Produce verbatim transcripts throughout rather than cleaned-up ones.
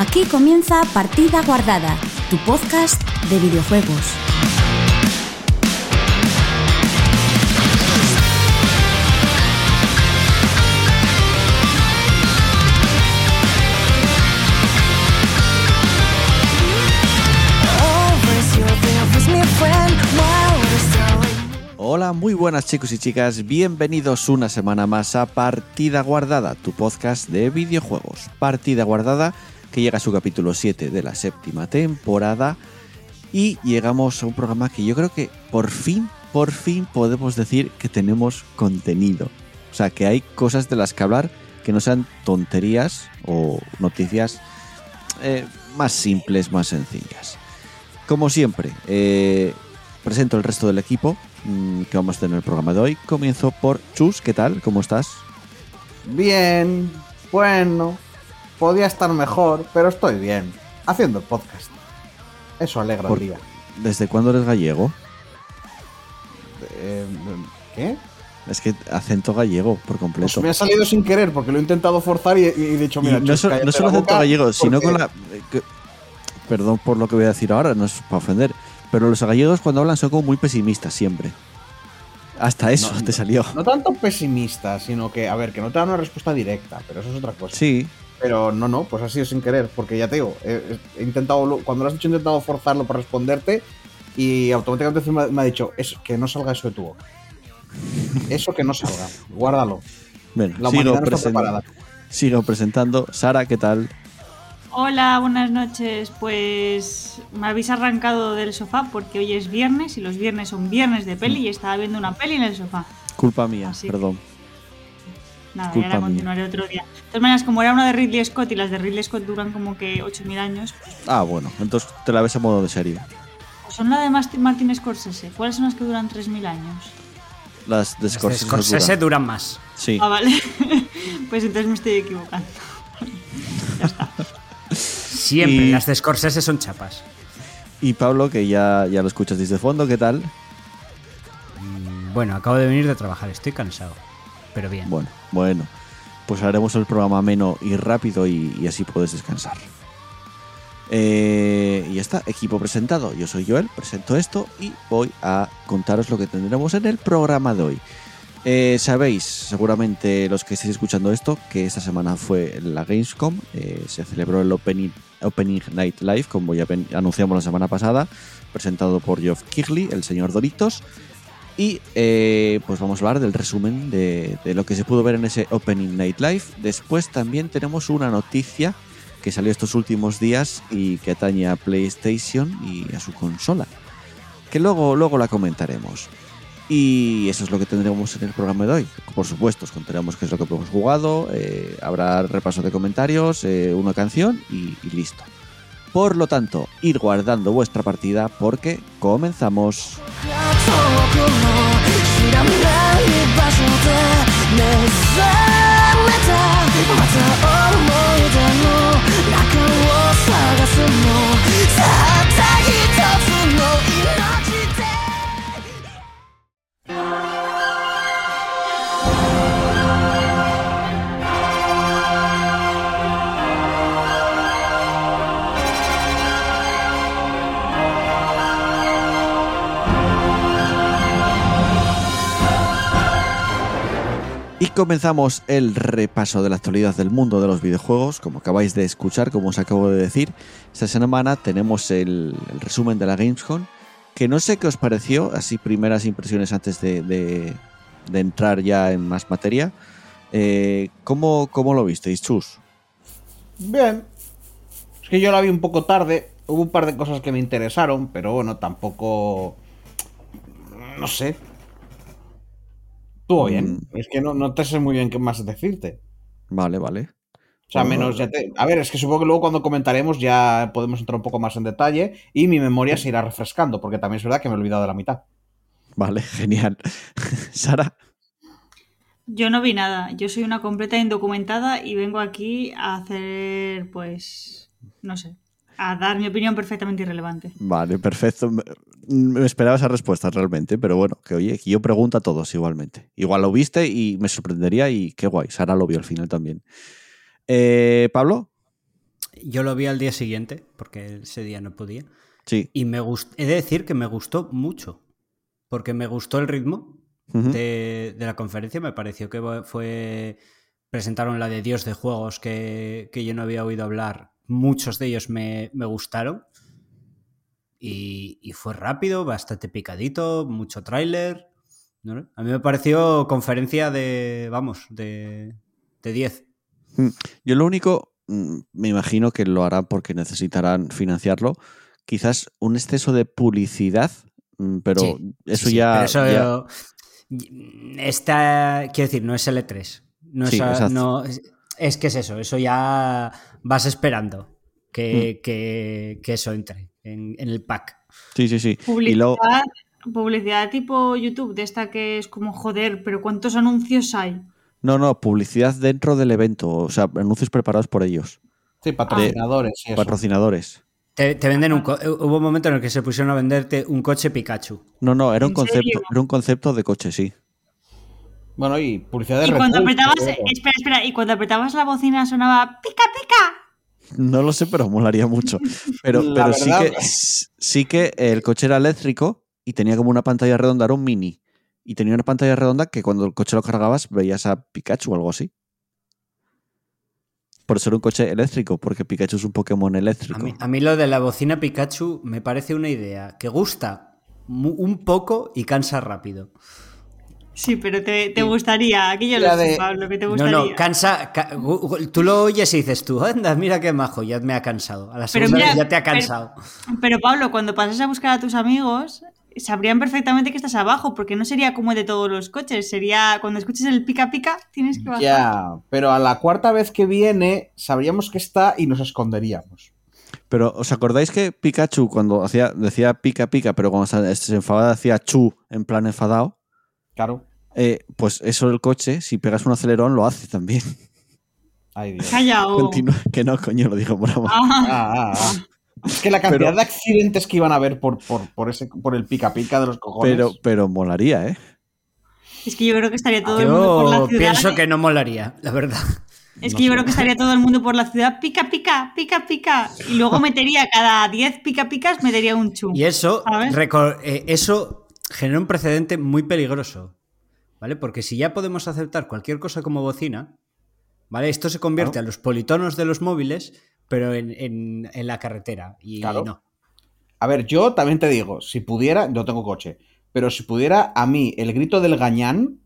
Aquí comienza Partida Guardada, tu podcast de videojuegos. Hola, muy buenas chicos y chicas, bienvenidos una semana más a Partida Guardada, tu podcast de videojuegos. Partida Guardada, que llega a su capítulo siete de la séptima temporada y llegamos a un programa que yo creo que por fin, por fin podemos decir que tenemos contenido. O sea, que hay cosas de las que hablar que no sean tonterías o noticias eh, más simples, más sencillas. Como siempre, eh, presento el resto del equipo que vamos a tener en el programa de hoy. Comienzo por Chus, ¿qué tal? ¿Cómo estás? Bien, bueno, podía estar mejor, pero estoy bien, haciendo el podcast. Eso alegra por, el día. ¿Desde cuándo eres gallego? Eh, ¿Qué? Es que acento gallego por completo. Pues me ha salido sin querer porque lo he intentado forzar y, y he dicho, mira, y no, Chus, so, no solo acento gallego, porque... sino con la... Que, perdón por lo que voy a decir ahora, no es para ofender, pero los gallegos cuando hablan son como muy pesimistas siempre. Hasta eso no, te salió. No tanto pesimista, sino que, a ver, que no te dan una respuesta directa, pero eso es otra cosa. Sí. Pero no, no, pues ha sido sin querer, porque ya te digo, he, he intentado, cuando lo has dicho he intentado forzarlo para responderte y automáticamente me ha, me ha dicho, es que no salga eso de tu boca. Eso que no salga, guárdalo. Bueno, La sigo, humanidad no está present- preparada. sigo presentando. Sara, ¿qué tal? Hola, buenas noches. Pues me habéis arrancado del sofá porque hoy es viernes y los viernes son viernes de peli y estaba viendo una peli en el sofá. Culpa mía, Así perdón. Nada, Culpa ya la mía. continuaré otro día. De todas maneras, como era una de Ridley Scott y las de Ridley Scott duran como que ocho mil años. Ah, bueno, entonces te la ves a modo de serie. Pues son la de Martin Scorsese. ¿Cuáles son las que duran tres mil años? Las de Scorsese, Las de Scorsese duran. duran más. Sí. Ah, vale. Pues entonces me estoy equivocando. Ya está. Siempre, y, las de Scorsese son chapas. Y Pablo, que ya, ya lo escuchas desde fondo, ¿qué tal? Bueno, acabo de venir de trabajar, estoy cansado, pero bien. Bueno, bueno, pues haremos el programa ameno y rápido y, y así puedes descansar. Eh, y ya está, equipo presentado. Yo soy Joel, presento esto y voy a contaros lo que tendremos en el programa de hoy. Eh, sabéis, seguramente los que estéis escuchando esto, que esta semana fue la Gamescom, eh, se celebró el Opening, Opening Night Live, como ya ven, anunciamos la semana pasada, presentado por Geoff Keighley, el señor Doritos, y eh, pues vamos a hablar del resumen de, de lo que se pudo ver en ese Opening Night Live. Después también tenemos una noticia que salió estos últimos días y que atañe a PlayStation y a su consola, que luego, luego la comentaremos. Y eso es lo que tendremos en el programa de hoy. Por supuesto, os contaremos qué es lo que hemos jugado, eh, habrá repaso de comentarios, eh, una canción y, y listo. Por lo tanto, ir guardando vuestra partida porque comenzamos. Y comenzamos el repaso de la actualidad del mundo de los videojuegos. Como acabáis de escuchar, como os acabo de decir, esta semana tenemos el, el resumen de la Gamescom, que no sé qué os pareció, así primeras impresiones antes de, de, de entrar ya en más materia. Eh, ¿cómo, ¿Cómo lo visteis, Chus? Bien, es que yo la vi un poco tarde, hubo un par de cosas que me interesaron, pero bueno, tampoco, no sé. Estuvo bien, mm. Es que no, no te sé muy bien qué más decirte. Vale, vale. O sea, bueno, menos ya te... A ver, es que supongo que luego cuando comentaremos ya podemos entrar un poco más en detalle y mi memoria se irá refrescando, porque también es verdad que me he olvidado de la mitad. Vale, genial. Sara. Yo no vi nada, yo soy una completa indocumentada y vengo aquí a hacer, pues, no sé, a dar mi opinión perfectamente irrelevante. Vale, perfecto. Me esperaba esa respuesta realmente, pero bueno, que oye, que yo pregunto a todos igualmente. Igual lo viste y me sorprendería y qué guay, Sara lo vio al final también. Eh, ¿Pablo? yo lo vi al día siguiente, porque ese día no podía. Sí. Y me gust- he de decir que me gustó mucho, porque me gustó el ritmo Ujú. de, de la conferencia. Me pareció que fue... Presentaron la de Dios de juegos que, que yo no había oído hablar. Muchos de ellos me, me gustaron. Y, y fue rápido, bastante picadito, mucho tráiler. ¿No? A mí me pareció conferencia de, vamos, de, de diez. Yo lo único, mm, me imagino que lo harán porque necesitarán financiarlo. Quizás un exceso de publicidad, mm, pero Sí, eso sí, sí, ya... pero eso ya- está, quiero decir, no es L tres. No Sí, es, a- exacto. no, es, es que es eso, eso ya vas esperando que, que, que eso entre en, en el pack. Sí, sí, sí. Y Publicidad, luego, publicidad tipo YouTube, de esta que es como, joder, pero ¿cuántos anuncios hay? no, no, publicidad dentro del evento, o sea, anuncios preparados por ellos, Sí, patrocinadores y eso. patrocinadores. Te, te venden un co- hubo un momento en el que se pusieron a venderte un coche Pikachu. No, no, era un ¿En concepto, serio? era un concepto de coche, sí. Bueno, y publicidad de Y Red cuando Bull, apretabas, sobre todo. espera, espera, y cuando apretabas la bocina sonaba pica, pica. No lo sé, pero molaría mucho. Pero, La pero sí, verdad- que, sí que el coche era eléctrico y tenía como una pantalla redonda, era un mini. Y tenía una pantalla redonda que cuando el coche lo cargabas veías a Pikachu o algo así. Por eso era un coche eléctrico, porque Pikachu es un Pokémon A eléctrico. mí, a mí lo de la bocina Pikachu me parece una idea que gusta mu- un poco y cansa rápido. Sí, pero te, te Sí. gustaría, aquí yo La lo sé, de- Pablo, que te No, gustaría. no, cansa. ca- gu- gu- tú lo oyes y dices tú, anda, mira qué majo, ya me ha cansado. A la Pero segunda mira, vez ya te ha pero- cansado. Pero Pablo, cuando pases a buscar a tus amigos, sabrían perfectamente que estás abajo, porque no sería como el de todos los coches, sería cuando escuches el pica pica, tienes que bajar. Ya, pero a la cuarta vez que viene sabríamos que está y nos esconderíamos. Pero ¿os acordáis que Pikachu cuando hacía, decía pica pica, pero cuando se se enfadaba decía chu en plan enfadado? Claro. Eh, pues eso del coche, si pegas un acelerón, lo hace también. Ay, Dios. Calla, o... Continúa, que no, coño, lo digo broma. Ah, Ah, ah, ah. Es que la cantidad Pero- de accidentes que iban a haber por, por, por, ese, por el pica pica de los cojones. Pero, pero molaría, ¿eh? es que yo creo que estaría todo el mundo por la Yo ciudad. pienso que no molaría, la verdad. Es No que yo sé. creo que estaría todo el mundo por la ciudad, pica pica, pica pica. Y luego metería cada diez pica picas, metería un chu. Y eso, ¿Sabes? reco- eh, eso genera un precedente muy peligroso, ¿vale? Porque si ya podemos aceptar cualquier cosa como bocina, ¿vale? Esto se convierte Claro. a los politonos de los móviles, pero en, en- en la carretera. Y Claro. no. A ver, yo también te digo, si pudiera, no tengo coche, pero si pudiera a mí el grito del gañán,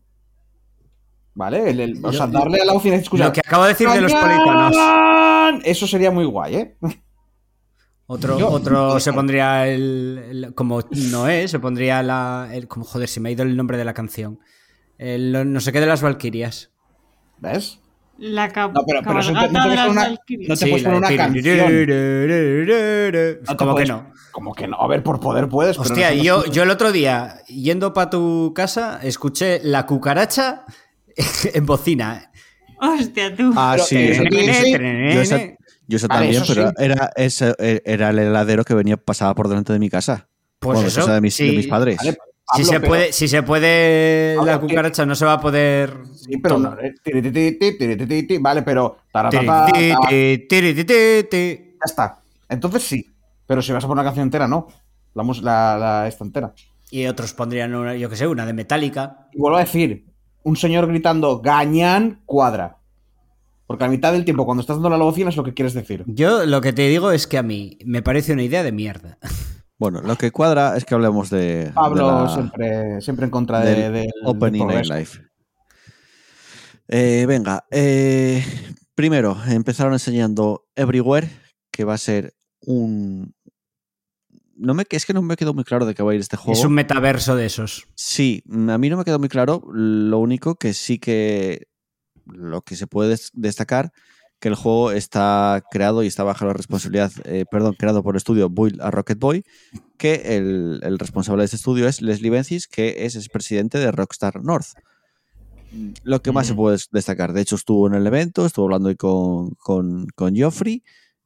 ¿vale? El- el- o sea, Lo- darle a la bocina y escuchar. Lo que acabo de decir de los ¡Gañán! politonos. Eso sería muy guay, ¿eh? Otro, Yo- otro se pondría el, el- como Noé, se pondría la. El, como, joder, se me ha ido el nombre de la canción. El, no sé qué de las Valquirias. ¿Ves? La cab- No, pero- pero eso te- cabalgata no te de ves las una- Valquirias. no te puedes poner una canción. canción. te Como que puedes- no. Como que no, a ver, por poder puedes. pero Hostia, no- no- yo, yo el otro día, yendo para tu casa, escuché la cucaracha en bocina. Hostia, tú. Ah, Pero, sí, eh, eso- sí, sí. yo esa, yo esa Vale, también, eso pero sí. era, ese- era el heladero que venía, pasaba por delante de mi casa. Pues Bueno, eso, casa de mis, sí. de mis padres. Vale, Si Pablo, se, pero- puede, si se puede Pablo, la cucaracha, no se va a poder. Sí, pero todo. no, eh, tiri, tiri, tiri, tiri, tiri, tiri, vale, pero taratata, Tiri, ta- tiri, tiri, tiri, tiri. ya está. Entonces sí, pero si vas a poner una canción entera, no. La, mus- la, la esta entera. Y otros pondrían, una, yo que sé, una de Metallica. Y vuelvo a decir, un señor gritando gañán cuadra. Porque a mitad del tiempo, cuando estás dando la bocina, es lo que quieres decir. Yo lo que te digo es que a mí me parece una idea de mierda. Bueno, lo que cuadra es que hablemos de, Pablo de la- siempre, siempre en contra de, del del- Opening del Night progreso. Live. Eh, venga, eh, primero empezaron enseñando Everywhere, que va a ser un... No me, es que no me quedó muy claro de qué va a ir este juego. Es un metaverso de esos. Sí, a mí no me quedó muy claro. Lo único que sí que lo que se puede des- destacar que el juego está creado y está bajo la responsabilidad, eh, perdón, creado por el estudio Build a Rocket Boy, que el, el responsable de este estudio es Leslie Benzies, que es expresidente de Rockstar North. Lo que más se puede destacar, de hecho estuvo en el evento, estuvo hablando ahí con, con, con Geoffrey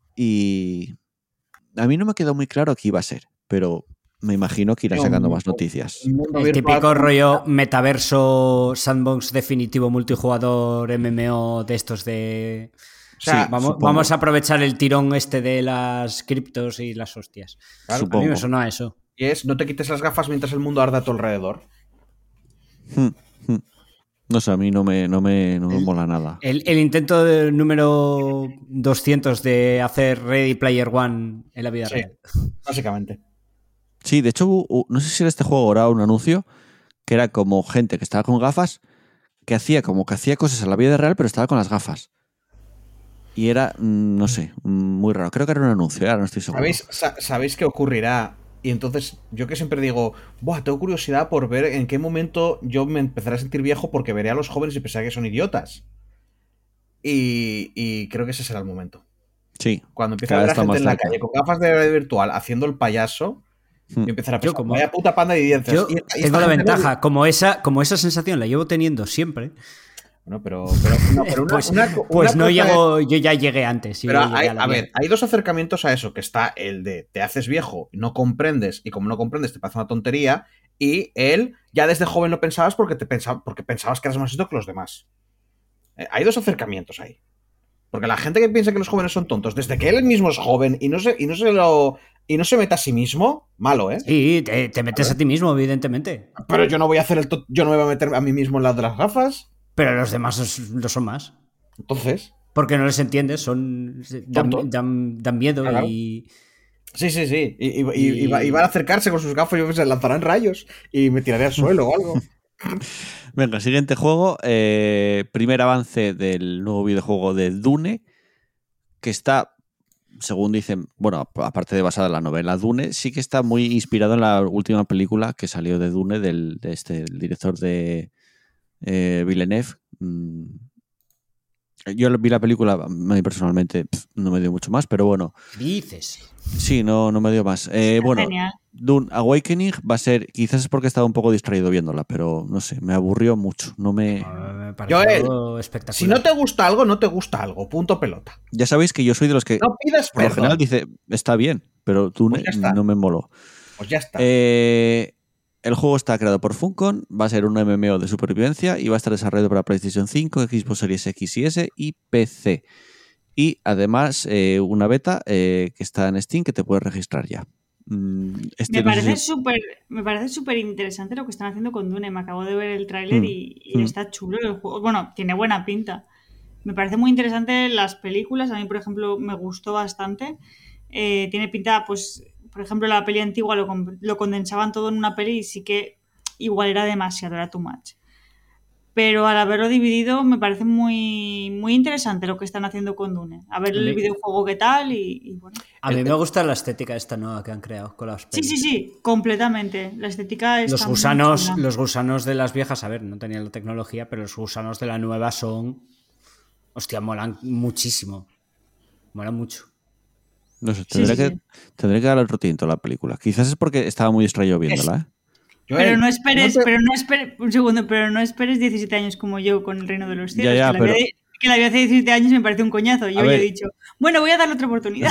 y a mí no me quedó muy claro qué iba a ser, pero me imagino que irán sacando más noticias. Un mundo El virtual típico con- rollo metaverso, sandbox definitivo, multijugador, M M O de estos de, O sea, Sí, Vamos, supongo. vamos a aprovechar el tirón este de las criptos y las hostias. Claro, A mí supongo. me suena a eso. y es no te quites las gafas mientras el mundo arda a tu alrededor. Hmm, hmm. No sé, a mí no me, no me, no me mola nada. El, el intento de- número doscientos de hacer Ready Player One en la vida Sí. real. Básicamente. Sí, de hecho, hubo- hubo- no sé si en este juego era un anuncio que era como gente que estaba con gafas que hacía como que hacía cosas en la vida real, pero estaba con las gafas. Y era, mm, no sé, mm, muy raro. Creo que era un anuncio, ahora no estoy seguro. ¿Sabéis, sa- ¿Sabéis qué ocurrirá? Y entonces, yo que siempre digo, Buah, tengo curiosidad por ver en qué momento yo me empezaré a sentir viejo porque veré a los jóvenes y pensaré que son idiotas. Y, y creo que ese será el momento. Sí. Cuando empiece cada a ver vez a está gente más en la cerca. calle con gafas de realidad virtual haciendo el payaso, Hmm. y empezar a Yo pensar, como- vaya puta panda de idiotas. Yo Y- y esta tengo la gente no- ventaja, como esa, como esa sensación la llevo teniendo siempre, Bueno, pero, pero, no, pero una, pues, una co- pues una no cosa es- llego, yo ya llegué antes. yo Pero ya llegué hay, a la a vida. ver, hay dos acercamientos a eso, que está el de te haces viejo, no comprendes, y como no comprendes te parece una tontería, y el ya desde joven lo pensabas porque, te pensaba, porque pensabas que eras más listo que los demás. Eh, hay dos acercamientos ahí. Porque la gente que piensa que los jóvenes son tontos, desde que él mismo es joven y no se, y no se lo y no se meta a sí mismo, malo, ¿eh? Sí, te, te metes a ti mismo, evidentemente. Pero yo no voy a hacer el to- yo no me voy a meter a mí mismo en las de las gafas. Pero los demás es- lo son más. Entonces, Porque no les entiendes, son dan, Tonto. dan- dan miedo Claro. y... sí, sí, sí. Y, y- y- y va- y van a acercarse con sus gafas y yo qué sé, lanzarán rayos y me tiraré al suelo o algo. Venga, siguiente juego. eh, primer avance del nuevo videojuego de Dune, que está, según dicen, bueno, ap- aparte de basada en la novela Dune, sí que está muy inspirado en la última película que salió de Dune, del, de este el director de eh, Villeneuve. Mm, Yo vi la película, a mí personalmente pf, no me dio mucho más, pero bueno, ¿Qué dices? sí, no, no me dio más. Eh, Está bueno, genial. Dune Awakening va a ser, quizás es porque estaba un poco distraído viéndola, pero no sé, me aburrió mucho. No me... Ah, Me pareció Joel, espectacular. Si no te gusta algo, no te gusta algo. Punto pelota. Ya sabéis que yo soy de los que No pidas por lo perdón. general dice, está bien, pero Dune Pues ya está. no me moló. Pues ya está. Eh, el juego está creado por Funcom, va a ser un M M O de supervivencia y va a estar desarrollado para PlayStation cinco, Xbox Series X y S y P C. Y además eh, una beta eh, que está en Steam que te puedes registrar ya. Mm, Este Me no sé parece si- súper me parece súper interesante lo que están haciendo con Dune. Me acabo de ver el tráiler Mm, y, y mm. está chulo el juego. Bueno, tiene buena pinta. Me parece muy interesante las películas. A mí, por ejemplo, me gustó bastante. Eh, tiene pinta, pues, por ejemplo, la peli antigua lo, con- lo condensaban todo en una peli y sí que igual era demasiado, era too much. Pero al haberlo dividido me parece muy, muy interesante lo que están haciendo con Dune. A ver el Sí. videojuego qué tal y, y bueno. A mí me gusta la estética esta nueva que han creado con las Sí, pelis. sí, sí, completamente. La estética está Los muy gusanos, chula. los gusanos de las viejas, a ver, no tenían la tecnología, pero los gusanos de la nueva son... Hostia, molan muchísimo. Molan mucho. No sé, Sí, tendré, sí, que, sí. tendré que darle otro tiento a la película. Quizás es porque estaba muy distraído viéndola, ¿eh? Joel, Pero no esperes, no te- pero no esperes, un segundo, pero no esperes diecisiete años como yo con el Reino de los Cielos. Ya, ya, que, la pero- vi, que la vi hace diecisiete años me parece un coñazo. Yo A ya ver. he dicho, bueno, voy a darle otra oportunidad.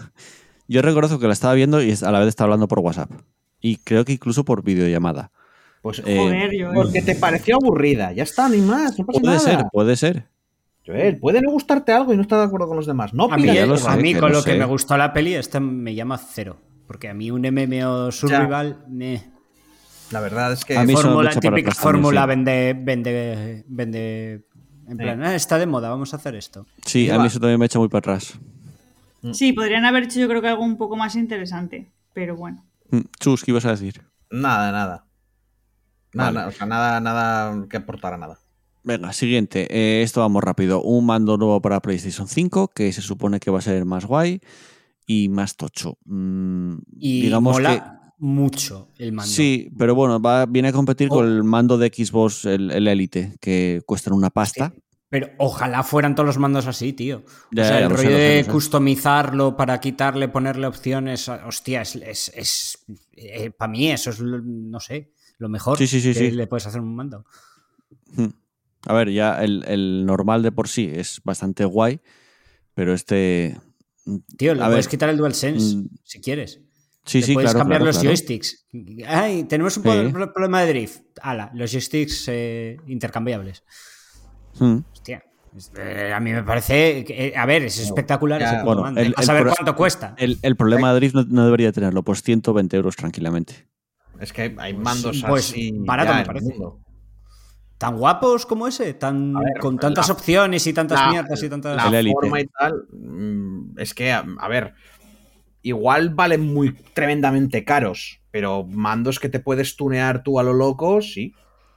Yo reconozco que la estaba viendo y a la vez estaba hablando por WhatsApp. Y creo que incluso por videollamada. Pues, Eh, Joder, yo. porque te pareció aburrida. Ya está, ni más. No pasa Puede nada. ser, puede ser. Joel, puede no gustarte algo y no estar de acuerdo con los demás. No A mí, pidas ya lo perdón. a sé, mí que con lo lo que sé. me gustó la peli, esta me llama cero. Porque a mí un M M O survival... meh. La verdad es que A mí son Fórmula, mucho para típica atrás también, fórmula sí. vende, vende, vende... En plan, "Ah, está de moda, vamos a hacer esto". Sí, a Iba. mí eso también me echa muy para atrás. Sí, podrían haber hecho yo creo que algo un poco más interesante. Pero bueno. Mm, Chus, ¿qué ibas a decir? nada, nada. Nada, Vale. nada, o sea, nada, nada que aportara nada. Venga, siguiente. Eh, esto vamos rápido. Un mando nuevo para PlayStation cinco, que se supone que va a ser más guay y más tocho. Mm, Y digamos mola mucho el que mando. sí, pero bueno, va, viene a competir Oh. con el mando de Xbox, el, el Elite, que cuestan una pasta. Sí. Pero ojalá fueran todos los mandos así, tío. Ya, o sea, ya, el lo sé, rollo lo sé, de lo sé. customizarlo para quitarle, ponerle opciones. Hostia, es, es, es eh, para mí eso es, lo- no sé, lo mejor Sí, sí, sí, que sí. le puedes hacer a un mando. Mm. A ver, ya el, el normal de por sí es bastante guay, pero este... Tío, le A puedes ver, quitar el DualSense mm, si quieres. Sí, Le sí, puedes claro, cambiar claro, los claro. joysticks. Ay, tenemos un Sí. problema de drift. Ala, los joysticks eh, intercambiables. Mm. Hostia. Eh, a mí me parece. Que, eh, a ver, es espectacular ya, ese bueno, comando. el- A el saber pro- cuánto cuesta. El, el problema de Drift no, no debería tenerlo, pues ciento veinte euros tranquilamente. Es que hay, hay Pues- mandos pues así. barato ya me en el parece. mundo. Tan guapos como ese, tan A ver, con tantas la- opciones y tantas La, mierdas y tantas. la El Elite. forma y tal. mm, Es que, a, a ver. Igual valen muy tremendamente caros. Pero mandos que te puedes tunear tú a lo loco, sí.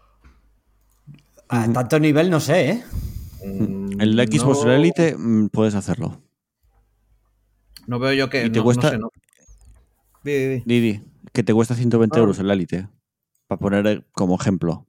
A tanto nivel no sé, ¿eh? Mm, El de Xbox no, el Elite mm, puedes hacerlo. No veo yo que. Y te no, cuesta- no sé, no. Di, di, di. Didi, que te cuesta ciento veinte Ah. euros el Elite. Para poner eh, como ejemplo.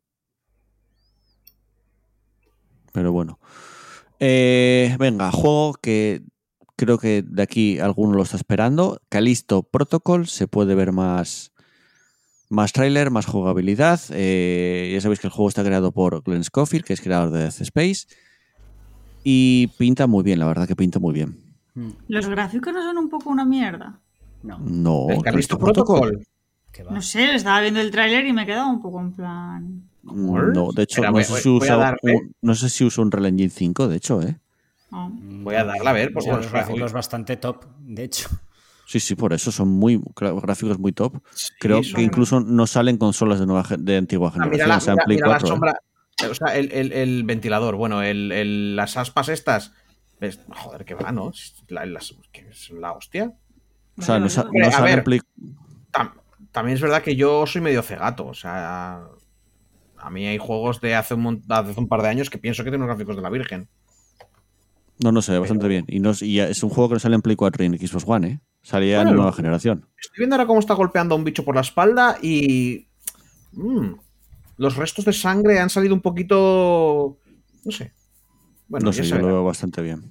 Pero bueno. Eh, venga, juego que creo que de aquí alguno lo está esperando. Callisto Protocol. Se puede ver más, más tráiler, más jugabilidad. Eh, ya sabéis que el juego está creado por Glenn Scofield, que es creador de Death Space. Y pinta muy bien, la verdad que pinta muy bien. Los gráficos no son un poco una mierda. No. No, El Callisto Protocol. Que va. No sé, estaba viendo el tráiler y me he quedado un poco en plan. No, de hecho, Espera, no, voy- sé voy- si voy a usa darle. un, no sé si usa un Real Engine cinco, de hecho, ¿eh? Oh. Voy a darle a ver, porque O sea, bueno, los espera, gráficos uy. bastante top, de hecho. Sí, sí, por eso son muy gra- gráficos muy top. Sí, Creo son- que incluso no salen consolas de nueva gen- de antigua Ah, generación, mira la, o sea, en mira- Play mira la cuatro, ¿eh? sombra. O sea, el, el- el ventilador. Bueno, el, el- las aspas estas. ¿Ves? Joder, que va, ¿no? Es la, las- que es la hostia. O sea, no, sa- Hombre, no a sale en ver. Play. Tam- también es verdad que yo soy medio cegato. O sea, a mí hay juegos de hace un, mon- hace un par de años que pienso que tienen los gráficos de la Virgen. No, no se ve bastante Pero- bien. Y, no, es- y es un juego que no sale en Play cuatro y en Xbox One, ¿eh? Salía Bueno, en nueva lo- generación. Estoy viendo ahora cómo está golpeando a un bicho por la espalda y. mm, los restos de sangre han salido un poquito. No sé. Bueno, no ya sé, se yo lo verá. veo bastante bien.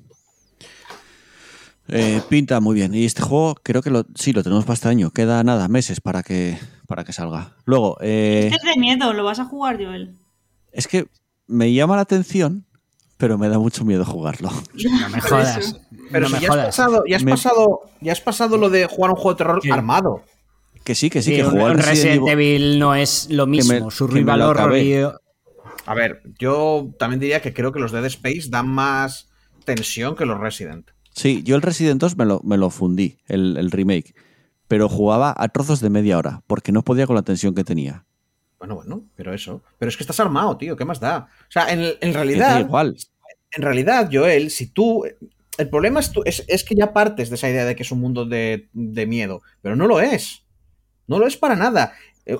Eh, pinta muy bien. Y este juego creo que lo, sí, lo tenemos para este año. Queda nada, meses para que, para que salga. Luego, eh, Este es de miedo, ¿lo vas a jugar, Joel? es que me llama la atención, pero me da mucho miedo jugarlo. No me Por jodas. eso. Pero no si me ya has, jodas. pasado, ya, has Me- pasado, ya has pasado lo de jugar un juego de terror ¿Qué? armado. Que sí, que sí, Sí, que un, jugar un Resident Resident Evil- Evil no es lo me- mismo. que me Survival lo Horror acabé. y. A ver, yo también diría que creo que los Dead Space dan más tensión que los Resident. Sí, yo el Resident dos me lo, me lo fundí, el, el remake, pero jugaba a trozos de media hora, porque no podía con la tensión que tenía. Bueno, bueno, pero eso. Pero es que estás armado, tío, ¿qué más da? O sea, en, en Que da realidad, igual. en realidad, Joel, si tú. El problema es, tú, es, es que ya partes de esa idea de que es un mundo de, de miedo, pero no lo es. No lo es para nada. Eh,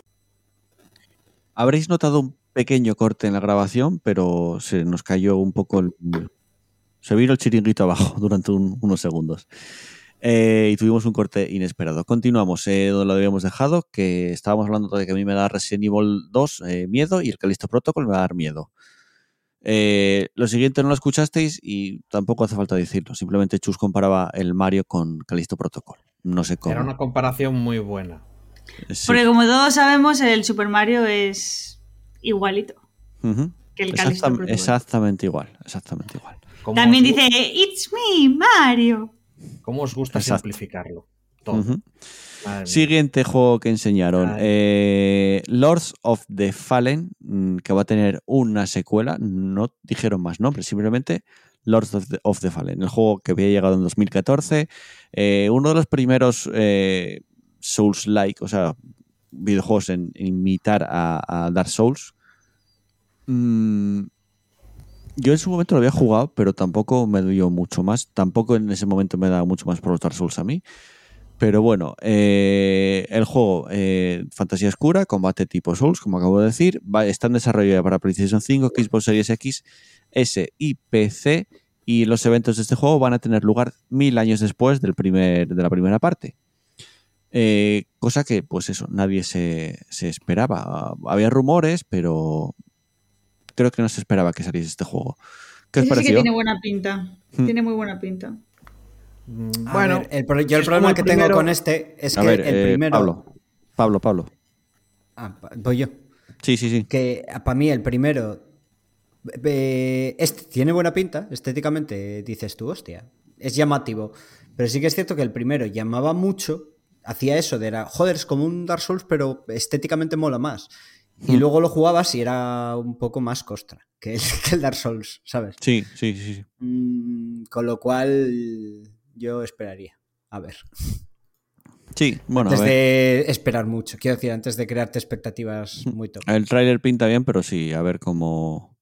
Habréis notado un pequeño corte en la grabación, pero se nos cayó un poco el... Se vino el chiringuito abajo durante un- unos segundos. Eh, y tuvimos un corte inesperado. Continuamos eh, donde lo habíamos dejado, que estábamos hablando de que a mí me da Resident Evil dos eh, miedo y el Callisto Protocol me va a dar miedo. Eh, lo siguiente no lo escuchasteis y tampoco hace falta decirlo. Simplemente Chus comparaba el Mario con Callisto Protocol. No sé cómo. Era una comparación muy buena. Sí. Porque como todos sabemos, el Super Mario es igualito Ujú. que el Callisto Exactam- Protocol. exactamente igual. Exactamente igual. ¿Cómo También os, dice, it's me, Mario. ¿Cómo os gusta Exacto. simplificarlo? Todo. Ujú. Madre mía. Siguiente juego que enseñaron. Ay. eh, Lords of the Fallen, mm, que va a tener una secuela. No dijeron más nombres, simplemente Lords of the, of the Fallen. El juego que había llegado en dos mil catorce. eh, uno de los primeros eh, Souls-like, o sea, videojuegos en, en imitar a, a Dark Souls. Mm, yo en su momento lo había jugado, pero tampoco me dio mucho más. Tampoco en ese momento me daba mucho más por los Dark Souls a mí. Pero bueno, eh, el juego, eh, fantasía oscura, combate tipo Souls, como acabo de decir, va, está en desarrollo ya para PlayStation cinco, Xbox Series X, S y P C, y los eventos de este juego van a tener lugar mil años después del primer, de la primera parte. Eh, cosa que, pues eso, nadie se, se esperaba. Había rumores, pero creo que no se esperaba que saliese este juego. ¿Qué os Ese sí que pareció? tiene buena pinta. Hmm. Tiene muy buena pinta. Mm, A Bueno, ver, el pro- yo el es problema como que el tengo primero- con este es A que ver, el eh, primero. Pablo, Pablo, Pablo. Ah, pa- voy yo. Sí, sí, sí. Que para mí el primero. eh, este tiene buena pinta, estéticamente dices tú, hostia. Es llamativo. Pero sí que es cierto que el primero llamaba mucho. Hacía eso de era, joder, es como un Dark Souls, pero estéticamente mola más. y Mm. luego lo jugabas y era un poco más costra que el, que el Dark Souls, ¿sabes? Sí, sí, sí. sí. Mm, con lo cual yo esperaría. A ver. Sí, bueno, antes a ver. de esperar mucho. Quiero decir, antes de crearte expectativas muy top. El tráiler pinta bien, pero sí, a ver cómo,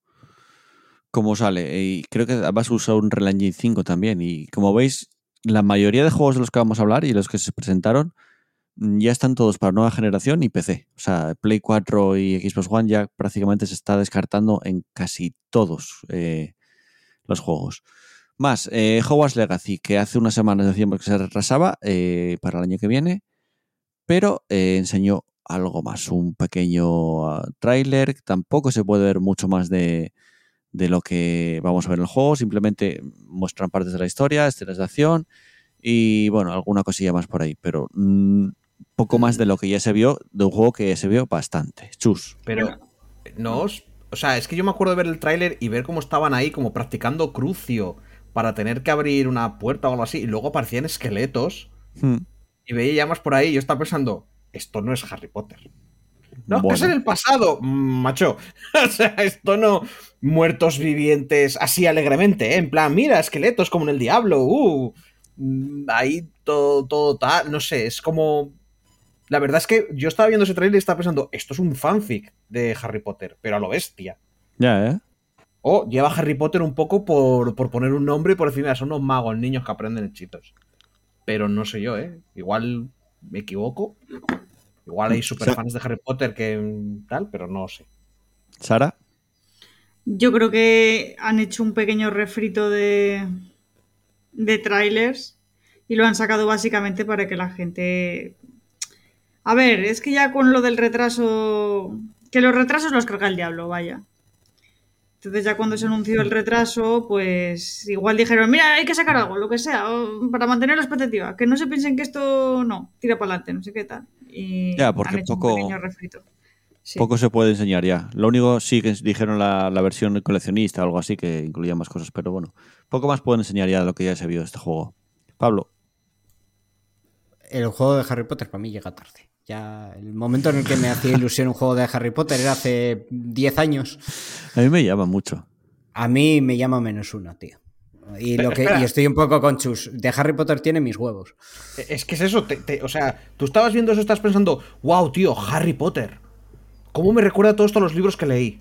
cómo sale. Y creo que vas a usar un Unreal Engine cinco también. Y como veis, la mayoría de juegos de los que vamos a hablar y los que se presentaron ya están todos para nueva generación y P C. O sea, Play cuatro y Xbox One ya prácticamente se está descartando en casi todos eh, los juegos. Más, eh, Hogwarts Legacy, que hace unas semanas decíamos que se retrasaba eh, para el año que viene, pero eh, enseñó algo más, un pequeño uh, tráiler. Tampoco se puede ver mucho más de, de lo que vamos a ver en el juego, simplemente muestran partes de la historia, escenas de acción y bueno, alguna cosilla más por ahí, pero mmm, poco más de lo que ya se vio, de un juego que ya se vio bastante. Chus. Pero no os... O sea, es que yo me acuerdo de ver el tráiler y ver cómo estaban ahí como practicando crucio para tener que abrir una puerta o algo así, y luego aparecían esqueletos Hmm. y veía llamas por ahí y yo estaba pensando, esto no es Harry Potter. No, es que Bueno. es en el pasado, mm, macho. O sea, esto no... Muertos vivientes así alegremente, ¿eh? En plan, mira, esqueletos como en el Diablo, uh... Ahí todo, todo tal, no sé, es como... La verdad es que yo estaba viendo ese trailer y estaba pensando, esto es un fanfic de Harry Potter, pero a lo bestia. Ya, ¿eh? O lleva a Harry Potter un poco por, por poner un nombre y por decir, mira, son unos magos, niños que aprenden hechizos. Pero no sé yo, ¿eh? Igual me equivoco. Igual hay superfans de Harry Potter que tal, pero no sé. ¿Sara? Yo creo que han hecho un pequeño refrito de, de trailers y lo han sacado básicamente para que la gente... A ver, es que ya con lo del retraso... Que los retrasos los carga el diablo, vaya. Entonces ya cuando se anunció el retraso, pues igual dijeron, mira, hay que sacar algo, lo que sea, para mantener la expectativa. Que no se piensen que esto no, tira para adelante, no sé qué tal. Y ya, porque han hecho poco... un pequeño refrito. Sí. Poco se puede enseñar ya. Lo único sí que dijeron la, la versión coleccionista o algo así que incluía más cosas, pero bueno, poco más pueden enseñar ya de lo que ya se vio de este juego. Pablo. El juego de Harry Potter para mí llega tarde. Ya el momento en el que me hacía ilusión un juego de Harry Potter era hace diez años. A mí me llama mucho. A mí me llama menos uno, tío. Y, lo que, y estoy un poco con Chus. De Harry Potter tiene mis huevos. Es que es eso, te, te, o sea, tú estabas viendo eso, estás pensando, wow, tío, Harry Potter. ¿Cómo me recuerda a todos estos los libros que leí?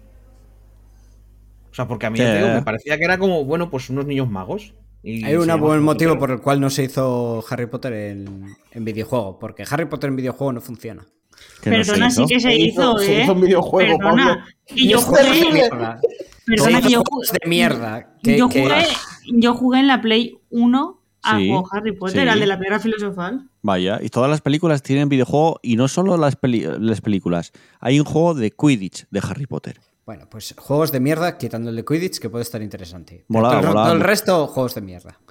O sea, porque a mí Sí. te digo, me parecía que era como, bueno, pues unos niños magos. Y Hay un buen motivo por el cual no se hizo Harry Potter en, en videojuego. Porque Harry Potter en videojuego no funciona. Que no se Perdona, hizo. sí que se, Se hizo, hizo- ¿eh? se hizo un videojuego, Perdona. Pablo. Y yo Es jugué... terrible. Mierda. Perdona Todos que yo juegos jugué... de mierda. Que, yo, que- jugué, yo jugué en la Play uno a Sí, juego Harry Potter, sí. al de la piedra filosofal. Vaya, y todas las películas tienen videojuego y no solo las, peli- las películas. Hay un juego de Quidditch de Harry Potter. Bueno, pues juegos de mierda, quitando el de Quidditch, que puede estar interesante. Pero Molaba, todo, el- molaba todo el mucho. resto, juegos de mierda.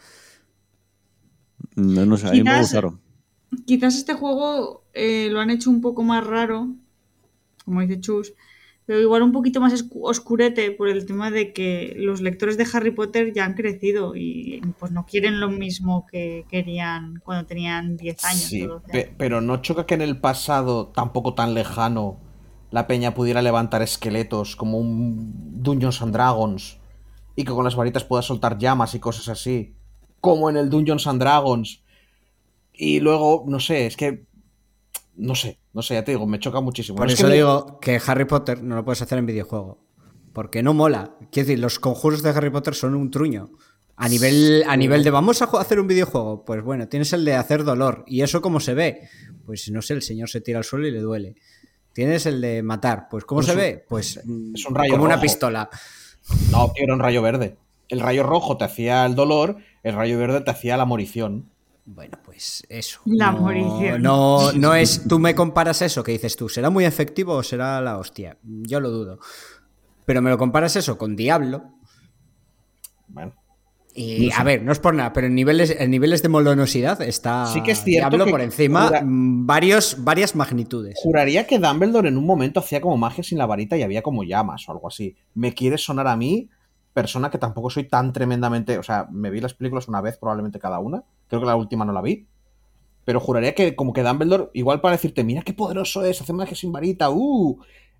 No, no sé, a mí me Quizás- gustaron. Quizás este juego eh, lo han hecho un poco más raro, como dice Chus, pero igual un poquito más escu- oscurete por el tema de que los lectores de Harry Potter ya han crecido y pues no quieren lo mismo que querían cuando tenían diez años. Sí, o doce pe- años. pero no choca que en el pasado, tampoco tan lejano, la peña pudiera levantar esqueletos como un Dungeons and Dragons y que con las varitas pueda soltar llamas y cosas así, como en el Dungeons and Dragons. Y luego, no sé, es que... No sé, no sé, ya te digo, me choca muchísimo. Por No es eso que me- digo que Harry Potter no lo puedes hacer en videojuego. Porque no mola. Quiero decir, los conjuros de Harry Potter son un truño. A nivel, a nivel de vamos a ju- hacer un videojuego, pues bueno, tienes el de hacer dolor. ¿Y eso cómo se ve? Pues no sé, el señor se tira al suelo y le duele. Tienes el de matar, pues ¿cómo Pues se un- ve? Pues mm, es un rayo como una rojo. pistola. No, tío, era un rayo verde. El rayo rojo te hacía el dolor, el rayo verde te hacía la morición. Bueno, pues eso. La no, morición. No, no es. Tú me comparas eso que dices tú, ¿será muy efectivo o será la hostia? Yo lo dudo. Pero me lo comparas eso con Diablo. Bueno. Y No sé. a ver, no es por nada, pero en niveles, en niveles de molenosidad está Sí que es cierto Diablo que por encima jura- mm, varios, varias magnitudes. Juraría que Dumbledore en un momento hacía como magia sin la varita y había como llamas o algo así. Me quiere sonar a mí, persona que tampoco soy tan tremendamente... O sea, me vi las películas una vez probablemente cada una. Creo que la última no la vi. Pero juraría que como que Dumbledore, igual para decirte, mira qué poderoso es, hace magia sin varita, uh...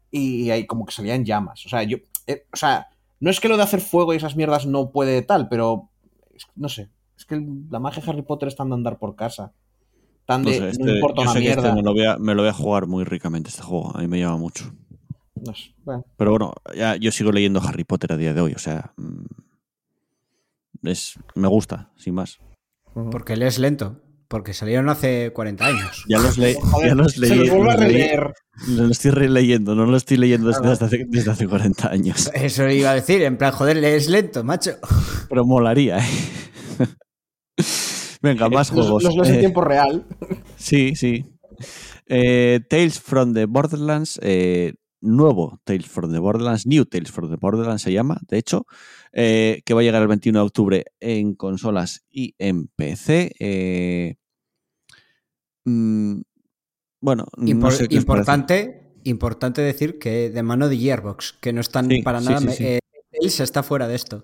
y ahí como que salían llamas. O sea, yo, eh, o sea, no es que lo de hacer fuego y esas mierdas no puede tal, pero es- no sé. Es que el- la magia de Harry Potter es tan de andar por casa. Tan No de sé, no este, importa yo una sé que este mierda. me lo, voy a, me lo voy a jugar muy ricamente este juego. A mí me llama mucho. No sé, bueno. Pero bueno, ya, yo sigo leyendo Harry Potter a día de hoy. O sea, mm, es, me gusta, sin más. Porque lees lento. Porque salieron hace cuarenta años. Ya los, le, Joder, ya los leí. se los vuelve a los leí- releer. Lo estoy releyendo, no lo estoy leyendo desde, Claro. desde hace, desde hace cuarenta años. Eso iba a decir, en plan, joder, lees lento, macho. Pero molaría, ¿eh? Venga, más Los- juegos. Los lees en Eh, tiempo real. Sí, sí. Eh, Tales from the Borderlands, eh, nuevo Tales from the Borderlands, New Tales from the Borderlands se llama, de hecho, eh, que va a llegar el veintiuno de octubre en consolas y en P C. Eh, mm, bueno, no Impor- sé qué os parece. importante, importante decir que de mano de Gearbox, que no están Sí, para sí, nada. sí, me- sí. eh, Tales está fuera de esto.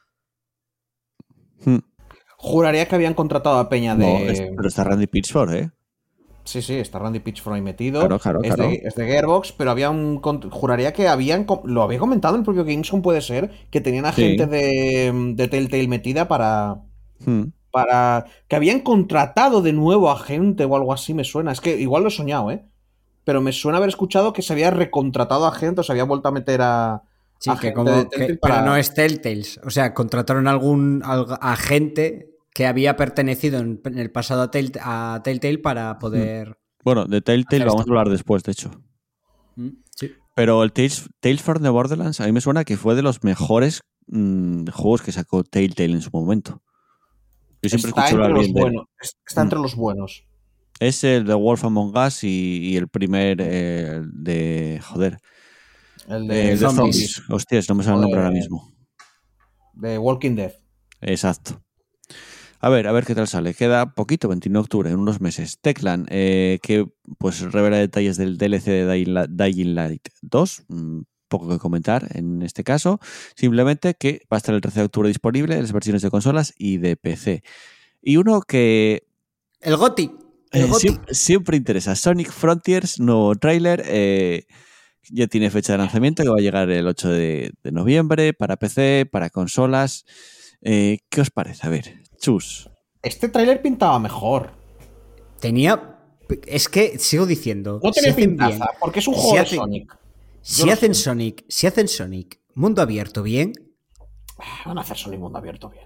Hmm. Juraría que habían contratado a Peña de. No, es- pero está Randy Pitchford, ¿eh? Sí, sí, está Randy Pitchford ahí metido. Claro, claro, es, claro. De, es de Gearbox, pero habían. con- Juraría que habían. com- Lo había comentado en el propio Gamescom, puede ser. Que tenían a Sí. gente de, de Telltale metida para. Hmm. Para. Que habían contratado de nuevo a gente o algo así, me suena. Es que igual lo he soñado, ¿eh? Pero me suena haber escuchado que se había recontratado a gente o se había vuelto a meter a. Sí, a que gente como, de que- Telltale pero para- no es Telltales. O sea, contrataron algún al- agente que había pertenecido en, en el pasado a, Tell- a Telltale para poder. Bueno, de Telltale Hacer vamos esto. a hablar después, de hecho. Mm, Sí. Pero el Tales, Tales from the Borderlands a mí me suena que fue de los mejores mm, juegos que sacó Telltale en su momento. Yo siempre Está escucho entre hablar los bien de él. buenos. Está Mm. entre los buenos. Es el de Wolf Among Us y, y el primer eh, de... Joder. El eh, de, el de Zombies. Zombies. Hostias, no me sale el nombre Joder. ahora mismo. de Walking Dead. Exacto. A ver, a ver qué tal sale. Queda poquito, veintiuno de octubre, en unos meses. Techland, eh, que pues revela detalles del D L C de Dying La- Dying Light dos. Mm, poco que comentar en este caso. Simplemente que va a estar el trece de octubre disponible en las versiones de consolas y de P C. Y uno que El Goti. El eh, Goti. siempre, siempre interesa. Sonic Frontiers, nuevo tráiler. eh, ya tiene fecha de lanzamiento que va a llegar el ocho de, de noviembre para P C, para consolas. Eh, ¿Qué os parece? A ver, chus. Este tráiler pintaba mejor. Tenía. Es que sigo diciendo. No si tiene hacen pintaza, bien, porque es un si juego de hacen- Sonic. Si lo hacen sé. Sonic, si hacen Sonic, mundo abierto bien. Van a hacer Sonic mundo abierto bien.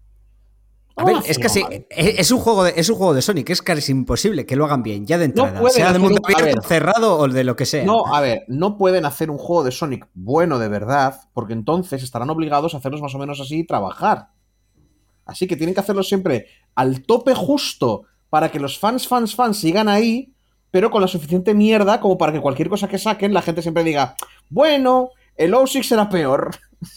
A Van ver, hacer es casi. algo mal. Es es un juego de, es un juego de Sonic, es casi imposible que lo hagan bien, ya de entrada. pueden sea de hacer mundo un- a abierto, ver. cerrado o de lo que sea. No, a ver, no pueden hacer un juego de Sonic bueno de verdad, porque entonces estarán obligados a hacerlos más o menos así y trabajar. Así que tienen que hacerlo siempre al tope justo para que los fans, fans, fans sigan ahí, pero con la suficiente mierda como para que cualquier cosa que saquen la gente siempre diga, bueno, el O seis será peor.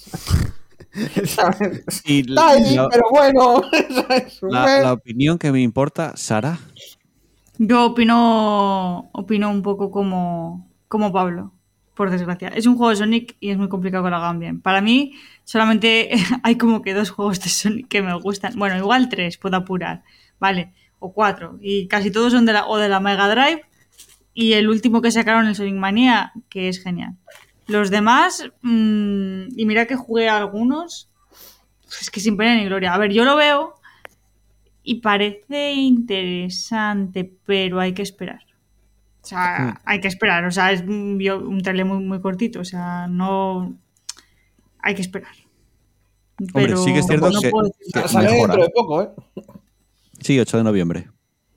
¿Sabes? Y Está ahí, la, pero bueno. ¿sabes? la- la opinión que me importa, Sara. Yo opino, opino un poco como, como Pablo, por desgracia. Es un juego de Sonic y es muy complicado que lo hagan bien. Para mí, solamente hay como que dos juegos de Sonic que me gustan. Bueno, igual tres, puedo apurar, ¿vale? O cuatro. Y casi todos son de la, o de la Mega Drive y el último que sacaron, el Sonic Mania, que es genial. Los demás, mmm, y mira que jugué a algunos, es que sin pena ni gloria. A ver, yo lo veo y parece interesante, pero hay que esperar. O sea, hay que esperar. O sea, es un, un trailer muy, muy cortito. O sea, no. Hay que esperar. Hombre, sí que es cierto no que- puedo decir que nada. Sale mejora. dentro de poco, ¿eh? Sí, ocho de noviembre.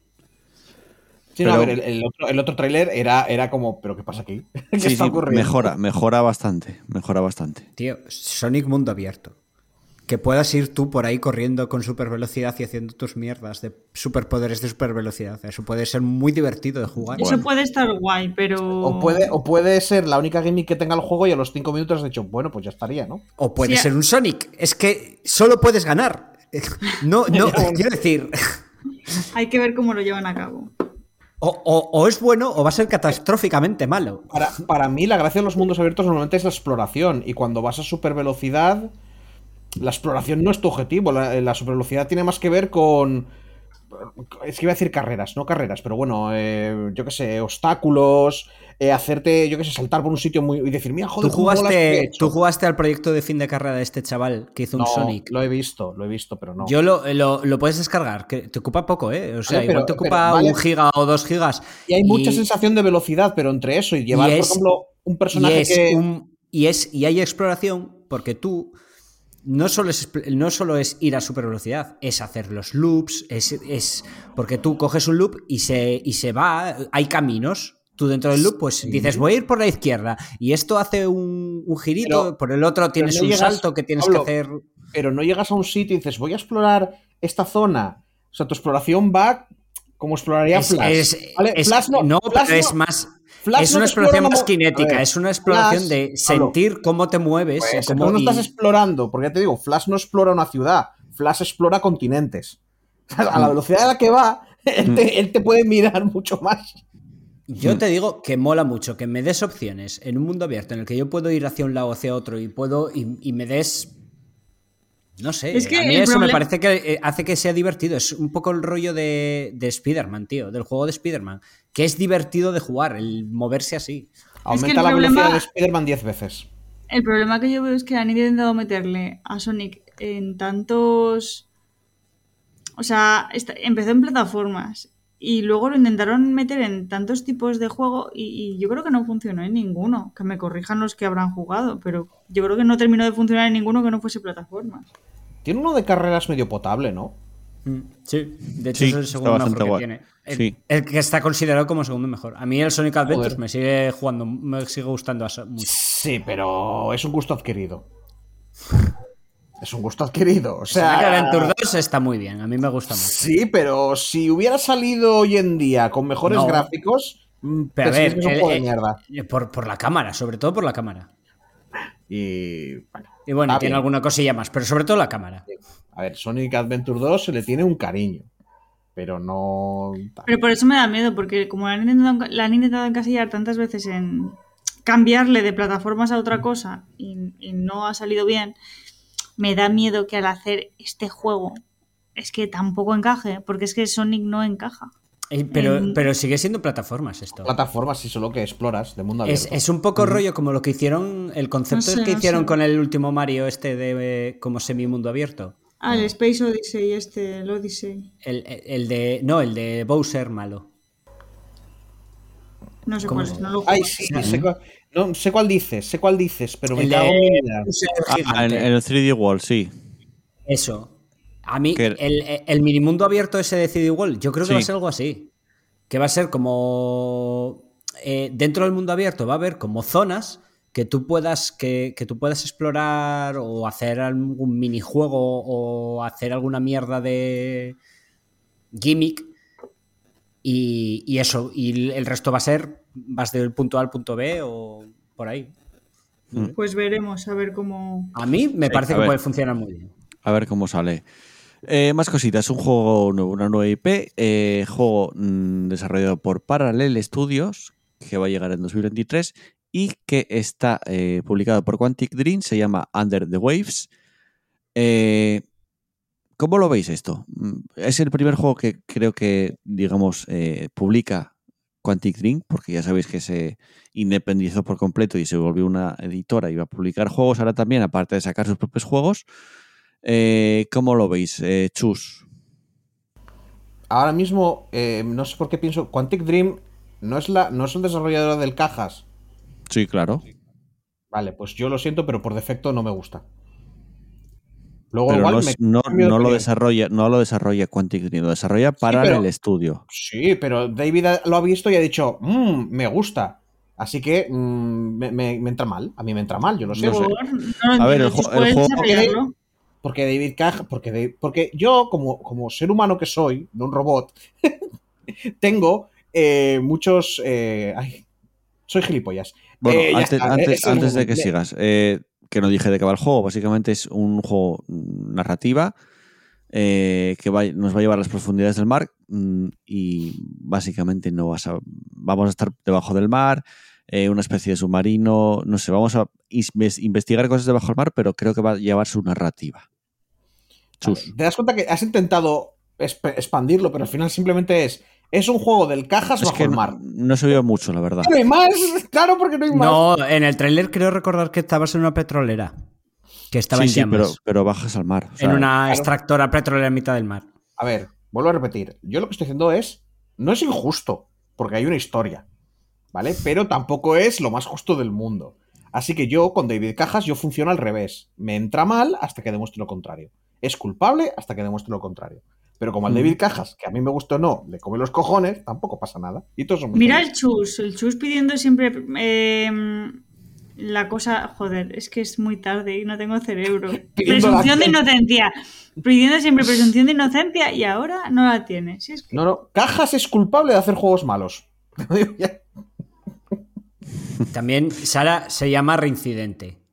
Sí, no, a Pero- ver, el, el otro, el otro tráiler era, era como, ¿pero qué pasa aquí? ¿Qué Sí, está sí, ocurriendo? mejora, mejora bastante. Mejora bastante. Tío, Sonic mundo abierto. Que puedas ir tú por ahí corriendo con super velocidad y haciendo tus mierdas de superpoderes de super velocidad. Eso puede ser muy divertido de jugar. Eso Bueno. puede estar guay, pero. O puede, o puede ser la única gimmick que tenga el juego y a los cinco minutos has dicho, bueno, pues ya estaría, ¿no? O puede Sí, ser un Sonic. Es que solo puedes ganar. No, no, quiero decir. Hay que ver cómo lo llevan a cabo. O, o- o es bueno o va a ser catastróficamente malo. Para, para mí, la gracia de los mundos abiertos normalmente es la exploración. Y cuando vas a super velocidad, la exploración no es tu objetivo. La, la super velocidad tiene más que ver con Es que iba a decir carreras, no carreras, pero bueno, eh, yo qué sé, obstáculos, eh, hacerte, yo qué sé, saltar por un sitio muy. Y decir, mira, joder, ¿Tú cómo mola esto que he jugaste, hecho. ¿Tú jugaste al proyecto de fin de carrera de este chaval que hizo No, un Sonic? lo he visto, lo he visto, pero no. Yo lo, lo, lo puedes descargar, que te ocupa poco, ¿eh? O sea, Vale, pero- igual te pero, ocupa vale. un giga o dos gigas. Y hay mucha sensación de velocidad, pero entre eso y llevar, y por es- ejemplo, un personaje y es que. un- y, es, y hay exploración porque tú no solo es, no solo es ir a super velocidad, es hacer los loops, es, es porque tú coges un loop y se, y se va, hay caminos. Tú dentro del loop, pues Sí. dices, voy a ir por la izquierda y esto hace un, un girito, Pero- por el otro tienes no un llegas- salto que tienes Pablo, que hacer. Pero no llegas a un sitio y dices, voy a explorar esta zona. O sea, tu exploración va como exploraría Es, Flash. es- ¿Vale? es- Flash no, no, Flash pero no- es más. Flash es no una te explora exploración más como- cinética, A ver, es una exploración Flash, de Pablo, sentir cómo te mueves. Pues, y cómo, entonces no y- estás explorando, porque ya te digo, Flash no explora una ciudad, Flash explora continentes. A la Mm. velocidad a la que va, él te, él te puede mirar mucho más. Yo te digo que mola mucho que me des opciones en un mundo abierto en el que yo puedo ir hacia un lado o hacia otro y puedo y, y me des. No sé, Es que a mí el eso me problema- parece que eh, hace que sea divertido. Es un poco el rollo de, de Spider-Man, tío, del juego de Spider-Man, que es divertido de jugar, el moverse así. Aumenta el la problema- velocidad de Spider-Man diez veces. El problema que yo veo es que han intentado meterle a Sonic en tantos... O sea, esta- empezó en plataformas y luego lo intentaron meter en tantos tipos de juego y, y yo creo que no funcionó en ninguno. Que me corrijan los que habrán jugado, pero yo creo que no terminó de funcionar en ninguno que no fuese plataformas. Tiene uno de carreras medio potable, ¿no? Sí, de hecho Sí, es el está segundo bastante mejor que guay. tiene. El, Sí. el que está considerado como segundo mejor. A mí el Sonic Adventures Joder. me sigue jugando, me sigue gustando a- mucho. Sí, pero es un gusto adquirido. Es un gusto adquirido. O Sonic sea, Adventure dos está muy bien, a mí me gusta mucho. sí, pero si hubiera salido hoy en día con mejores No. gráficos, mm, Pero a pensarías ver, que es un el- juego de eh, mierda. eh, por, por la cámara, sobre todo por la cámara. Y bueno, Y bueno, y está tiene bien. alguna cosilla más, pero sobre todo la cámara. A ver, Sonic Adventure dos se le tiene un cariño, pero no. Pero por eso me da miedo, porque como la han intentado, la han intentado encasillar tantas veces en cambiarle de plataformas a otra cosa y, y no ha salido bien, me da miedo que al hacer este juego es que tampoco encaje, porque es que Sonic no encaja. Eh, Pero, En- pero sigue siendo plataformas esto. Plataformas, sí, solo que exploras de mundo Es, abierto. es un poco rollo como lo que hicieron, el concepto No sé, es que no hicieron sé. con el último Mario este de eh, como semi-mundo abierto. Ah, el Space Odyssey este, el Odyssey. El, el de. No, el de Bowser malo. No sé ¿Cómo cuál se es, no lo Ay, juego. sí, sé cuál, no, sé cuál dices, sé cuál dices, pero me El cago en mi de. vida. Bowser Ah, gigante. en, en el tres D World, sí. Eso. A mí, Que- el, el minimundo abierto ese de C D World, yo creo que Sí. va a ser algo así. Que va a ser como. eh, dentro del mundo abierto va a haber como zonas que tú puedas, que, que tú puedas explorar o hacer algún minijuego o hacer alguna mierda de gimmick. Y, y eso. Y el resto va a ser. Vas del punto A al punto B o por ahí. Pues veremos, a ver cómo... A mí me Sí, parece a que ver. puede funcionar muy bien. A ver cómo sale. Eh, más cositas, un juego nuevo, una nueva I P, eh, juego mm, desarrollado por Parallel Studios, que va a llegar en dos mil veintitrés y que está eh, publicado por Quantic Dream, se llama Under the Waves. Eh, ¿Cómo lo veis esto? Mm, Es el primer juego que creo que, digamos, eh, publica Quantic Dream, porque ya sabéis que se independizó por completo y se volvió una editora y va a publicar juegos ahora también, aparte de sacar sus propios juegos. Eh, ¿Cómo lo veis, eh, Chus? Ahora mismo, eh, no sé por qué pienso, Quantic Dream no es, la, no es el desarrollador del Cajas. Sí, claro. Vale, pues yo lo siento, pero por defecto no me gusta. Luego Pero igual no, me es- no, cambio de no lo opinión. desarrolla, no lo desarrolla Quantic Dream, lo desarrolla Parallel pero- Studio. Sí, pero David lo ha visto y ha dicho, mmm, me gusta. Así que mm, me, me- me entra mal. A mí me entra mal, yo lo sé. No sé. Por- no lo A ver, el entiendo, ju- si el puedes juego- desarrollarlo. Porque David Cage, porque, de- porque yo, como, como ser humano que soy, no un robot, tengo eh, muchos. eh, ay, soy gilipollas. Bueno, Eh, ya antes, está, antes- eso es antes de un- que sigas, eh, que no dije de qué va el juego, básicamente es un juego mm, narrativa eh, que va- nos va a llevar a las profundidades del mar mm, y básicamente no vas a, vamos a estar debajo del mar, eh, una especie de submarino, no sé, vamos a is- investigar cosas debajo del mar, pero creo que va a llevar su narrativa. Chus. ¿Te das cuenta que has intentado esp- expandirlo, pero al final simplemente es. Es un juego del cajas Es bajo que el no, mar. no se vio mucho, la verdad. No hay más, claro, porque no hay más. No, en el tráiler creo recordar que estabas en una petrolera. Que estaba Sí, en sí, pero, llamas. pero bajas al mar. O sea, En una claro. extractora petrolera en mitad del mar. A ver, vuelvo a repetir. Yo lo que estoy diciendo es. No es injusto, porque hay una historia. ¿Vale? Pero tampoco es lo más justo del mundo. Así que yo, con David Cajas, yo funciono al revés. Me entra mal hasta que demuestre lo contrario. Es culpable hasta que demuestre lo contrario. Pero como al Mm. David Cajas, que a mí me gusta o no, le come los cojones, tampoco pasa nada. Y todos somos Mira el felices. Chus, el Chus pidiendo siempre eh, la cosa. Joder, es que es muy tarde y no tengo cerebro. Pidiendo Presunción la- de inocencia. Pidiendo siempre presunción de inocencia y ahora no la tiene. Si es que... No, no. Cajas es culpable de hacer juegos malos. También Sara se llama Reincidente.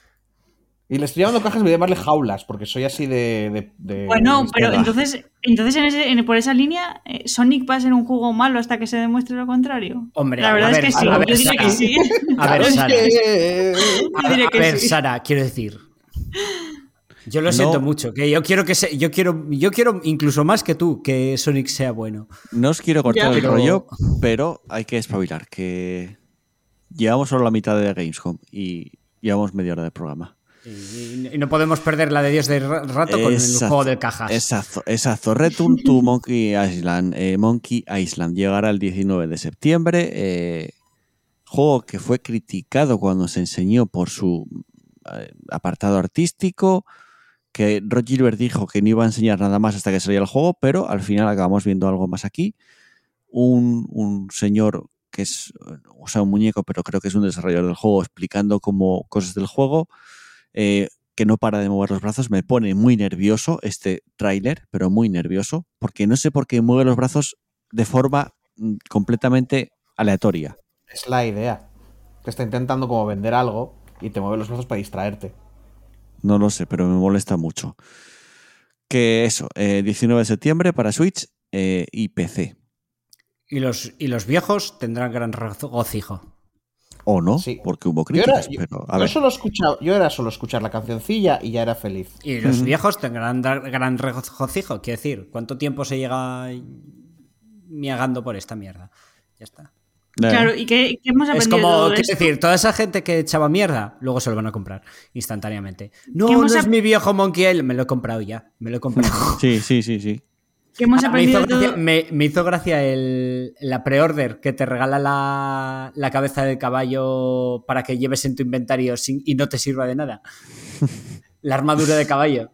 Y le estoy llamando cajas, voy a llamarle jaulas, porque soy así de. de- de- Bueno, de pero izquierda. entonces, entonces en ese, en- por esa línea, eh, Sonic va a ser un juego malo hasta que se demuestre lo contrario. Hombre, la verdad a es ver, que sí, a ver, yo diría Sara. que sí. A ver, Claro, es Sara. que- A, Yo diría a que ver, sí. Sara, quiero decir. Yo lo No. siento mucho, que yo quiero que se, yo quiero, yo quiero incluso más que tú que Sonic sea bueno. no os quiero cortar Ya, el pero- rollo, pero hay que espabilar, que llevamos solo la mitad de Gamescom y llevamos media hora de programa. Y, y no podemos perder la de Dios de ra- rato con el Exacto, juego de cajas. Exacto, exacto. Return to Monkey Island. Eh, Monkey Island llegará el diecinueve de septiembre. Eh, juego que fue criticado cuando se enseñó por su eh, apartado artístico. Que Rod Gilbert dijo que no iba a enseñar nada más hasta que saliera el juego, pero al final acabamos viendo algo más aquí. Un, un señor que es, o sea, un muñeco, pero creo que es un desarrollador del juego, explicando como cosas del juego. Eh, que no para de mover los brazos, me pone muy nervioso este tráiler, pero muy nervioso, porque no sé por qué mueve los brazos de forma mm, completamente aleatoria. Es la idea. Que está intentando como vender algo y te mueve los brazos para distraerte. No lo sé, pero me molesta mucho. Que eso, eh, diecinueve de septiembre para Switch eh, y P C. Y los, y los viejos tendrán gran regocijo. O no, Sí. porque hubo Yo, era, críticas, yo- pero a yo ver. solo escuchaba, yo era solo escuchar la cancioncilla y ya era feliz. Y los Ujú. viejos tendrán dar- gran regocijo. Quiero decir, ¿cuánto tiempo se llega miagando por esta mierda? Ya está. Eh, Claro, ¿y qué, qué hemos Es aprendido de como, todo quiero esto? decir, toda esa gente que echaba mierda, luego se lo van a comprar instantáneamente. No, ¿Qué no hemos es ap- mi viejo Monkey Island, me lo he comprado ya. Me lo he comprado. Sí, sí, sí, sí. ¿Qué hemos Ah, me, hizo aprendido de todo? gracia, me- me hizo gracia el, la pre-order que te regala la, la cabeza del caballo para que lleves en tu inventario sin- y no te sirva de nada. La armadura de caballo.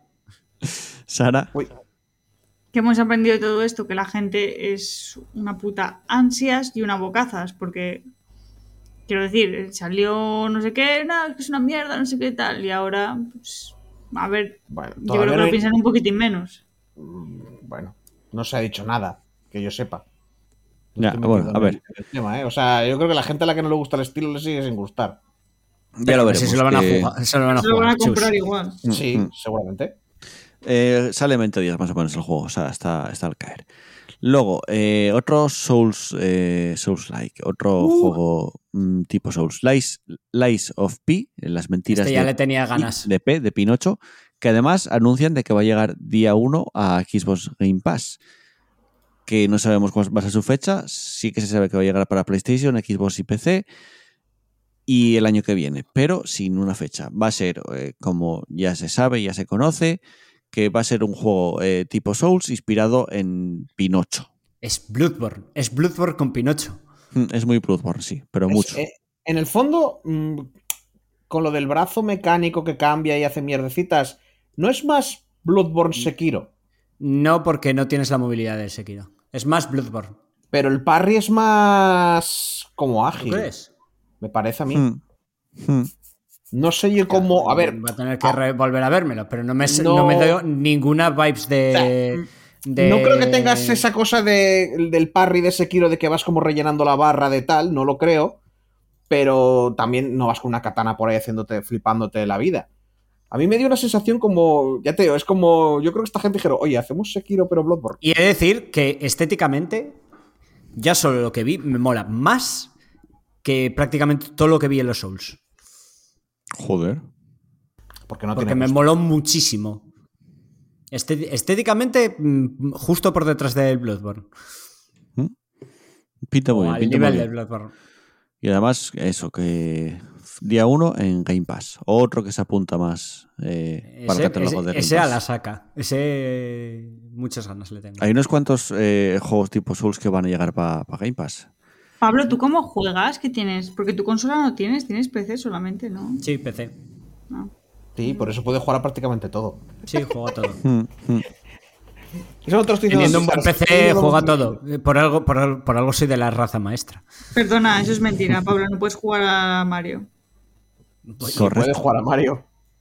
Sara, Uy, ¿Qué hemos aprendido de todo esto? Que la gente es una puta ansias y una bocazas, porque quiero decir, salió no sé qué, no, es que es una mierda, no sé qué tal, y ahora, pues, a ver, bueno, yo todavía creo que no lo hay- piensan un poquitín menos. bueno, no se ha dicho nada, que yo sepa. No Ya, estoy metido bueno, a en ver. el- en el tema, ¿eh? O sea, yo creo que la gente a la que no le gusta el estilo le sigue sin gustar. ya lo veremos. Si se lo van a que- jugar. Se lo van a, Se lo van jugar, a comprar chus. igual. Mm, Sí, mm. seguramente. Eh, sale en veinte días más o menos el juego, o sea, está, está al caer. Luego, eh, otro Souls, eh, Souls-like, otro Uh. juego mm, tipo Souls, Lies, Lies of P, las mentiras Este ya de, le tenía ganas. de P, de Pinocho, que además anuncian de que va a llegar día uno a Xbox Game Pass, que no sabemos cuál va a ser su fecha, sí que se sabe que va a llegar para PlayStation, Xbox y P C, y el año que viene, pero sin una fecha. Va a ser, eh, como ya se sabe, ya se conoce, que va a ser un juego eh, tipo Souls inspirado en Pinocho. Es Bloodborne. Es Bloodborne con Pinocho. Mm, Es muy Bloodborne, sí, pero Es- mucho. eh, en el fondo, mm, con lo del brazo mecánico que cambia y hace mierdecitas, ¿no es más Bloodborne Sekiro? No, porque no tienes la movilidad del Sekiro. Es más Bloodborne. Pero el parry es más como ¿Tú ágil. crees? Me parece a mí. Mm. Mm. No sé yo cómo. A ver, Va a tener que ah, re- volver a vérmelo, pero no me, No- no me doy ninguna vibes de, de- no creo que tengas esa cosa de, del parry de Sekiro de que vas como rellenando la barra de tal, no lo creo. Pero también no vas con una katana por ahí haciéndote, flipándote la vida. A mí me dio una sensación como. Ya te digo, es como. Yo creo que esta gente dijeron, oye, hacemos Sekiro pero Bloodborne. Y he de decir que estéticamente, ya solo lo que vi me mola más que prácticamente todo lo que vi en los Souls. Joder. Porque no Porque tiene me gusto. moló muchísimo. Estéti- estéticamente, mm, justo por detrás del Bloodborne. ¿Mm? Pinta muy O bien, al pinta muy nivel bien. del Bloodborne. Y además, eso, que día uno en Game Pass. Otro que se apunta más eh, para el Ese, catálogo ese, de Game ese a Pass. la saca. Ese muchas ganas le tengo. Hay unos cuantos eh, juegos tipo Souls que van a llegar para pa Game Pass. Pablo, ¿tú cómo juegas? ¿Qué tienes? Porque tu consola no tienes, tienes P C solamente, ¿no? Sí, P C. No. Sí, por eso puede jugar a prácticamente todo. Sí, juego a todo. Mm, mm. Eso otros Teniendo un buen P C, juego a todo. todo. Por algo, por, al- por algo soy de la raza maestra. Perdona, eso es mentira, Pablo, no puedes jugar a Mario. Pues, Sí, puede Correcto. jugar a Mario.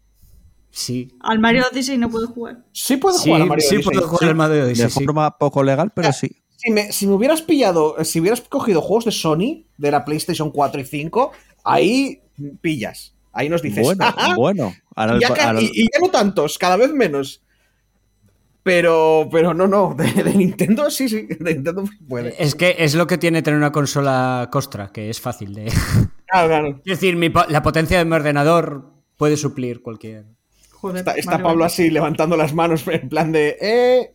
sí. Al Mario Odyssey no puedo jugar. Sí puede Sí, jugar a Mario sí Odyssey. puedo jugar al Mario De Odyssey, sí. forma poco legal, pero sí. Si me, si me hubieras pillado, si hubieras cogido juegos de Sony, de la PlayStation cuatro y cinco, ahí pillas. Ahí nos dices, Bueno, "Ajá". bueno. Ahora Y el- ya, ca- ahora el- y- y ya no tantos, cada vez menos. Pero, pero no, no, de, de Nintendo sí, sí, de Nintendo puede. Es que es lo que tiene tener una consola Costra, que es fácil de... Claro, claro. Es decir, mi po- la potencia de mi ordenador puede suplir cualquier... Joder. Está, está vale, Pablo vale. así levantando las manos en plan de, eh,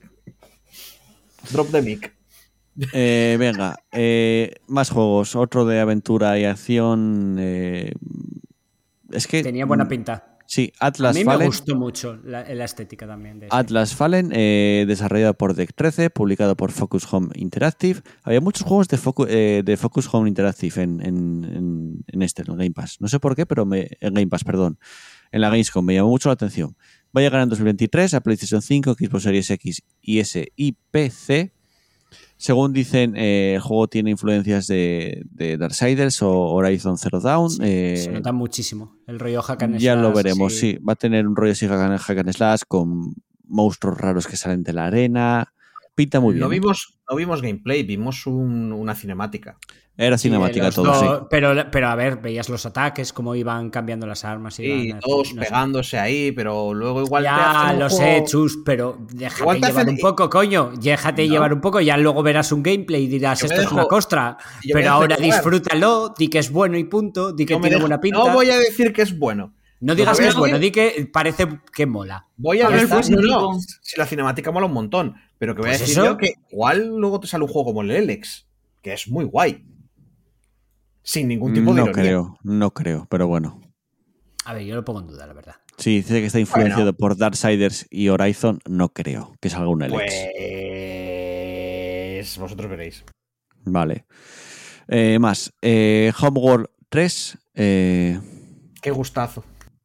drop the mic. Eh, venga, eh, más juegos. Otro de aventura y acción. eh, es que. Tenía buena pinta. Sí, A Atlas mí me Fallen. gustó mucho la, la estética también de este. Atlas Fallen, eh, desarrollado por Deck trece, publicado por Focus Home Interactive. Había muchos juegos de, Focu- eh, de Focus Home Interactive en, en, en, en este, en Game Pass. No sé por qué, pero me, en Game Pass, perdón. En la Gamescom me llamó mucho la atención. Va a llegar en dos mil veintitrés a PlayStation cinco, Xbox Series X y S y P C. Según dicen, eh, el juego tiene influencias de, de Darksiders o Horizon Zero Dawn. eh, Se nota muchísimo. El rollo hack and ya lo slash, veremos, así. sí. Va a tener un rollo así hack and, hack and slash con monstruos raros que salen de la arena. Pinta muy bien. No ¿eh? vimos, no vimos gameplay, vimos un- una cinemática. Era Sí, cinemática los todo, dos- sí. Pero, pero a ver, veías los ataques, cómo iban cambiando las armas. Sí, iban, todos no sé. pegándose ahí, pero luego igual te Ya hacen un lo juego- sé, Chus, pero déjate Igual te llevar hacen- un poco, coño. Déjate No. llevar un poco, ya luego verás un gameplay y dirás, Yo me esto es dejo- una costra. yo me Pero dejo ahora llevar. disfrútalo, di que es bueno y punto, di que No me tiene dejo- buena pinta. No voy a decir que es bueno. No digas voy que a es bueno, decir- di que parece que mola. Voy a A ver, decir, pues, no, tipo- no, si la cinemática mola un montón, pero que voy Pues a decir eso. yo que igual luego te sale un juego como el Elex, que es muy guay. Sin ningún tipo de No ironía. creo, no creo, pero bueno. A ver, yo lo pongo en duda, la verdad. Si dice que está influenciado Bueno. por Darksiders y Horizon, no creo que salga un Alex. Pues vosotros veréis. Vale. Eh, más. Eh, Homeworld tres. eh, Qué gustazo.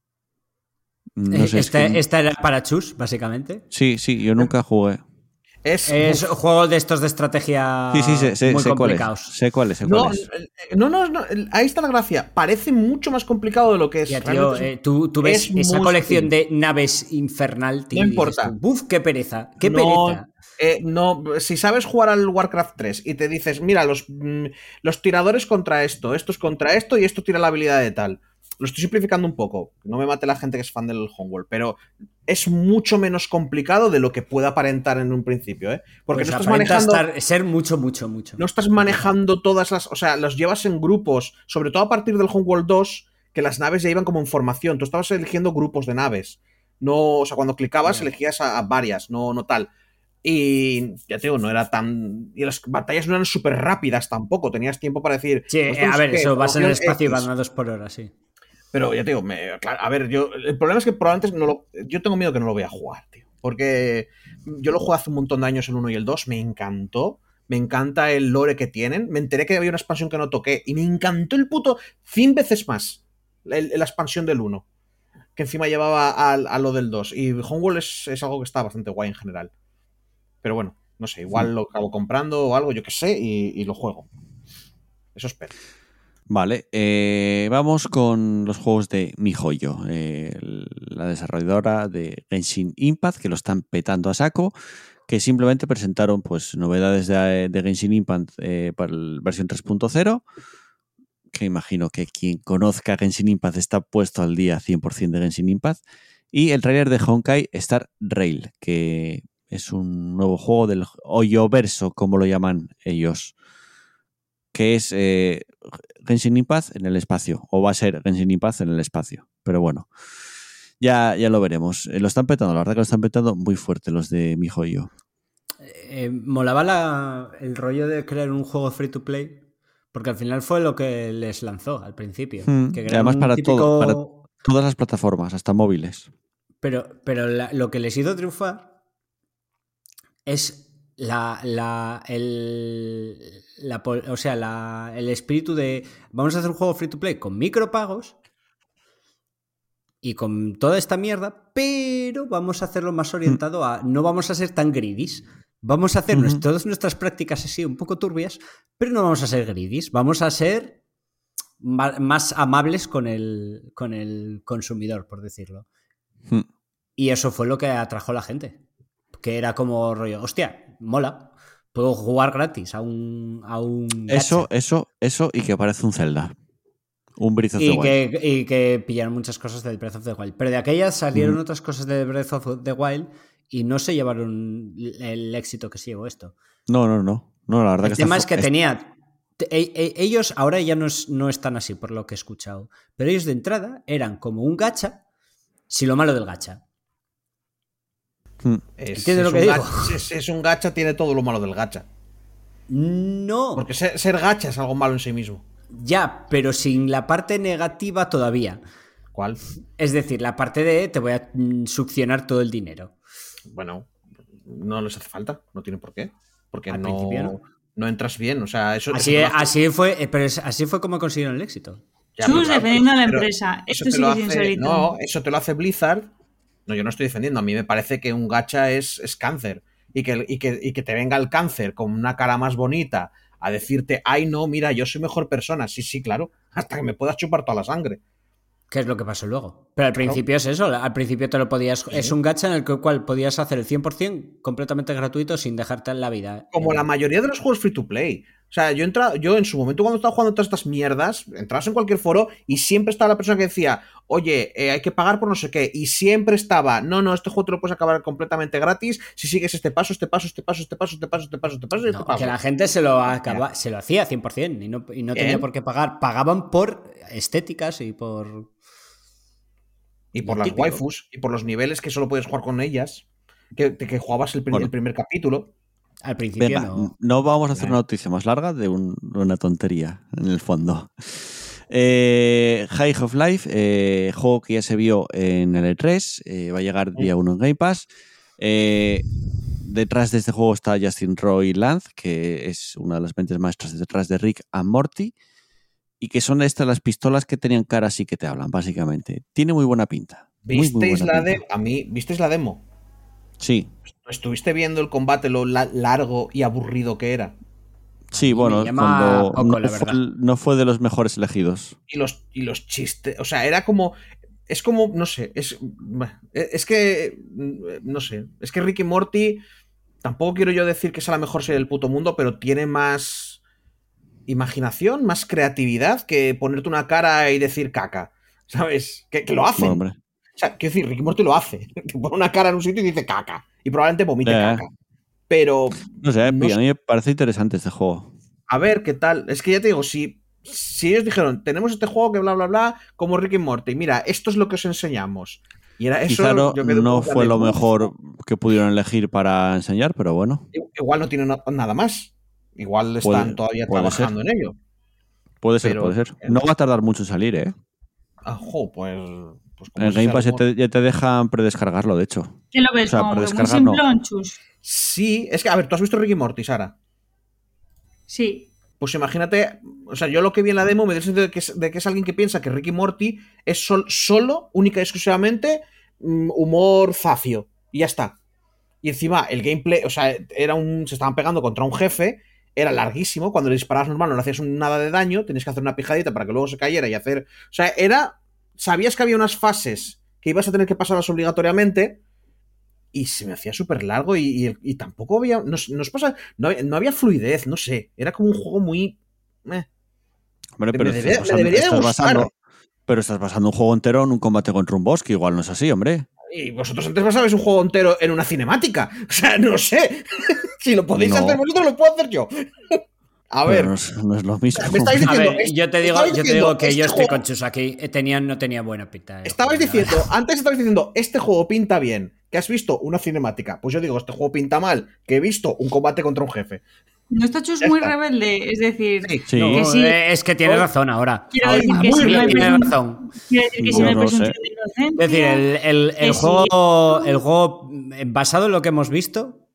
no Eh, sé. es esta, que- esta era para Chus, básicamente. Sí, sí, yo nunca jugué. Es, Es un juego de estos de estrategia Sí, sí, sé, sé, muy sé cuál es. complicados. Sé cuál es, sé No, cuál es. no, no, no, ahí está la gracia. Parece mucho más complicado de lo que es. Ya, tío, Realmente es- eh, tú, tú ves es esa muy colección sutil. de naves infernal, tío. No y dices importa. tú, Buf, qué pereza, qué no, pereza. eh, no, si sabes jugar al Warcraft tres y te dices, mira, los, mm, los tiradores contra esto, esto es contra esto y esto tira la habilidad de tal. Lo estoy simplificando un poco, no me mate la gente que es fan del Homeworld, pero es mucho menos complicado de lo que pueda aparentar en un principio, ¿eh? Porque Pues no estás aparenta manejando. estar- ser mucho, mucho, mucho. No estás manejando todas las. O sea, los llevas en grupos, sobre todo a partir del Homeworld dos, que las naves ya iban como en formación. Tú estabas eligiendo grupos de naves. No, o sea, cuando clicabas, Ya. elegías a, a varias, no, no tal. Y ya te digo, no era tan. Y las batallas no eran súper rápidas tampoco. Tenías tiempo para decir. Sí, pues eh, esto a es ver, que eso vas en el formación espacio y X. van a dos por hora, sí. Pero ya te digo, me- claro, a ver, yo. El problema es que probablemente no lo. Yo tengo miedo que no lo voy a jugar, tío. Porque yo lo jugué hace un montón de años el uno y el dos, me encantó. Me encanta el lore que tienen. Me enteré que había una expansión que no toqué. Y me encantó el puto cien veces más. La, la expansión del uno. Que encima llevaba a, a lo del dos. Y Homeworld es, es algo que está bastante guay en general. Pero bueno, no sé, igual lo acabo comprando o algo, yo que sé, y, y lo juego. Eso espero. Vale, eh, vamos con los juegos de MiHoYo, eh, la desarrolladora de Genshin Impact, que lo están petando a saco, que simplemente presentaron pues novedades de, de Genshin Impact eh, para la versión tres punto cero, que imagino que quien conozca Genshin Impact está puesto al día cien por ciento de Genshin Impact, y el trailer de Honkai Star Rail, que es un nuevo juego del Hoyoverso, como lo llaman ellos, que es eh, Genshin Impact en el espacio, o va a ser Genshin Impact en el espacio, pero bueno. Ya, ya lo veremos. Eh, lo están petando, la verdad que lo están petando muy fuerte los de mi hijo y yo. Eh, molaba la, el rollo de crear un juego free to play, porque al final fue lo que les lanzó al principio. Hmm. Que Y además un para típico... todo, para todas las plataformas, hasta móviles. Pero, pero la, lo que les hizo triunfar es la, la, el, la, o sea, la, el espíritu de vamos a hacer un juego free to play con micropagos y con toda esta mierda, pero vamos a hacerlo más orientado a no vamos a ser tan greedies. Vamos a hacer Uh-huh. todas nuestras prácticas así un poco turbias, pero no vamos a ser greedies. Vamos a ser más, más amables con el, con el consumidor, por decirlo. Hmm. Y eso fue lo que atrajo a la gente. Que era como rollo, hostia, mola. Puedo jugar gratis a un, a un Eso, gacha. eso, eso y que parece un Zelda. Un Breath of the Y Wild. que, y que pillaron muchas cosas del Breath of the Wild. Pero de aquellas salieron Mm. otras cosas de Breath of the Wild y no se llevaron el éxito que se llevó esto. No, no, no. No, la verdad El que tema está es que fu- tenía... te- e- e- Ellos ahora ya no, es- no están así, por lo que he escuchado. Pero ellos de entrada eran como un gacha, si lo malo del gacha. Hmm. Es, ¿Entiendes lo es que un digo? gacha- es, es un gacha, tiene todo lo malo del gacha. No. Porque ser, ser gacha es algo malo en sí mismo. Ya, pero sin la parte negativa todavía. ¿Cuál? Es decir, la parte de te voy a mm, succionar todo el dinero. Bueno, no les hace falta, no tiene por qué. Porque Al no, principio no. no entras bien. O sea, eso, Así, eso te lo hace- así fue, eh, pero es- así fue como consiguieron el éxito. Ya, Chus pero claro, defendiendo a la pero empresa. eso Esto te sí lo que es hace- insólito. No, eso te lo hace Blizzard. No, yo no estoy defendiendo. A mí me parece que un gacha es, es cáncer. Y que, y, que, y que te venga el cáncer con una cara más bonita a decirte, ay, no, mira, yo soy mejor persona. Sí, sí, claro. Hasta que me puedas chupar toda la sangre. ¿Qué es lo que pasó luego? Pero al principio es eso. Al principio te lo podías. Es un gacha en el cual podías hacer el cien por ciento completamente gratuito sin dejarte en la vida. Como la mayoría de los juegos free to play. O sea, yo, entra, yo en su momento cuando estaba jugando todas estas mierdas, entrabas en cualquier foro y siempre estaba la persona que decía, oye, eh, hay que pagar por no sé qué. Y siempre estaba, no, no, este juego te lo puedes acabar completamente gratis si sigues este paso, este paso, este paso, este paso, este paso, este paso, este paso y este No, paso. que la gente se lo, acaba, se lo hacía cien por ciento y no, y no tenía Bien. por qué pagar. Pagaban por estéticas y por. Y por lo las típico. waifus, y por los niveles que solo puedes jugar con ellas. Que, que jugabas el, prim- Bueno. el primer capítulo. Al principio Venga, no. no vamos a hacer Eh. una noticia más larga de un- una tontería, en el fondo. Eh, High of Life, eh, juego que ya se vio en el E tres, eh, va a llegar día uno en Game Pass. Eh, detrás de este juego está Justin Roy Lanz, que es una de las mentes maestras detrás de Rick and Morty, y que son estas las pistolas que tenían cara así que te hablan, básicamente. Tiene muy buena pinta. Muy, muy ¿Visteis buena la de pinta. a mí, ¿visteis la demo? Sí, ¿Estuviste viendo el combate, lo la- largo y aburrido que era? sí, mí bueno, me llama cuando poco, no, la fue, verdad. no fue de los mejores elegidos. Y los, y los chistes, o sea, era como, es como, no sé, es, es que, no sé, es que Rick y Morty, tampoco quiero yo decir que sea la mejor serie del puto mundo, pero tiene más imaginación, más creatividad que ponerte una cara y decir caca, ¿sabes? Que, que lo hacen. Bueno, hombre. O sea, quiero decir, Rick y Morty lo hace. Te pone una cara en un sitio y dice caca. Y probablemente vomite Eh. caca. Pero, No sé, No a sé. mí me parece interesante este juego. a ver qué tal. Es que ya te digo, si, si ellos dijeron, tenemos este juego que bla, bla, bla, como Rick y Morty, mira, esto es lo que os enseñamos. Y era eso. Quizá no, yo quedé no un poco fue de, lo "Uf, mejor que pudieron elegir para enseñar, pero bueno, Igual no tiene na- nada más. Igual están Puede- todavía puede trabajando en ello. puede ser, Pero- puede ser. No va a tardar mucho en salir, ¿eh? Ah, jo, pues. pues como En ese Game Pass ya rumor- te, ya te dejan predescargarlo, de hecho. ¿Qué lo ves? O sea, como para muy descargar, no. simplón, Chus. Sí, es que, a ver, tú has visto Rick y Morty, Sara. Sí. Pues imagínate, o sea, yo lo que vi en la demo me da el sentido de que es, de que es alguien que piensa que Rick y Morty es sol- solo, única y exclusivamente, mm, humor zafio. Y ya está. Y encima el gameplay, o sea, era un, se estaban pegando contra un jefe, era larguísimo, cuando le disparabas normal no le hacías un- nada de daño, tenías que hacer una pijadita para que luego se cayera y hacer... O sea, era... Sabías que había unas fases que ibas a tener que pasarlas obligatoriamente y se me hacía súper largo y, y- y tampoco había... No, no os pasa, no, no había fluidez, no sé. Era como un juego muy... eh. Hombre, Me pero debería- estás me basando, debería de estás gustar. basando- pero estás basando un juego entero en un combate contra un boss, que igual no es así, hombre. Y vosotros antes basabais un juego entero en una cinemática. O sea, no sé. Si lo podéis No. hacer vosotros, lo puedo hacer yo. A ver, Pero no es, no es lo mismo. Me estáis A diciendo, ver, es- yo te digo, estabais yo te diciendo, digo que este yo estoy juego- con Chus aquí. Tenía, no tenía buena pinta. el Estabais juego, la diciendo, verdad. antes estabais diciendo, este juego pinta bien, que has visto una cinemática. Pues yo digo, este juego pinta mal, que he visto un combate contra un jefe. No está Chus Ya muy está. rebelde, es decir, Sí. Sí. No, que sí. eh, es que tienes razón ahora. quiero Ay, decir que muy si no bien, hay tienes presun- razón. quiero decir que si Yo no hay no sé. presunción de inocencia. Es decir, el, el- el que sí. juego, el juego eh, basado en lo que hemos visto.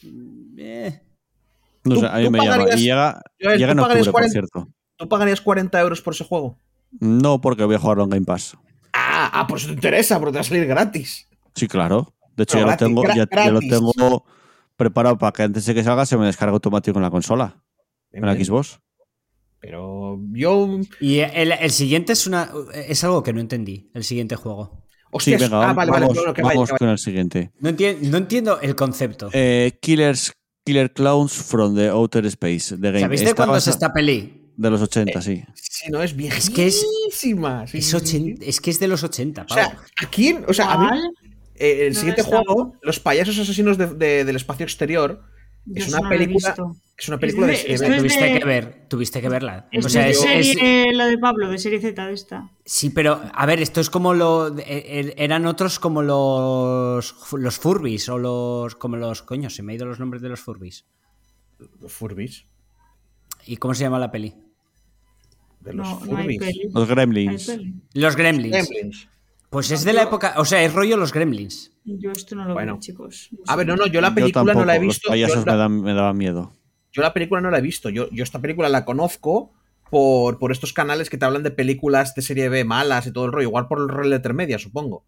eh, No Tú- sé, a mí tú me llama. pagarías- Y llega, Joel, llega ¿tú en pagarías octubre, por cuarenta? cierto. ¿Tú pagarías cuarenta euros por ese juego? No, porque voy a jugarlo en Game Pass. Ah, ah, por eso te interesa, porque te va a salir gratis. Sí, claro. De hecho, Pero ya, gratis, lo tengo, gra- ya, ya lo gratis. tengo preparado para que antes de que salga se me descargue automático en la consola. En la Xbox. Pero yo. y el, el siguiente es una es algo que no entendí. El siguiente juego. Hostias, sí, venga, ah, vamos, vale, vale, vamos, bueno, que vaya, vamos que vaya. con el siguiente. No, enti- no entiendo el concepto. Eh, Killers, Killer Clowns from the Outer Space. De Game. ¿Sabéis de Está cuándo es basa- esta peli? De los ochenta, sí. Si no, es Es que es- viejísima. Sí, Es, sí, sí, ochen- sí. es que es de los ochenta, O pavo. sea, aquí, o sea, a mí, ¿Cuál? eh, el No siguiente está. juego, Los payasos asesinos de- de- del espacio exterior, Yo es eso una no lo he película. visto. Es una película de Es de- serie esto B. es tuviste de- que ver, tuviste que verla. Esto O sea, es es, de es- serie, la de Pablo, de serie Z de esta. sí, pero a ver, esto es como lo eh, eh, eran otros como los los Furbies o los como los coño, se me han ido los nombres de los Furbies. Furbies. ¿Y cómo se llama la peli? De los No, no hay Furbies. peli. Los Hay Gremlins. peli. Los Gremlins. Gremlins. Pues es de la época, o sea, es rollo los Gremlins. Yo esto no lo Bueno. veo, chicos. A ver, no, no, yo la Yo película tampoco. no la he Los visto. Yo payasos la, me, dan, me daban miedo. yo la película no la he visto. Yo, yo esta película la conozco por, por estos canales que te hablan de películas de serie B malas y todo el rollo. Igual por el Red Letter Media, supongo.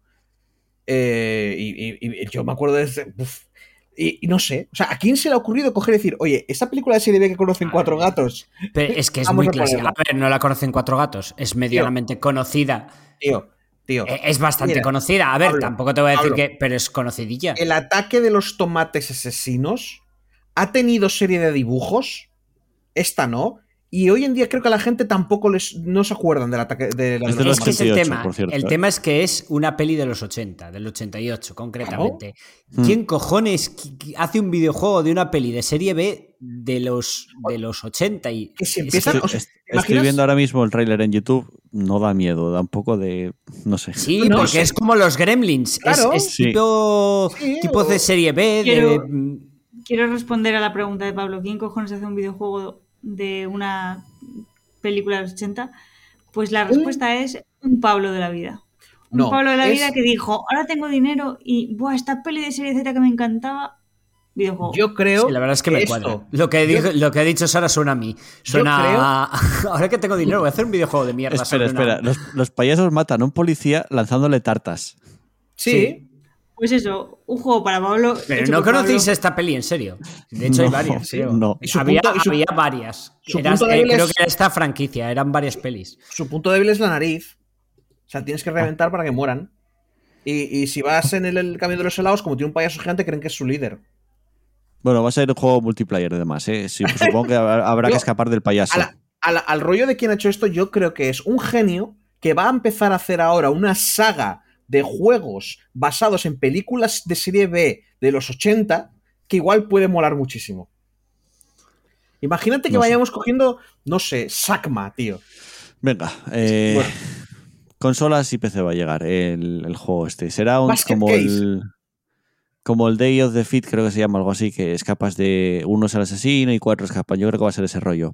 Eh, y, y- y yo me acuerdo de ese. Uf. Y, y no sé. O sea, ¿a quién se le ha ocurrido coger y decir, oye, esa película de serie B que conocen cuatro gatos? Pero es que es Vamos muy a clásica. ponerla. A ver, no la conocen cuatro gatos, es medianamente conocida. Tío, tío. Eh, Es bastante Mira, conocida. A ver, Pablo, tampoco te voy a decir Pablo. que, pero es conocidilla. El ataque de los tomates asesinos ha tenido serie de dibujos. Esta no. Y hoy en día creo que a la gente tampoco les, no se acuerdan del ataque de la Es de Es los que es el ochenta y ocho, tema. por cierto, el ¿eh? tema es que es una peli de los ochenta, del ochenta y ocho concretamente. Hmm. ¿Quién cojones qui- qui- hace un videojuego de una peli de serie B de los, de los ochenta? Y, Que si es empiezan- que- o sea, Est- ¿te imaginas? Estoy viendo ahora mismo el tráiler en YouTube. No da miedo, da un poco de. No sé. sí, No, porque sí. es como los Gremlins. Claro. es es Sí. tipo, Sí, tipo o- de serie B. Quiero- de, mm, Quiero responder a la pregunta de Pablo. ¿Quién cojones hace un videojuego de una película de los ochenta? Pues la respuesta es un Pablo de la vida. Un No, Pablo de la es- vida que dijo, ahora tengo dinero y, buah, esta peli de serie Z que me encantaba, videojuego. Yo creo. Sí, la verdad es que me esto- cuadra. Lo que, yo- dijo- lo que ha dicho Sara suena a mí. Suena a- Ahora que tengo dinero, voy a hacer un videojuego de mierda. Espera, sobre una- espera. Los, los payasos matan a un policía lanzándole tartas. Sí. Sí. Pues eso, un juego para Pablo. Pero hecho no por conocéis Pablo. esta peli, en serio. De hecho, hay No, varias, creo. no. Y su había, punto- y su- había varias. su Era- punto eh, débil creo es- que era esta franquicia, eran varias pelis. Su punto débil es la nariz. O sea, tienes que reventar para que mueran. Y, y si vas en el, el camión de los helados, como tiene un payaso gigante, creen que es su líder. Bueno, va a ser un juego multiplayer además, ¿eh? Sí, pues supongo que habrá habrá Yo- que escapar del payaso. A la- a la- al rollo de quien ha hecho esto, yo creo que es un genio que va a empezar a hacer ahora una saga de juegos basados en películas de serie B de los ochenta que igual puede molar muchísimo. Imagínate que No sé. vayamos cogiendo, no sé, Sakma, tío. Venga, eh, Bueno. consolas y P C va a llegar el, el juego este. Será un, Basket como Case. el como el Day of the Fit, creo que se llama algo así, que escapas de uno es el asesino y cuatro escapan. Yo creo que va a ser ese rollo.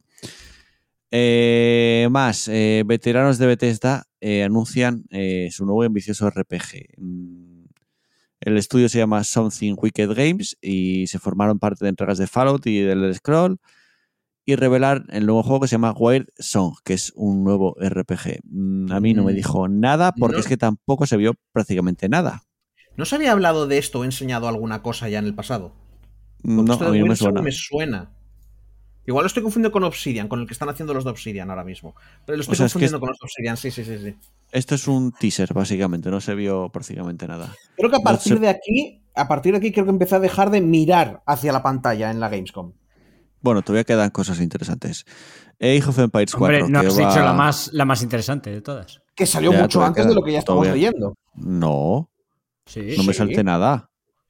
Eh, más, eh, veteranos de Bethesda eh, anuncian eh, su nuevo y ambicioso R P G. Mm, El estudio se llama Something Wicked Games y se formaron parte de entregas de Fallout y del Elder Scroll y revelar el nuevo juego que se llama Wild Song, que es un nuevo R P G. Mm, A mí no me Mm, dijo nada porque no. es que tampoco se vio prácticamente nada. ¿No se había hablado de esto o enseñado alguna cosa ya en el pasado? Porque No, esto a de mí no me Wilson suena. me suena. Igual lo estoy confundiendo con Obsidian, con el que están haciendo los de Obsidian ahora mismo. Pero lo estoy O sea, es que confundiendo es- con los de Obsidian, sí, sí, sí, sí. Esto es un teaser, básicamente. No se vio prácticamente nada. Creo que a No partir sé. de aquí, a partir de aquí creo que empecé a dejar de mirar hacia la pantalla en la Gamescom. Bueno, todavía quedan cosas interesantes. Age of Empires Hombre, cuatro. no que has va- dicho la más, la más interesante de todas. Que salió Ya, mucho todavía antes queda- de lo que ya estamos todavía- leyendo. No, Sí. no me Sí. salté nada.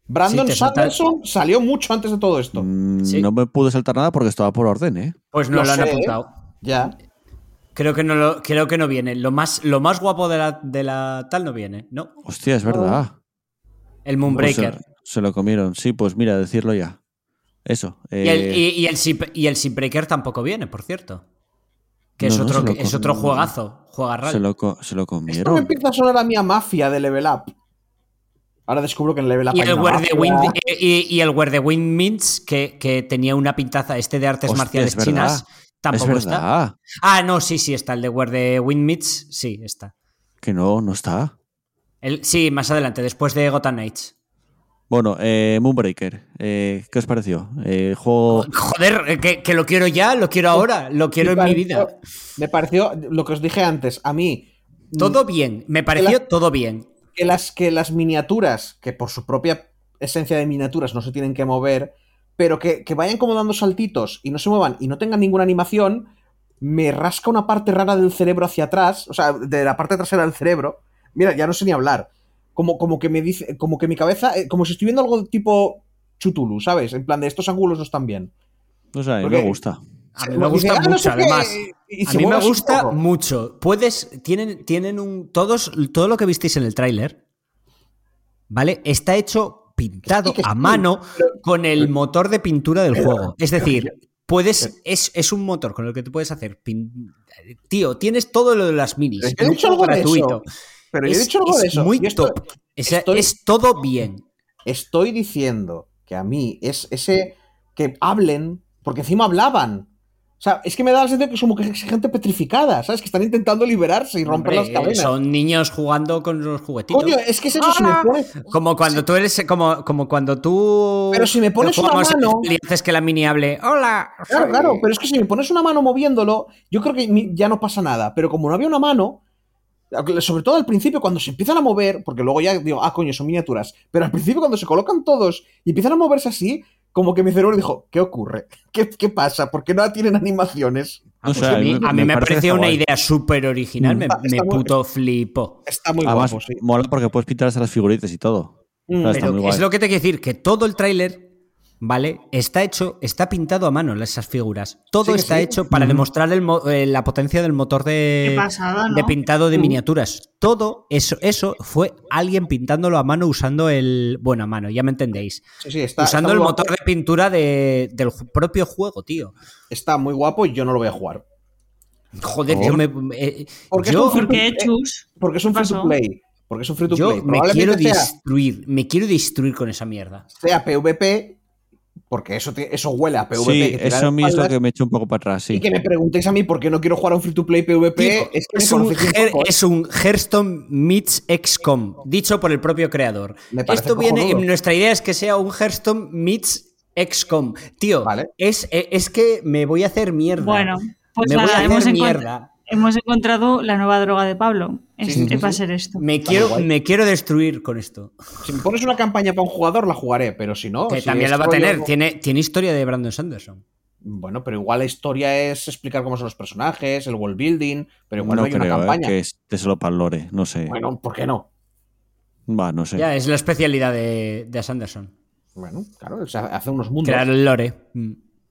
Brandon Sí, te saltas- Sanderson salió mucho antes de todo esto. Mm, Sí. No me pude saltar nada porque estaba por orden, ¿eh? Pues no Lo lo, han sé, apuntado. Ya. Creo que no, lo, creo que no viene. Lo más, lo más guapo de la, de la tal no viene, ¿no? Hostia, es verdad. El Pues Moonbreaker. se, se lo comieron. Sí, pues mira, decirlo ya. Eso. Y, el, eh, y, y el, Ship- y el Shipbreaker tampoco viene, por cierto. Que No, es, no, otro, se lo que- es com- otro juegazo. Juega se, raro. lo, co- se lo Esto me comieron. empieza a sonar a mí a Mafia de Level Up. Ahora descubro que en Level Up Y hay el, una Where the mafia. Wind, y, y el Where the Wind Meets, que, que tenía una pintaza este de artes Hostia, marciales es verdad. chinas, tampoco es está. verdad. Ah, no, sí, sí está. El de Where the Wind Meets, sí, está. Que no, no está. El, sí, más adelante, después de Gotham Knights. Bueno, eh, Moonbreaker, eh, ¿qué os pareció? Eh, juego... Joder, que, que lo quiero ya, lo quiero ahora, lo quiero Me en mi pareció- vida. Me pareció lo que os dije antes. A mí. Todo bien, me pareció la- todo bien. que las, que las miniaturas, que por su propia esencia de miniaturas no se tienen que mover, pero que, que vayan como dando saltitos y no se muevan y no tengan ninguna animación, me rasca una parte rara del cerebro hacia atrás, o sea, de la parte trasera del cerebro. Mira, ya no sé ni hablar. Como, como que me dice, como que mi cabeza, eh, como si estoy viendo algo tipo Chutulu, ¿sabes? En plan de estos ángulos no están bien. No sé, a mí Porque- me gusta. A mí me Dice, gusta "Ah, no mucho, sé qué", además. y A se mí me mueve así un gusta poco. mucho. Puedes, tienen, tienen un. Todos, todo lo que visteis en el tráiler, ¿vale? Está hecho pintado Sí, que a sí, mano pero- con el motor de pintura del juego. Es decir, pero- puedes. Es, es un motor con el que tú puedes hacer. pin- Tío, tienes todo lo de las minis. Pero yo en he un dicho juego algo de gratuito. eso. Pero yo he Es, dicho algo es de eso. muy Yo estoy- top. O sea, estoy- es todo bien. Estoy diciendo que a mí es ese que hablen, porque encima hablaban. O sea, es que me da la sensación que es como que es gente petrificada, ¿sabes? Que están intentando liberarse y romper Hombre, las cadenas. son niños jugando con los juguetitos. Coño, es que es eso, si me pones... Como cuando tú eres como, como cuando tú Pero si me pones una jugamos mano- y haces que la mini hable. Hola. Claro, soy-". claro, pero es que si me pones una mano moviéndolo, yo creo que mi- ya no pasa nada. Pero como no había una mano, sobre todo al principio, cuando se empiezan a mover, porque luego ya digo, ah, coño, son miniaturas. Pero al principio, cuando se colocan todos y empiezan a moverse así, como que mi cerebro dijo, ¿qué ocurre? ¿Qué, qué pasa? ¿Por qué no tienen animaciones? No Pues sé, a mí, a mí me, parece que pareció está una guay. idea súper original. Me, Está- está me muy- puto flipó. Está muy Además, guapo, sí. mola porque puedes pintar hasta las figuritas y todo. Mm. Claro, está Pero muy guay. es lo que te quiero decir, que todo el tráiler, ¿vale? Está hecho, está pintado a mano esas figuras. Todo Sí que está sí. hecho para demostrar el mo- eh, la potencia del motor de, Qué pasada, ¿no? de pintado de Mm. miniaturas. Todo eso, eso fue alguien pintándolo a mano usando el. Bueno, a mano, ya me entendéis. Sí, sí, está, usando está el muy motor guapo. de pintura de- del ju- propio juego, tío. Está muy guapo y yo no lo voy a jugar. Joder, ¿Por? yo me. eh, Porque yo, es un ¿Por qué, Eh, Chus? Porque es un ¿Qué free to pasó? play. Porque es un free to yo play. me quiero Probablemente sea, destruir. Me quiero destruir con esa mierda. sea PvP, porque eso, te- eso huele a PvP. Sí, que tirar eso a mí es lo espaldas, que me echa un poco para atrás, sí. Y que me preguntéis a mí por qué no quiero jugar a un free to play PvP. Tío, es que es, me un conocéis un Her- poco, ¿eh? es un Hearthstone meets X COM, dicho por el propio creador. Me parece Esto viene, cojonudo. nuestra idea es que sea un Hearthstone meets X COM. Tío, Vale. es, es que me voy a hacer mierda. Bueno, pues me voy nada, a hemos, hacer encont- mierda. hemos encontrado la nueva droga de Pablo. Es, Sí, sí, va a sí. ser esto. Me Está quiero, muy guay. me quiero destruir con esto. Si me pones una campaña para un jugador, la jugaré, pero si no. Que si también es la va a rollo- tener. Tiene, tiene historia de Brandon Sanderson. Bueno, pero igual la historia es explicar cómo son los personajes, el world building, pero igual no, no hay una creo, eh, campaña. que esté solo para el lore, no sé. Bueno, ¿por qué no? Va, no sé. Ya, es la especialidad de, de Sanderson. Bueno, claro, o sea, hace unos mundos. Crear el lore. Mm.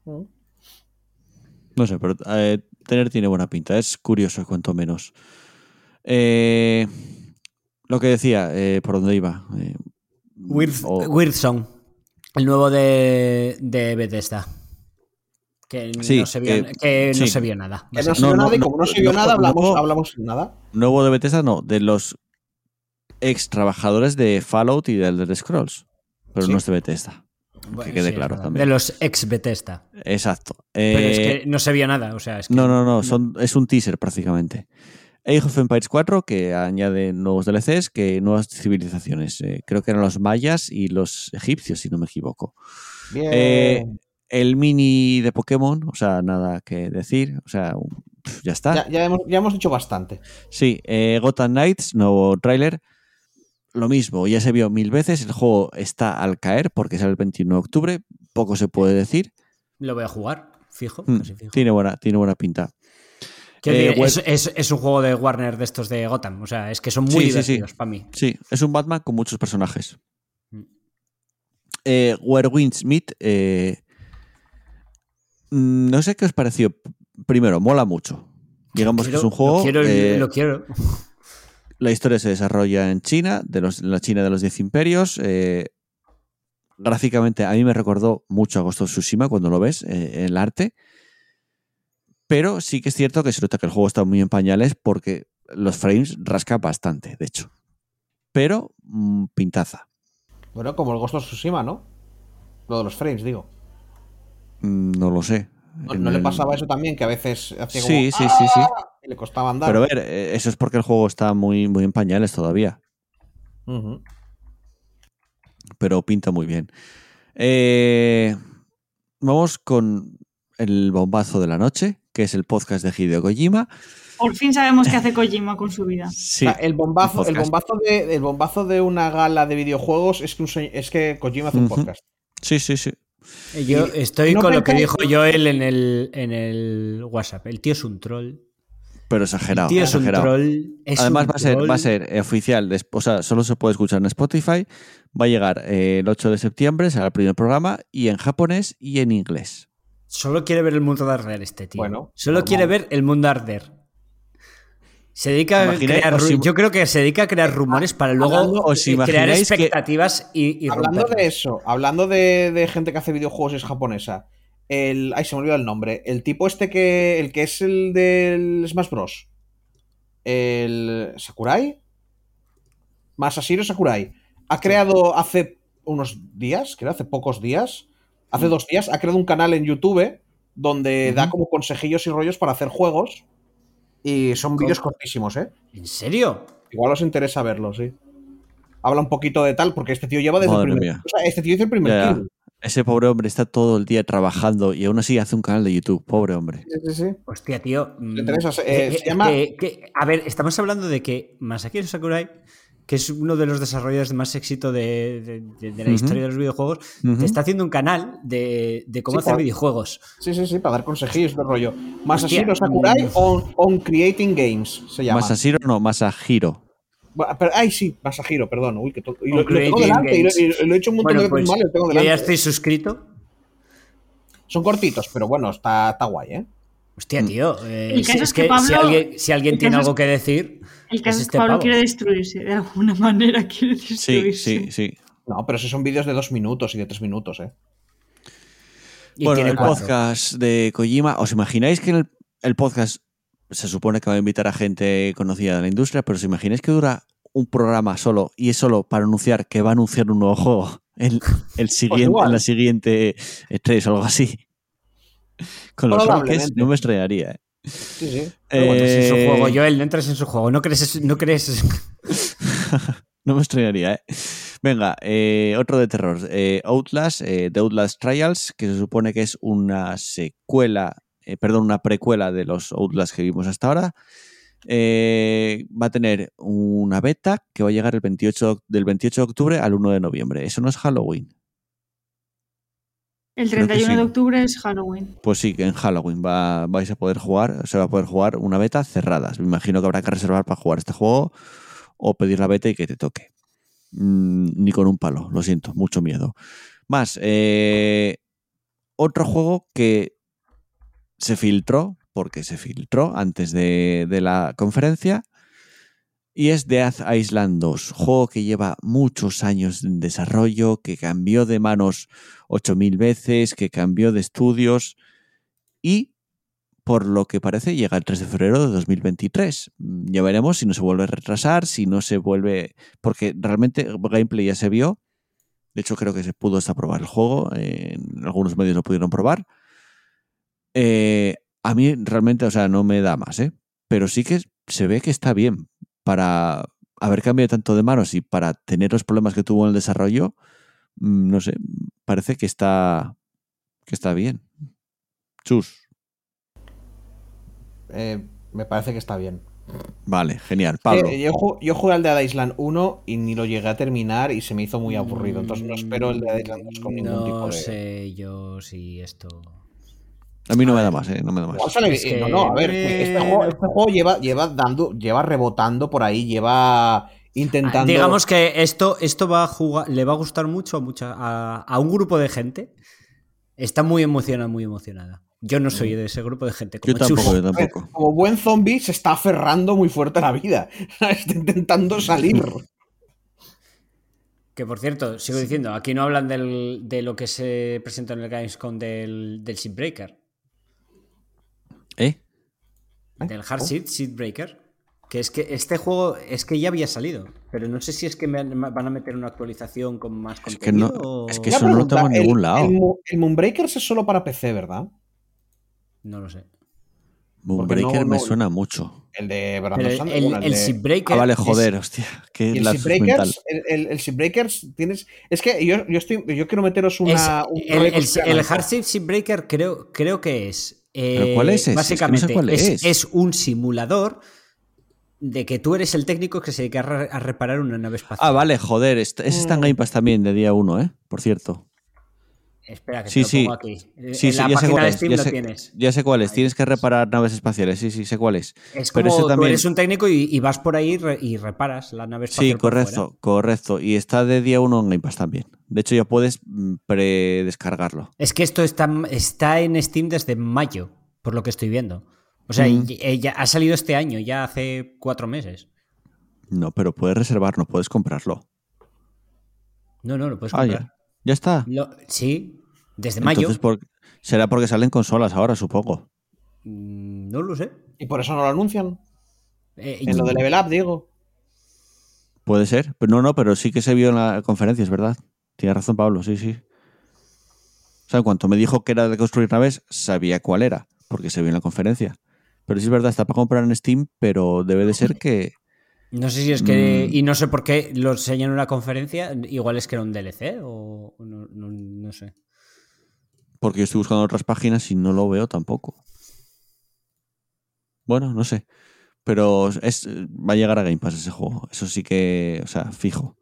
No sé, pero eh, tener tiene buena pinta. Es curioso, cuanto menos. Eh, lo que decía, eh, por dónde iba. Eh, Weird, o- Weird Song, el nuevo de, de Bethesda. Que Sí, no se vio, que- que no sí. se vio nada. Que no se No, vio no, nada y no, como no se vio no, nada, hablamos, no. hablamos sin nada. nuevo de Bethesda, no, de los ex trabajadores de Fallout y de Elder Scrolls. Pero Sí. no es de Bethesda. Bueno, que quede sí, claro es verdad. también. De los ex Bethesda. Exacto. Pero es Eh, que no se vio nada. O sea, es que No, no, no, son, es un teaser prácticamente. Age of Empires cuatro, que añade nuevos D L Cs, que nuevas civilizaciones. Eh, creo que eran los mayas y los egipcios, si no me equivoco. Bien. Eh, el mini de Pokémon, o sea, nada que decir. O sea, un- pf, ya está. ya, ya hemos, ya hemos dicho bastante. Sí, eh, Gotham Knights, nuevo tráiler. Lo mismo, ya se vio mil veces. El juego está al caer porque sale el veintiuno de octubre. Poco se puede decir. lo voy a jugar. Fijo, Mm, casi fijo. tiene, buena, tiene buena pinta. Quiero eh, decir, web- es, es- es un juego de Warner de estos de Gotham. O sea, es que son muy Sí, sí, divertidos sí. para mí. Sí, es un Batman con muchos personajes. Eh, Where Winds Meet, eh, no sé qué os pareció. Primero, mola mucho. Digamos quiero, que es un juego. Lo quiero, eh, lo quiero. La historia se desarrolla en China, de los, la China de los diez imperios. Eh, gráficamente, a mí me recordó mucho a Ghost of Tsushima cuando lo ves, eh, el arte. Pero sí que es cierto que se nota que el juego está muy en pañales porque los frames rasca bastante, de hecho. Pero mmm, pintaza. Bueno, como el Ghost of Tsushima, ¿no? Lo de los frames, digo. Mm, no lo sé. ¿No, En no le el- pasaba eso también? Que a veces hacía como... Sí, sí, sí, sí. y le costaba andar. Pero a ver, eh, eso es porque el juego está muy, muy en pañales todavía. Ujú. Pero pinta muy bien. Eh, vamos con el bombazo de la noche, que es el podcast de Hideo Kojima. Por fin sabemos qué hace Kojima con su vida. Sí, O sea, el bombazo, un el podcast. bombazo de, el bombazo de una gala de videojuegos es que, un se- es que Kojima hace un Ujú. podcast. Sí, sí, sí. Yo Y- estoy y no con lo que pensáis- dijo Joel en el, en el WhatsApp. El tío es un troll. Pero El exagerado. tío es un exagerado. troll. Es Además un va a ser, troll. va a ser eh, oficial, de- o sea, solo se puede escuchar en Spotify. Va a llegar eh, el ocho de septiembre, será el primer programa, y en japonés y en inglés. Solo quiere ver el mundo arder este tío. Bueno, Solo normal. quiere ver el mundo arder. Se dedica a Imagináis- crear, os ru- im- yo creo que se dedica a crear rumores para luego hablando- os eh, crear imagináis que- expectativas y, y Hablando romperlas. de eso, hablando de, de gente que hace videojuegos y es japonesa, el, ay, se me olvidó el nombre. El tipo este que, el que es el del Smash Bros. El Sakurai, Masashiro Sakurai, ha creado hace unos días, creo, hace pocos días, hace dos días, ha creado un canal en YouTube donde Ujú. da como consejillos y rollos para hacer juegos y son ¿Cómo? vídeos cortísimos, ¿eh? ¿En serio? Igual os interesa verlo, sí. Habla un poquito de tal, porque este tío lleva desde Madre el primer mía. o sea, este tío hizo el primer Ya, ya. kill. Ese pobre hombre está todo el día trabajando y aún así hace un canal de YouTube. Pobre hombre. Sí, sí, sí. Hostia, tío. mm, interesa? Eh, se llama- que- que- a ver, estamos hablando de que Masahiro Sakurai, que es uno de los desarrolladores de más éxito de, de- de- de la Ujú. historia de los videojuegos, Ujú. te está haciendo un canal de, de cómo Sí, hacer claro. videojuegos. Sí, sí, sí, para dar consejillos de rollo. Masashiro Hostia, Sakurai mm. on, on Creating Games se llama. Masashiro no, Masahiro. Bueno, pero, ay, sí, Masahiro, perdón. Uy, que to- y On lo, lo tengo Creating delante y lo, Games. y lo he hecho un montón Bueno, de veces pues mal y lo tengo yo delante. ya estoy suscrito. Son cortitos, pero bueno, está, está guay, ¿eh? Hostia, Mm. tío. eh, El si- caso es es que que Pablo- si alguien, si alguien el tiene caso es- algo que decir, El caso es es que este Pablo pavo. quiere destruirse, de alguna manera quiere Sí, destruirse. sí, sí. No, pero esos son vídeos de dos minutos y de tres minutos, ¿eh? Y Bueno, tiene el cuatro. podcast de Kojima. ¿Os imagináis que el, el podcast se supone que va a invitar a gente conocida de la industria, pero os imagináis que dura un programa solo y es solo para anunciar que va a anunciar un nuevo juego el, el siguiente, igual. en la siguiente E tres o algo así? Con los roques Probablemente. no me extrañaría. ¿eh? Sí, sí. Pero bueno, es en su Eh, juego, Joel, no entres en su juego. No crees. No crees... No me extrañaría, ¿eh? Venga, eh, otro de terror. Eh, Outlast, eh, The Outlast Trials, que se supone que es una secuela, eh, perdón, una precuela de los Outlast que vimos hasta ahora. Eh, va a tener una beta que va a llegar el veintiocho, del veintiocho de octubre al uno de noviembre. Eso no es Halloween. El Creo que treinta y uno sí. de octubre es Halloween. Pues sí, que en Halloween va, vais a poder jugar, se va a poder jugar una beta cerradas. Me imagino que habrá que reservar para jugar este juego o pedir la beta y que te toque. Mm, ni con un palo, lo siento, mucho miedo. Más, eh, otro juego que se filtró, porque se filtró antes de, de la conferencia, y es Death Island dos, juego que lleva muchos años en desarrollo, que cambió de manos ocho mil veces, que cambió de estudios y, por lo que parece, llega el tres de febrero de dos mil veintitrés. Ya veremos si no se vuelve a retrasar, si no se vuelve... Porque realmente el gameplay ya se vio. De hecho, creo que se pudo hasta probar el juego. En algunos medios lo pudieron probar. Eh, a mí realmente, o sea, no me da más, ¿eh? Pero sí que se ve que está bien. Para haber cambiado tanto de manos y para tener los problemas que tuvo en el desarrollo, no sé, parece que está que está bien. Chus. Eh, me parece que está bien. Vale, genial. Pablo. Eh, yo, ju- yo jugué al Dead Island uno y ni lo llegué a terminar y se me hizo muy aburrido. Entonces no espero el Dead Island dos con ningún no tipo de... sé yo si esto... A mí no me da más, ¿eh? No me da más. Igual sale- Es que- no, no, a ver, este juego, este juego lleva, lleva dando, lleva rebotando por ahí, lleva intentando... Digamos que esto, esto va a jugar, le va a gustar mucho a, mucha, a, a un grupo de gente. Está muy emocionada, muy emocionada. Yo no soy de ese grupo de gente. Como Yo tampoco, Chus. yo tampoco. Como buen zombie se está aferrando muy fuerte a la vida. Está intentando salir. Que por cierto, sigo diciendo, aquí no hablan del, de lo que se presenta en el Gamescom del, del Seedbreaker. ¿Eh? Del Hard Seed, Seedbreaker. Que es que este juego es que ya había salido. Pero no sé si es que me van a meter una actualización con más Es que contenido. no- o... es que Una eso no lo pregunta, tengo en el- ningún lado. El, Mo- el Moonbreakers es solo para P C, ¿verdad? No lo sé. Moonbreaker no- me no- suena mucho. El de Pero Brandon el, Sanderson. el, bueno, el el de- Seedbreaker Ah, vale, es- joder, hostia. Y Qué el lapsus mental. Seedbreakers, el, el, el Seedbreakers tienes. Es que yo, yo estoy. Yo quiero meteros una. es- un el, rollo el, que el os Hard Seed Seedbreaker creo, creo que es. eh, ¿Pero cuál es ese? Es que no sé Básicamente, cuál es, es. es un simulador de que tú eres el técnico que se dedica a, re- a reparar una nave espacial. Ah, vale, joder. este- Ese está en Game Pass también de día uno, ¿eh? Por cierto. Espera, que Sí, te lo sí. pongo aquí. En Sí, sí, la ya sé página cuál de es. Steam Ya lo sé, tienes. ya sé cuál es. Ahí Tienes que tienes. reparar naves espaciales. Sí, sí, sé cuál es. Es Pero como ese tú también. eres un técnico y, y vas por ahí re- y reparas la nave espacial. Sí, por fuera. correcto, correcto. Y está de día uno en Game Pass también. De hecho, ya puedes mm, predescargarlo. Es que esto está, está en Steam desde mayo, por lo que estoy viendo. O sea, Mm. y- y ya ha salido este año, ya hace cuatro meses. No, pero puedes reservar, no puedes comprarlo. No, no, lo puedes Ah, comprar. ya. Ya está. Lo- sí, desde mayo. Entonces, por- será porque salen consolas ahora, supongo. Mm, No lo sé. Y por eso no lo anuncian. Eh, En lo de Level Up, digo. Puede ser. Pero no, no, pero sí que se vio en la conferencia, es verdad. Tienes razón, Pablo, sí, sí. O sea, en cuanto me dijo que era de construir naves, sabía cuál era, porque se vio en la conferencia. Pero sí es verdad, está para comprar en Steam, pero debe de ser que... No sé si es que. Mm. Y no sé por qué lo enseñan en una conferencia. Igual es que era un D L C o. o No, no- no sé. Porque yo estoy buscando otras páginas y no lo veo tampoco. Bueno, no sé. Pero es, va a llegar a Game Pass ese juego. Eso sí que, o sea, fijo.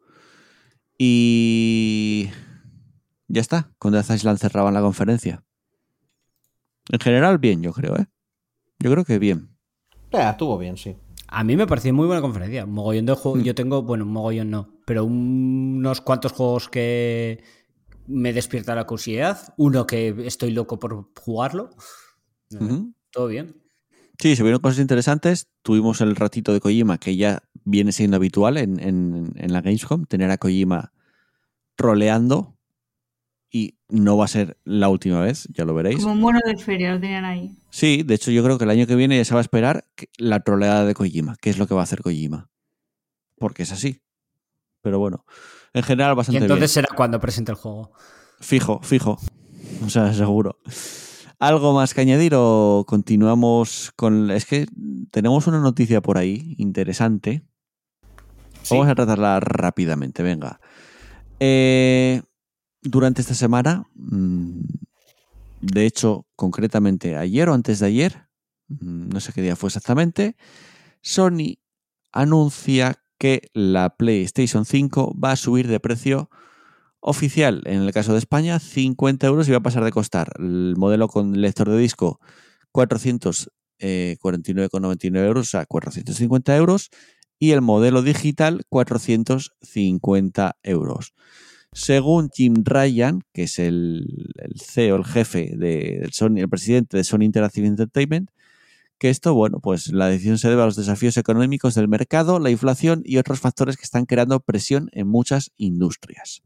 Y ya está. Con Death Island cerraban la conferencia. En general, bien, yo creo, ¿eh? Yo creo que bien. Eh, estuvo bien, sí. A mí me pareció muy buena conferencia. Un mogollón de juegos. Mm. Yo tengo. Bueno, un mogollón no. Pero un- unos cuantos juegos que me despierta la curiosidad. Uno que estoy loco por jugarlo. Ujú. Todo bien. Sí, se vieron cosas interesantes. Tuvimos el ratito de Kojima, que ya viene siendo habitual en, en, en la Gamescom, tener a Kojima troleando. Y no va a ser la última vez, ya lo veréis. Como un mono de feria lo tenían ahí. Sí, de hecho yo creo que el año que viene ya se va a esperar que- la troleada de Kojima, que es lo que va a hacer Kojima. Porque es así. Pero bueno, en general Y bastante entonces bien. será cuando presente el juego. Fijo, fijo. O sea, seguro. ¿Algo más que añadir o continuamos con...? Es que tenemos una noticia por ahí interesante. Sí. Vamos a tratarla rápidamente, venga. Eh, durante esta semana, mm, de hecho, concretamente ayer o antes de ayer, mm, no sé qué día fue exactamente, Sony anuncia que la PlayStation cinco va a subir de precio oficial, en el caso de España, cincuenta euros y va a pasar de costar el modelo con lector de disco cuatrocientos cuarenta y nueve con noventa y nueve euros, o sea, cuatrocientos cincuenta euros, y el modelo digital cuatrocientos cincuenta euros. Según Jim Ryan, que es el, el C E O, el jefe de, del Sony, el presidente de Sony Interactive Entertainment, que esto, bueno, pues la decisión se debe a los desafíos económicos del mercado, la inflación y otros factores que están creando presión en muchas industrias.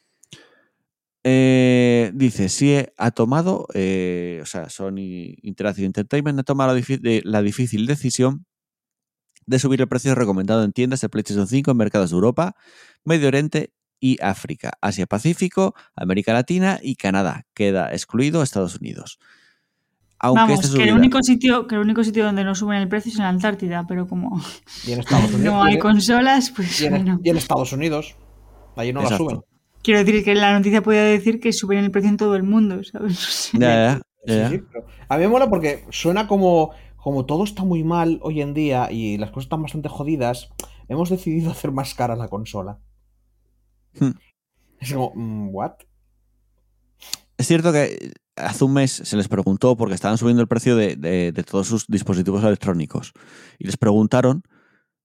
Eh, dice, sí ha tomado, eh, o sea, Sony Interactive Entertainment ha tomado la, difi- de, la difícil decisión de subir el precio recomendado en tiendas de PlayStation cinco en mercados de Europa, Medio Oriente y África, Asia Pacífico, América Latina y Canadá. Queda excluido Estados Unidos. Aunque Vamos, esta que el, subida- único sitio, que el único sitio donde no suben el precio es en la Antártida, pero como Y en Estados Unidos. no hay y en- consolas, pues y en, bueno. y en Estados Unidos. Allí no la Exacto. suben. Quiero decir que la noticia podía decir que suben el precio en todo el mundo, ¿sabes? No sé. Ya, ya, ya, ya. Sí, sí, pero a mí me mola porque suena como, como todo está muy mal hoy en día y las cosas están bastante jodidas. Hemos decidido hacer más cara la consola. Hmm. Es como, mm, ¿what? Es cierto que hace un mes se les preguntó porque estaban subiendo el precio de, de- de todos sus dispositivos electrónicos y les preguntaron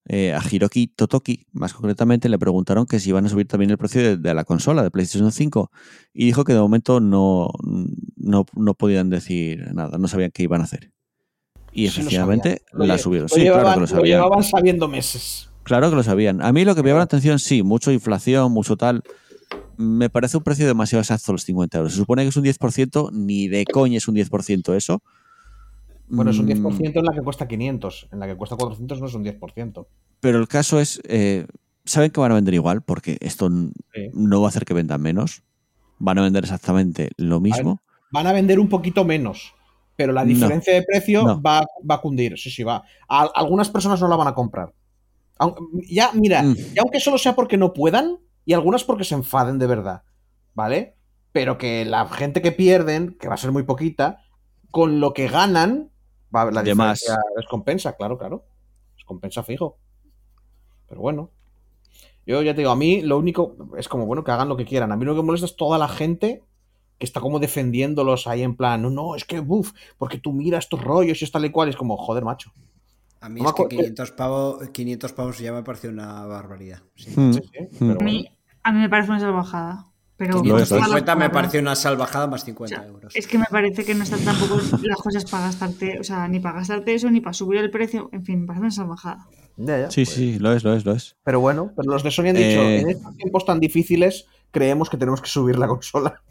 eh, a Hiroki Totoki, más concretamente, le preguntaron que si iban a subir también el precio de, de la consola de PlayStation cinco y dijo que de momento no, no, no podían decir nada, no sabían qué iban a hacer. Y Sí, efectivamente lo la lle- subieron. Lo Sí, llevaban, claro que lo lo sabían. llevaban sabiendo meses. Claro que lo sabían. A mí lo que me llama la atención, sí, mucho inflación, mucho tal. Me parece un precio demasiado exacto los cincuenta euros. Se supone que es un diez por ciento, ni de coña es un diez por ciento eso. Bueno, es un diez por Mm, ciento en la que cuesta quinientos. En la que cuesta cuatrocientos no es un diez por ciento. Pero el caso es, eh, saben que van a vender igual, porque esto n- Sí. no va a hacer que vendan menos. Van a vender exactamente lo mismo. Van a vender un poquito menos, pero la No, diferencia de precio no. va, va a cundir. Sí, sí, va. A- algunas personas no la van a comprar. Aun- Ya, mira, Mm. y aunque solo sea porque no puedan, y algunas porque se enfaden de verdad, ¿vale? Pero que la gente que pierden, que va a ser muy poquita, con lo que ganan, va, la De diferencia más. les compensa, claro, claro. Les compensa fijo. Pero bueno. Yo ya te digo, a mí lo único es como, bueno, que hagan lo que quieran. A mí lo que me molesta es toda la gente que está como defendiéndolos ahí en plan, no, no, es que, buf, porque tú miras tus rollos y es tal y cual. Es como, joder, macho. A mí No me es que acuerdo- quinientos pavos, quinientos pavos ya me parece una barbaridad. Sí. Mm, Sí, sí, mm. pero A bueno. mí, a mí me parece una salvajada. Pero Lo es, con lo es. todas las quinientos cincuenta me palabras. parece una salvajada más O cincuenta sea, euros. es que me parece que no están tampoco las cosas para gastarte, o sea, ni para gastarte eso, ni para subir el precio. En fin, me parece una salvajada. Ya, ya, Sí, pues. sí, lo es, lo es, lo es. Pero bueno, pero los de Sony han dicho, Eh, en estos tiempos tan difíciles, creemos que tenemos que subir la consola.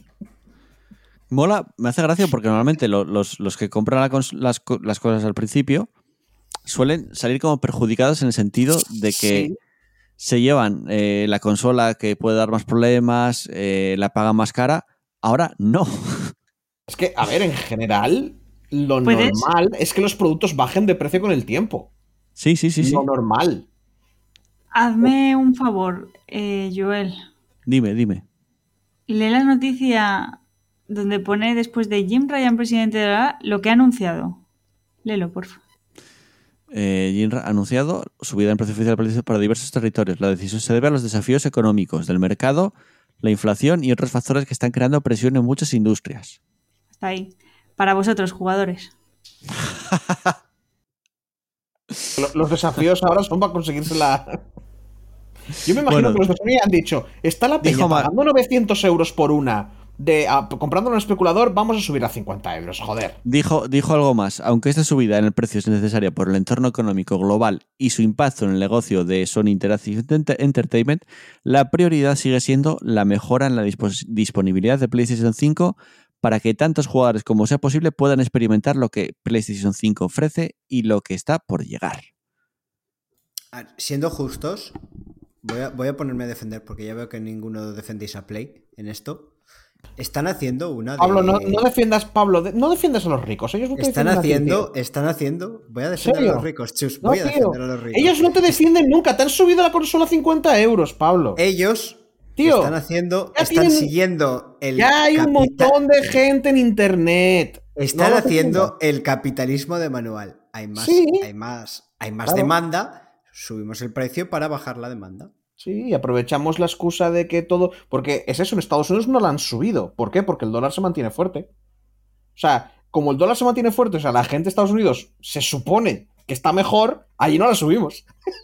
Mola, me hace gracia porque normalmente lo- los, los que compran la cons- las, co- las cosas al principio suelen salir como perjudicados en el sentido de que Sí. se llevan eh, la consola que puede dar más problemas, eh, la pagan más cara. Ahora no. Es que, a ver, en general, lo ¿Puedes? normal es que los productos bajen de precio con el tiempo. Sí, sí, sí, sí. Lo normal. Hazme un favor, eh, Joel. Dime, dime. Lee la noticia donde pone después de Jim Ryan, presidente de la lo que ha anunciado. Léelo, porfa. Eh, Jinra ha anunciado subida en precio oficial para- para diversos territorios. La decisión se debe a los desafíos económicos del mercado, la inflación y otros factores que están creando presión en muchas industrias. Está ahí. Para vosotros, jugadores. Lo- Los desafíos ahora son para conseguirse la... Yo me imagino Bueno. que los de Sony han dicho, está la peña Dijo Ma- pagando novecientos euros por una, de a- comprando un especulador, vamos a subir a cincuenta euros, joder. Dijo, dijo algo más. Aunque esta subida en el precio es necesaria por el entorno económico global y su impacto en el negocio de Sony Interactive Ent- Entertainment, la prioridad sigue siendo la mejora en la dispos- disponibilidad de PlayStation cinco para que tantos jugadores como sea posible puedan experimentar lo que PlayStation cinco ofrece y lo que está por llegar. A ver, siendo justos, voy a, voy a ponerme a defender porque ya veo que ninguno defendéis a Play en esto. Están haciendo una de... Pablo, no, no defiendas, Pablo, de- no defiendas a los ricos, ellos no te Están defienden a ti, haciendo, tío. están haciendo... Voy a defender serio? a los ricos, chus. No, Voy a tío. defender a los ricos. Ellos no te defienden nunca, te han subido la consola a cincuenta euros, Pablo. Ellos Tío, están haciendo... ya Están tienen- siguiendo el... Ya hay un capita- montón de gente en internet. Están No lo haciendo defiendas. el capitalismo de manual. Hay más, Sí. hay más, hay más Claro. demanda, subimos el precio para bajar la demanda. Sí, y aprovechamos la excusa de que todo... Porque es eso, en Estados Unidos no la han subido. ¿Por qué? Porque el dólar se mantiene fuerte. O sea, como el dólar se mantiene fuerte, o sea, la gente de Estados Unidos se supone que está mejor, allí no la subimos.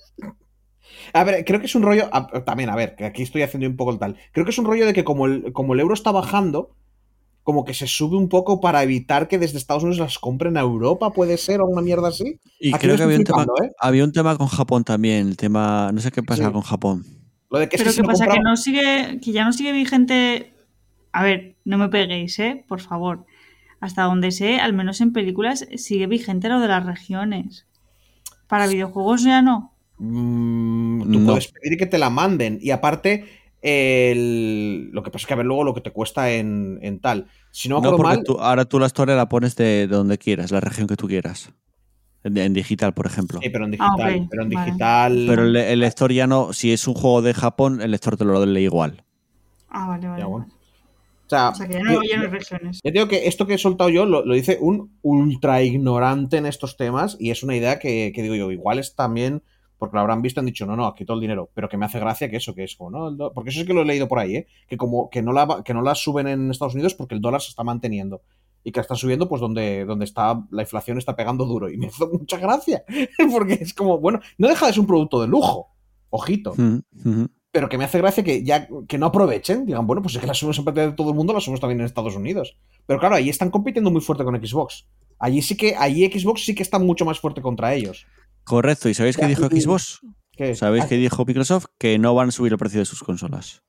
A ver, creo que es un rollo... a- También, a ver, que aquí estoy haciendo un poco el tal. Creo que es un rollo de que como el, como el euro está bajando, como que se sube un poco para evitar que desde Estados Unidos las compren a Europa, puede ser, o una mierda así. Y Aquí creo lo que estoy había un, tema, flipando, ¿eh? había un tema con Japón también. El tema. No sé qué pasa Sí. con Japón. Lo de que es Pero que si ¿qué lo pasa? Que compramos- no sigue, que ya no sigue vigente. A ver, no me peguéis, ¿eh? Por favor. Hasta donde sé, al menos en películas, sigue vigente lo de las regiones. Para videojuegos ya no. Mm, tú No. puedes pedir que te la manden. Y aparte, el... lo que pasa es que a ver luego lo que te cuesta en, en tal. Si no me No, acuerdo porque mal. tú- ahora tú la historia la pones de, de donde quieras, la región que tú quieras. En, en digital, por ejemplo. Sí, pero en digital. Ah, ok, Pero en vale. digital. Pero el, el lector ya no. Si es un juego de Japón, el lector te lo lee igual. Ah, vale, vale. Ya, bueno. vale. O sea, O sea, que ya no, yo- ya no hay regiones. Ya te digo que esto que he soltado yo lo, lo dice un ultra ignorante en estos temas y es una idea que, que digo yo, igual es también porque lo habrán visto y han dicho, no, no, aquí todo el dinero, pero que me hace gracia que eso, que es como, no, el do- porque eso es que lo he leído por ahí, ¿eh? Que como que no la, que no la suben en Estados Unidos porque el dólar se está manteniendo. y que están subiendo pues donde, donde está la inflación está pegando duro. Y me hizo mucha gracia, porque es como, bueno, no deja de ser un producto de lujo, ojito. Mm-hmm. Pero que me hace gracia que ya que no aprovechen, digan, bueno, pues es que las subimos en parte de todo el mundo, las subimos también en Estados Unidos. Pero claro, ahí están compitiendo muy fuerte con Xbox. Allí sí que, allí Xbox sí que está mucho más fuerte contra ellos. Correcto, ¿y sabéis qué dijo Xbox? ¿Qué? ¿Sabéis Ah, qué dijo Microsoft? Que no van a subir el precio de sus consolas.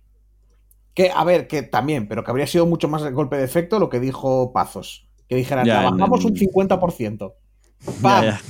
Que, a ver, que también, pero que habría sido mucho más el golpe de efecto lo que dijo Pazos. Que dijeran, Ya, la bajamos en- un cincuenta por ciento. ¡Pam! Ya, ya.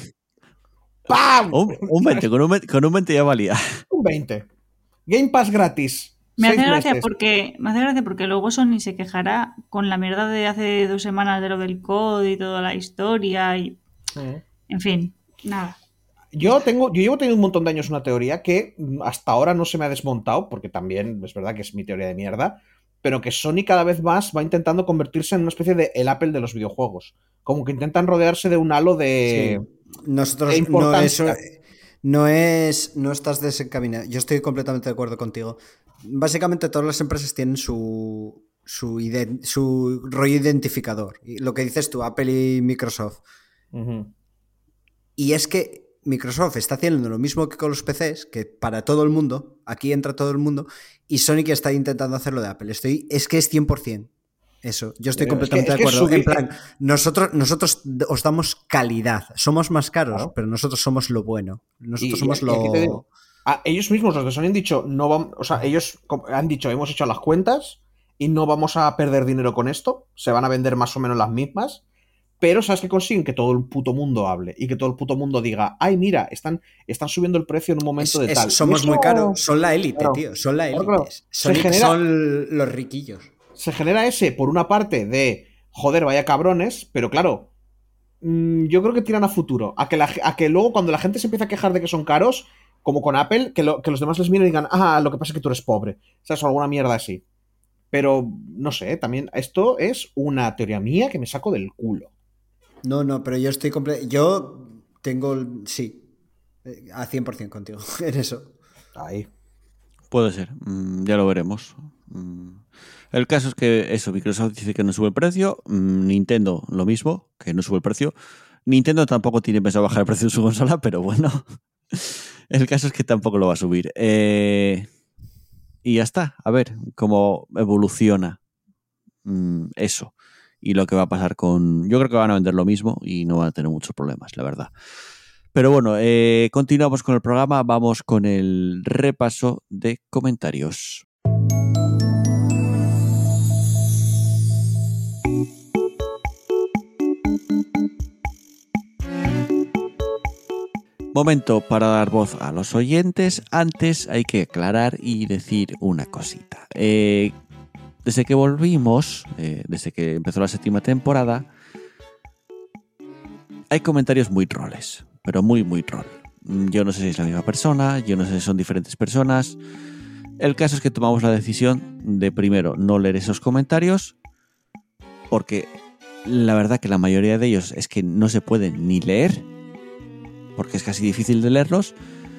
¡Pam! Un, un veinte, con un veinte, con un veinte ya valía. Un veinte. Game Pass gratis. Me hace Seis gracia meses. porque me hace gracia porque luego Sony se quejará con la mierda de hace dos semanas de lo del code y toda la historia y Mm. en fin, nada. Yo tengo, yo llevo teniendo un montón de años una teoría que hasta ahora no se me ha desmontado, porque también es verdad que es mi teoría de mierda, pero que Sony cada vez más va intentando convertirse en una especie de el Apple de los videojuegos. Como que intentan rodearse de un halo de, Sí. Nosotros de no importancia. eso no es no estás desencaminado. Yo estoy completamente de acuerdo contigo. Básicamente todas las empresas tienen su su, ident- su rollo identificador. Y lo que dices tú, Apple y Microsoft. Ujú. Y es que Microsoft está haciendo lo mismo que con los P Cs, que para todo el mundo, aquí entra todo el mundo, y Sony que está intentando hacerlo de Apple. Estoy, es que es cien por ciento eso. Yo estoy Es completamente que- es de que acuerdo. subir- En plan, nosotros, nosotros os damos calidad. Somos más caros, Claro. pero nosotros somos lo bueno. Nosotros Y- somos y aquí te lo... digo, a- ellos mismos, los de Sony, han dicho, no vamos, o sea, ellos co- han dicho, hemos hecho las cuentas y no vamos a perder dinero con esto, se van a vender más o menos las mismas, pero ¿sabes qué consiguen? Que todo el puto mundo hable y que todo el puto mundo diga, ay, mira, están, están subiendo el precio en un momento es- de es- tal. somos Y eso- muy caros. Son la élite, Claro. tío. Son la Claro, élite. claro. Son, Se genera- son los riquillos. Se genera ese, por una parte, de, joder, vaya cabrones, pero claro, mm, yo creo que tiran a futuro, a que, la, a que luego cuando la gente se empieza a quejar de que son caros, como con Apple, que, lo, que los demás les miren y digan, ah, lo que pasa es que tú eres pobre, ¿sabes? O alguna mierda así. Pero, no sé, también esto es una teoría mía que me saco del culo. No, no, pero yo estoy completo. Yo tengo. el- Sí. eh, A cien por ciento contigo en eso. Ahí. Puede ser, mm, ya lo veremos. Mm. El caso es que eso, Microsoft dice que no sube el precio, mm, Nintendo lo mismo, que no sube el precio. Nintendo tampoco tiene pensado bajar el precio de su consola, pero bueno, el caso es que tampoco lo va a subir. Eh, y ya está, a ver cómo evoluciona mm, eso y lo que va a pasar con... Yo creo que van a vender lo mismo y no van a tener muchos problemas, la verdad. Pero bueno, eh, continuamos con el programa, vamos con el repaso de comentarios. Momento para dar voz a los oyentes. Antes hay que aclarar y decir una cosita. Eh, desde que volvimos, eh, desde que empezó la séptima temporada, hay comentarios muy troles, pero muy, muy troll. Yo no sé si es la misma persona, yo no sé si son diferentes personas. El caso es que tomamos la decisión de primero no leer esos comentarios, porque la verdad que la mayoría de ellos es que no se pueden ni leer, porque es casi difícil de leerlos.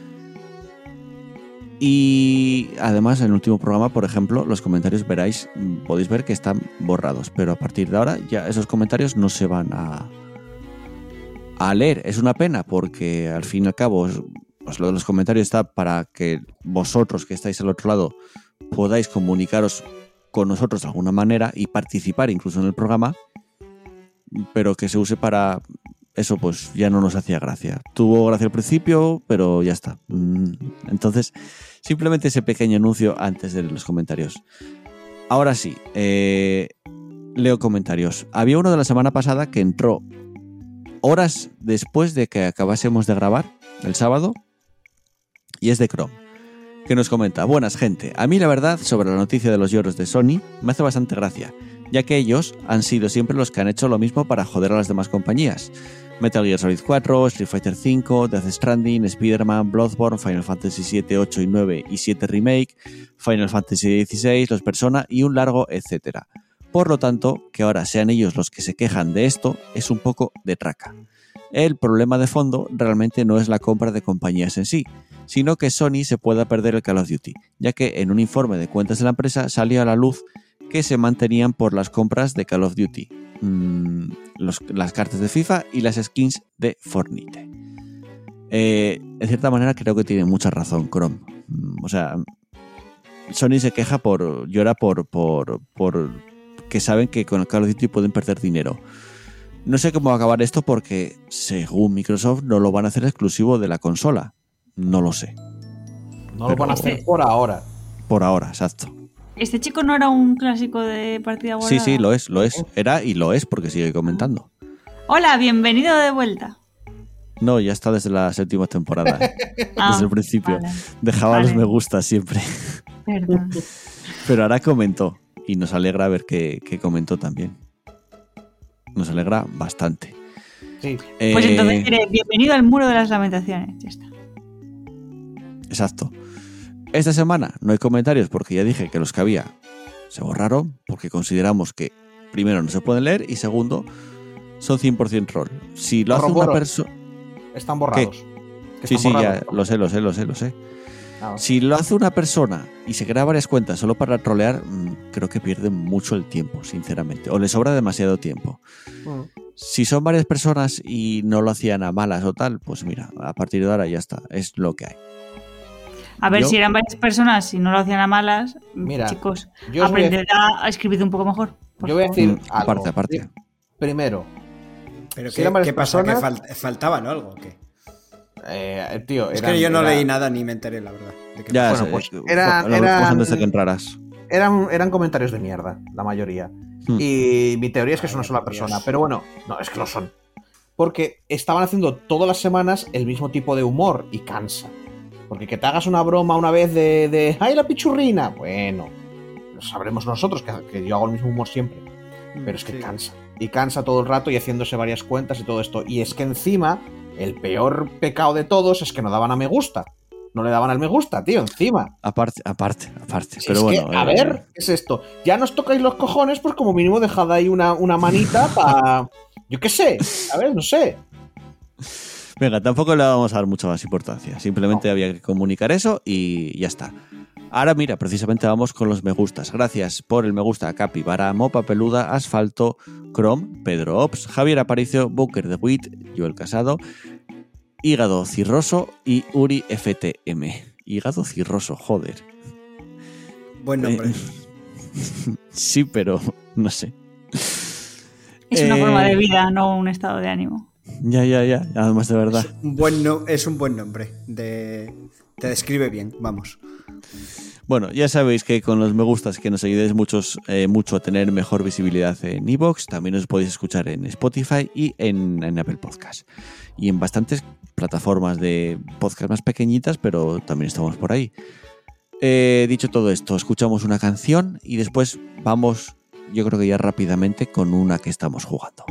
Y además en el último programa, por ejemplo, los comentarios veráis, podéis ver que están borrados, pero a partir de ahora ya esos comentarios no se van a, a leer. Es una pena porque al fin y al cabo pues lo de los comentarios está para que vosotros que estáis al otro lado podáis comunicaros con nosotros de alguna manera y participar incluso en el programa, pero que se use para... Eso pues ya no nos hacía gracia. Tuvo gracia al principio, pero ya está. Entonces, simplemente ese pequeño anuncio antes de los comentarios. Ahora sí, eh, leo comentarios. Había uno de la semana pasada que entró horas después de que acabásemos de grabar, el sábado, y es de Chrome, que nos comenta: buenas gente, a mí la verdad sobre la noticia de los lloros de Sony me hace bastante gracia, ya que ellos han sido siempre los que han hecho lo mismo para joder a las demás compañías. Metal Gear Solid cuatro, Street Fighter cinco, Death Stranding, Spider-Man, Bloodborne, Final Fantasy siete, ocho y nueve y siete Remake, Final Fantasy dieciséis, los Persona y un largo etcétera. Por lo tanto, que ahora sean ellos los que se quejan de esto es un poco de traca. El problema de fondo realmente no es la compra de compañías en sí, sino que Sony se pueda perder el Call of Duty, ya que en un informe de cuentas de la empresa salió a la luz que se mantenían por las compras de Call of Duty. mmm, los, las cartas de FIFA y las skins de Fortnite. Eh, de cierta manera creo que tiene mucha razón Chrome. Mm, o sea, Sony se queja por llora por, por, por que saben que con el Call of Duty pueden perder dinero. No sé cómo va a acabar esto porque según Microsoft no lo van a hacer exclusivo de la consola. No lo sé. No Pero- lo van a hacer por ahora. Por ahora, exacto. ¿Este chico no era un clásico de partida guardada? Sí, sí, lo es, lo es. Era y lo es porque sigue comentando. Hola, bienvenido de vuelta. No, ya está desde la séptima temporada. Ah, desde el principio. vale. Dejaba Vale. los me gusta siempre. Perdón. Pero ahora comentó. Y nos alegra ver que, que comentó también. Nos alegra bastante. Sí. Pues Eh, entonces diré, bienvenido al muro de las lamentaciones. Ya está. Exacto. Esta semana no hay comentarios porque ya dije que los que había se borraron porque consideramos que primero no se pueden leer y segundo son cien por ciento rol. Si lo hace una Corroboro. persona... Están borrados. Que Sí, están sí, ya borrados. lo sé, lo sé, lo sé, lo sé. Ah, Si lo hace una persona y se crea varias cuentas solo para trolear, mmm, creo que pierde mucho el tiempo, sinceramente. O le sobra demasiado tiempo. mm. Si son varias personas y no lo hacían a malas o tal, pues mira, a partir de ahora ya está. Es lo que hay. A ver, Yo- si eran varias personas y no lo hacían a malas, Mira, chicos, yo os voy a- aprended a, a escribir un poco mejor. por Yo voy a favor. decir Mm, algo. aparte, aparte. Primero, ¿Pero Si qué, eran varias qué pasa? ¿Que personas- fal- faltaba, ¿no? Algo? ¿O qué? eh, tío, Es eran- que yo no era- leí nada ni me enteré, la verdad. de qué Ya, Bueno, sé, pues eh, era- lo vimos eran- antes de que entraras. eran, eran comentarios de mierda, la mayoría. Hmm. Y mi teoría es que es una Vaya, sola por persona. Dios. Pero bueno, no, es que lo son. Porque estaban haciendo todas las semanas el mismo tipo de humor y cansa. Porque que te hagas una broma una vez de, de ¡ay, la pichurrina! Bueno, lo sabremos nosotros, que, que yo hago el mismo humor siempre. Pero es que Sí. cansa. Y cansa todo el rato y haciéndose varias cuentas y todo esto. Y es que encima, el peor pecado de todos es que no daban a me gusta. No le daban al me gusta, tío, encima. Aparte, aparte, aparte. Si Pero es bueno. que, a eh, ver, ¿qué es esto? Ya nos tocáis los cojones, pues como mínimo dejad ahí una, una manita para... Yo qué sé, a ver, no sé. Venga, tampoco le vamos a dar mucha más importancia. Simplemente había que comunicar eso y ya está. Ahora mira, precisamente vamos con los me gustas. Gracias por el me gusta a Capibara, Mopa Peluda, Asfalto, Chrome, Pedro Ops, Javier Aparicio, Booker de Wit, Joel Casado, Hígado Cirroso y Uri F T M. Hígado Cirroso, joder. Buen nombre. Eh, sí, pero no sé. Es una Eh, forma de vida, no un estado de ánimo. Ya, ya, ya. Además de verdad. Un buen no- es un buen nombre. De, te describe bien, vamos. Bueno, ya sabéis que con los me gustas que nos ayudéis muchos, eh, mucho a tener mejor visibilidad en iVoox, también os podéis escuchar en Spotify y en, en Apple Podcast. Y en bastantes plataformas de podcast más pequeñitas, pero también estamos por ahí. Eh, dicho todo esto, escuchamos una canción y después vamos, yo creo que ya rápidamente, con una que estamos jugando.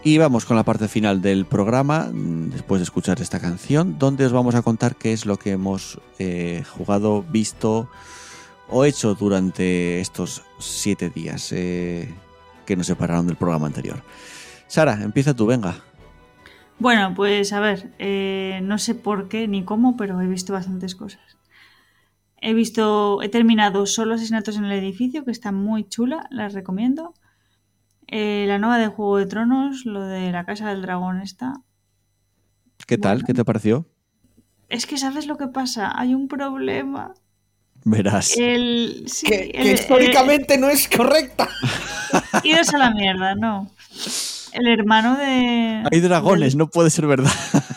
Y vamos con la parte final del programa, después de escuchar esta canción, donde os vamos a contar qué es lo que hemos eh, jugado, visto o hecho durante estos siete días eh, que nos separaron del programa anterior. Sara, empieza tú, venga. Bueno, pues a ver, eh, no sé por qué ni cómo, pero he visto bastantes cosas. He visto, he terminado Solo asesinatos en el edificio, que está muy chula, las recomiendo. Eh, la nueva de Juego de Tronos, lo de la Casa del Dragón está. ¿Qué tal? Bueno. ¿Qué te pareció? Es que ¿sabes lo que pasa? Hay un problema. Verás. El, sí, que, el, que históricamente el, no es correcta. Iros a la mierda, no. El hermano de... Hay dragones, del, no puede ser verdad.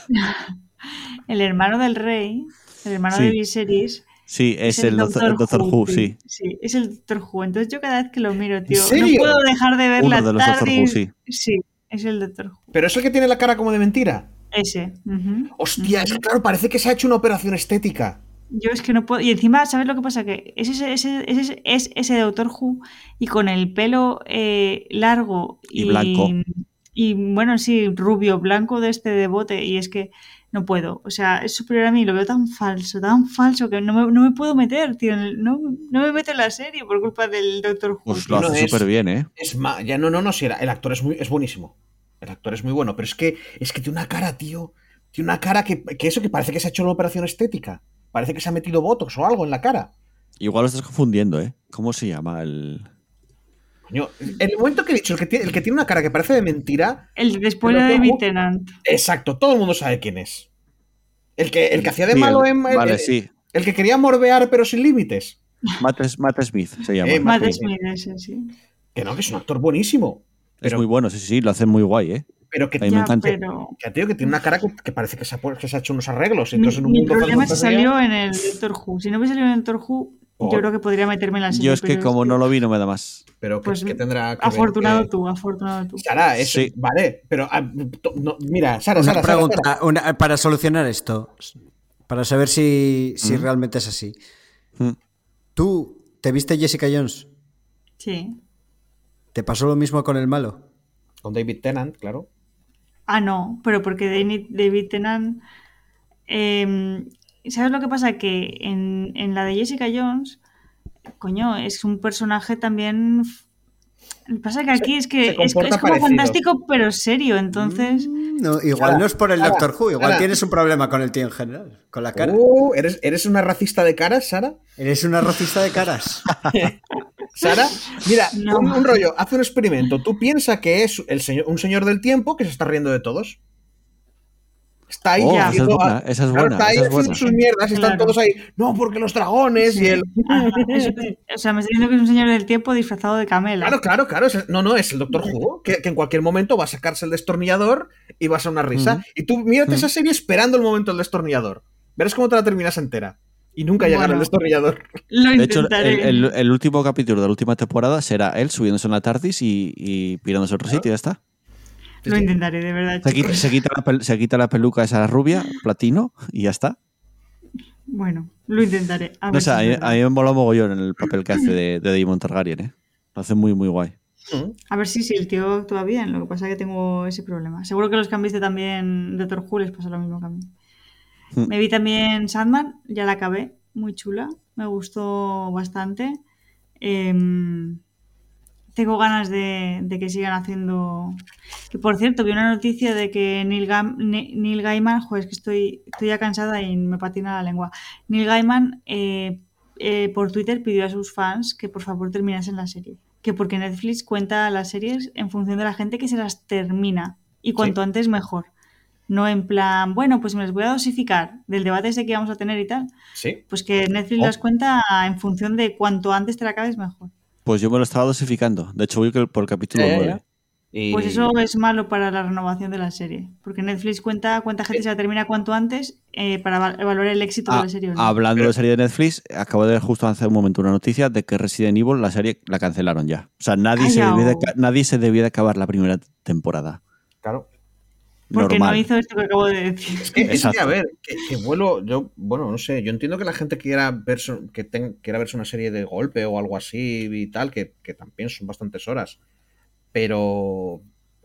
el hermano del rey, el hermano Sí. de Viserys... Sí, es, es el, el Doctor, Doctor Who, Who sí. Sí, es el Doctor Who. Entonces yo cada vez que lo miro, tío, ¿En serio? no puedo dejar de ver Uno la de los Doctor Who, sí. Sí, es el Doctor Who. Pero es el que tiene la cara como de mentira. Ese. Uh-huh. Hostia, uh-huh. Es que claro, parece que se ha hecho una operación estética. Yo es que no puedo... Y encima, ¿sabes lo que pasa? Que es ese, ese, ese, es ese Doctor Who y con el pelo eh, largo y, y blanco. Y bueno, sí, rubio, blanco de este de bote. Y es que no puedo. O sea, es superior a mí. Lo veo tan falso, tan falso que no me, no me puedo meter, tío. No, no me meto en la serie por culpa del Doctor Who. Pues lo hace súper bien, ¿eh? Es más, ya no, no, no. Si era, el actor es, muy, es buenísimo. El actor es muy bueno. Pero es que, es que tiene una cara, tío. Tiene una cara que, que eso que parece que se ha hecho una operación estética. Parece que se ha metido botox o algo en la cara. Igual lo estás confundiendo, ¿eh? ¿Cómo se llama el...? Coño, en el momento que he dicho, el que, tiene, el que tiene una cara que parece de mentira... El después de David Tennant. Exacto, todo el mundo sabe quién es. El que, el que hacía de sí, malo el, en... El, vale, el, sí. El que quería morbear pero sin límites. Matt, Matt Smith se llama. Eh, Matt, Matt Smith, ese, sí. Que no, que es un actor buenísimo. Pero, es muy bueno, sí, sí, lo hace muy guay, ¿eh? Pero que, a mí me encanta. Pero... que, tío, que tiene una cara que, que parece que se, ha, que se ha hecho unos arreglos. Mi, entonces, en un mi mundo problema es que salió en el Doctor Who. Si no hubiese salido en el Doctor Who, ¿por? Yo creo que podría meterme en la serie. Yo es que como es que... no lo vi, no me da más. Pero que, pues, que tendrá que afortunado ver que... tú, afortunado tú. Sara, eso, sí. Vale, pero no, mira, Sara, una Sara, pregunta, Sara, Sara. Una, para solucionar esto, para saber si, si ¿Mm? realmente es así. ¿Mm? ¿Tú te viste Jessica Jones? Sí. ¿Te pasó lo mismo con el malo? Con David Tennant, claro. Ah, no, pero porque David, David Tennant... Eh, ¿Sabes lo que pasa? Que en, en la de Jessica Jones, coño, es un personaje también... Lo que pasa que aquí se, es que es, es como parecido. fantástico, pero serio, entonces... No, igual Sara, no es por el Sara, Doctor Who, igual Sara. tienes un problema con el tío en general, con la cara. Uh, ¿eres, ¿Eres una racista de caras, Sara? ¿Eres una racista de caras? Sara, mira, no. un, un rollo, haz un experimento. Tú piensas que es el señor, un señor del tiempo que se está riendo de todos. Está ahí oh, ya. Esa es buena, esa es buena. Claro, está ahí esa es haciendo buena. sus mierdas y Claro. están todos ahí. No, porque los dragones Sí. y el. Ajá, eso, o sea, me está diciendo que es un señor del tiempo disfrazado de camela. Claro, claro, claro. No, no, es el Doctor Who, que, que en cualquier momento va a sacarse el destornillador y va a ser una risa. Mm. Y tú mírate Mm. esa serie esperando el momento del destornillador. Verás cómo te la terminas entera. Y nunca llegará Bueno. el destornillador. Lo De hecho, el, intentaré. el, el último capítulo de la última temporada será él subiéndose en la TARDIS y, y pirándose a otro sitio y ya está. Lo intentaré, de verdad. Se quita, se, quita la pel, se quita la peluca esa rubia, platino, y ya está. Bueno, lo intentaré. A No ver sé, a, si mí- es a mí me mola mogollón en el papel que hace de, de Daemon Targaryen, ¿eh? Lo hace muy, muy guay. A ver si, si el tío actúa bien. Lo que pasa es que tengo ese problema. Seguro que los que han visto también de Doctor Who les pasa lo mismo que a mí. Mm. Me vi también Sandman, ya la acabé. Muy chula. Me gustó bastante. Em, tengo ganas de, de que sigan haciendo. Que por cierto, vi una noticia de que Neil, Gam- Ne- Neil Gaiman, joder, es que estoy, estoy ya cansada y me patina la lengua. Neil Gaiman eh, eh, por Twitter pidió a sus fans que por favor terminasen la serie. Que porque Netflix cuenta las series en función de la gente que se las termina. Y cuanto Sí. antes mejor. No en plan, bueno, pues me las voy a dosificar del debate ese que vamos a tener y tal. Sí. Pues que Netflix Oh. las cuenta en función de cuanto antes te la acabes mejor. Pues yo me lo estaba dosificando. De hecho, voy por el capítulo Ya, ya, nueve. ya. Y... Pues eso es malo para la renovación de la serie. Porque Netflix cuenta cuánta gente se la termina cuanto antes eh, para eva- evaluar el éxito de Ah, la serie. ¿o no? hablando de serie de Netflix, acabo de ver justo hace un momento una noticia de que Resident Evil, la serie, la cancelaron ya. O sea, nadie, se Callao. debía, de, ca- nadie se debía de acabar la primera temporada. Claro. Porque Normal. no hizo esto que acabo de decir. Es que, es que, Exacto. a ver, que, que vuelo, yo, bueno, no sé, yo entiendo que la gente quiera verse, que ten- quiera verse una serie de golpe o algo así y tal, que, que también son bastantes horas. Pero,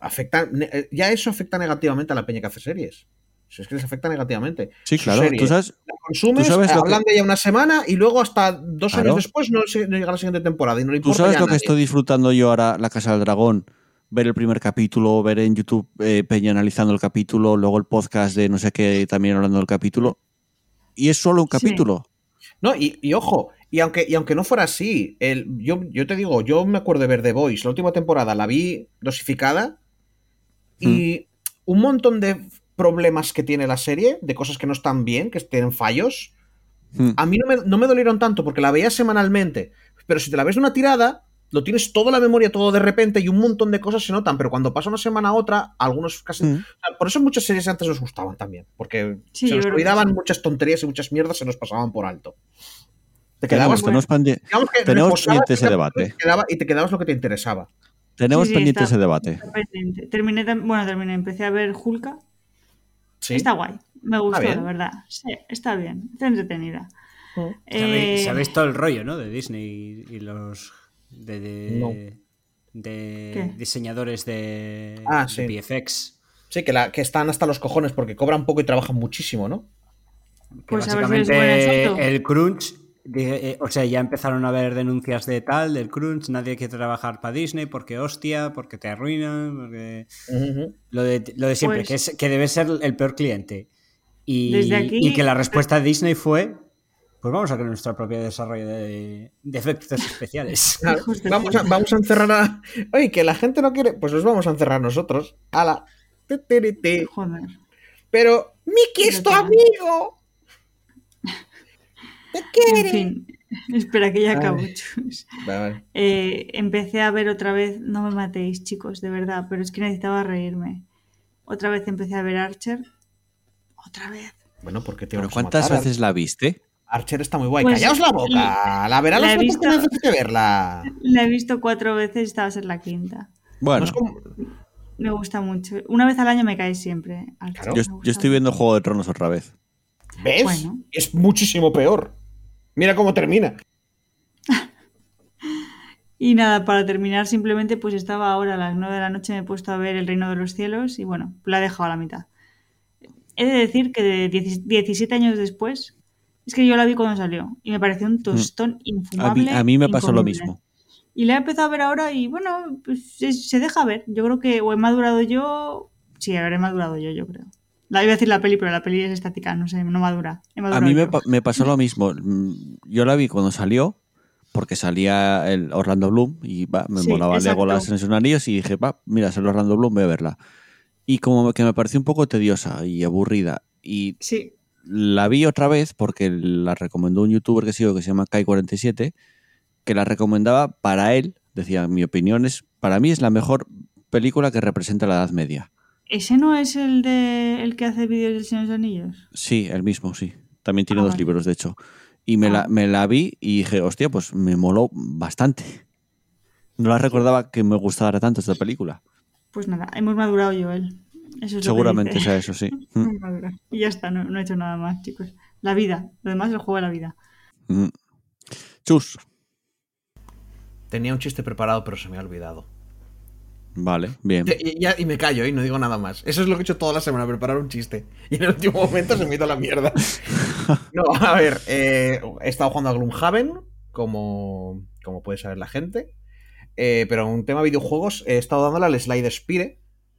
afecta, ya eso afecta negativamente a la peña que hace series. Es que les afecta negativamente. Sí, Su claro. serie, Tú sabes, la consumes, tú sabes lo hablan que... de ella una semana y luego hasta dos Claro. años después no, no llega la siguiente temporada y no le ¿Tú importa sabes ya lo a que nadie. estoy disfrutando yo ahora, La Casa del Dragón? Ver el primer capítulo, ver en YouTube eh, Peña analizando el capítulo, luego el podcast de no sé qué también hablando del capítulo. Y es solo un Sí. capítulo. No, y, y ojo, y aunque, y aunque no fuera así, el, yo, yo te digo, yo me acuerdo de ver The Voice, la última temporada la vi dosificada y mm. un montón de problemas que tiene la serie, de cosas que no están bien, que tienen fallos, mm. a mí no me, no me dolieron tanto porque la veía semanalmente, pero si te la ves de una tirada, lo tienes todo en la memoria, todo de repente y un montón de cosas se notan, pero cuando pasa una semana a otra, algunos casi... Mm. O sea, por eso muchas series antes nos gustaban también, porque sí, se nos olvidaban sí. muchas tonterías y muchas mierdas se nos pasaban por alto. Te quedabas... Tenemos, bueno, tenemos, digamos que tenemos pendiente ese debate. Te quedaba, y te quedabas lo que te interesaba. Tenemos sí, sí, pendiente está, ese debate. Pendiente. Terminé, bueno, terminé, empecé a ver Hulka. Sí. Está guay, me gustó, la verdad. Sí, está bien, está entretenida. Mm. Eh... ¿Sabéis, sabéis todo el rollo, ¿no? De Disney y los... de... de... No. de diseñadores de, ah, sí. de V F X. Sí, que, la, que están hasta los cojones porque cobran poco y trabajan muchísimo, ¿no? Que pues básicamente a ver si el crunch, eh, o sea, ya empezaron a haber denuncias de tal, del crunch, nadie quiere trabajar para Disney porque hostia, porque te arruinan, porque... Uh-huh. Lo, de, lo de siempre, pues, que, es, que debe ser el peor cliente. Y, desde aquí, y que la respuesta de Disney fue... Pues vamos a crear nuestro propio desarrollo de, de efectos especiales. vamos, a, vamos a encerrar a... Oye, que la gente no quiere... Pues los vamos a encerrar nosotros. ¡Hala! Joder. Pero, Mickey es tu amigo. ¿Te quiere? En fin, espera que ya acabo. Vale. Eh, empecé a ver otra vez... No me matéis, chicos, de verdad. Pero es que necesitaba reírme. Otra vez empecé a ver Archer. Otra vez. Bueno, porque te ¿Pero cuántas matar? veces la viste? Archer está muy guay. Pues, ¡callaos la boca! La verás las veces que necesite verla. La he visto cuatro veces y esta va a ser la quinta. Bueno. No es como... Me gusta mucho. Una vez al año me cae siempre. Claro. Yo, yo estoy viendo Juego de Tronos otra vez. ¿Ves? Bueno. Es muchísimo peor. Mira cómo termina. Y nada, para terminar, simplemente pues estaba ahora a las nueve de la noche, me he puesto a ver El Reino de los Cielos y bueno, la he dejado a la mitad. He de decir que de diecisiete años después... Es que yo la vi cuando salió y me pareció un tostón infumable. A mí, a mí me pasó incomible. Lo mismo. Y la he empezado a ver ahora y bueno, pues se, se deja ver. Yo creo que o he madurado yo... Sí, habré madurado yo, yo creo. La iba a decir la peli, pero la peli es estática, no sé, no madura. A mí me, me pasó lo mismo. Yo la vi cuando salió, porque salía el Orlando Bloom y va, me sí, molaba Legolas en sus anillos y dije, va, mira, sale Orlando Bloom, voy a verla. Y como que me pareció un poco tediosa y aburrida. Y... Sí. La vi otra vez porque la recomendó un youtuber que sigo que se llama Kai cuarenta y siete, que la recomendaba para él, decía, mi opinión es, para mí es la mejor película que representa la Edad Media. ¿Ese no es el de el que hace vídeos del Señor de los Anillos? Sí, el mismo, sí. También tiene ah, dos vale. libros, de hecho. Y me, ah. la, me la vi y dije, hostia, pues me moló bastante. No la recordaba que me gustara tanto esta película. Pues nada, hemos madurado, Joel. Eso es seguramente sea eso, sí. Y ya está, no, no he hecho nada más, chicos. La vida, lo demás es el juego de la vida. Mm. Chus. Tenía un chiste preparado, pero se me ha olvidado. Vale, bien. Y, ya, y me callo y no digo nada más. Eso es lo que he hecho toda la semana, preparar un chiste. Y en el último momento se me ha ido la mierda. No, a ver, eh, he estado jugando a Gloomhaven, como, como puede saber la gente. Eh, pero en un tema de videojuegos he estado dándole al Slide Spire.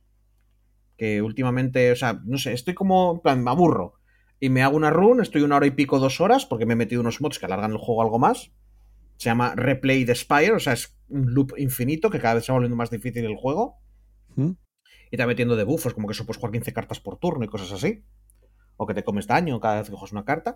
Que últimamente, o sea, no sé, estoy como, en plan, me aburro. Y me hago una run, estoy una hora y pico, dos horas, porque me he metido unos mods que alargan el juego algo más. Se llama Replay the Spire, o sea, es un loop infinito que cada vez se va volviendo más difícil el juego. ¿Mm? Y te va metiendo debuffos, como que eso puedes jugar quince cartas por turno y cosas así. O que te comes daño cada vez que juegas una carta.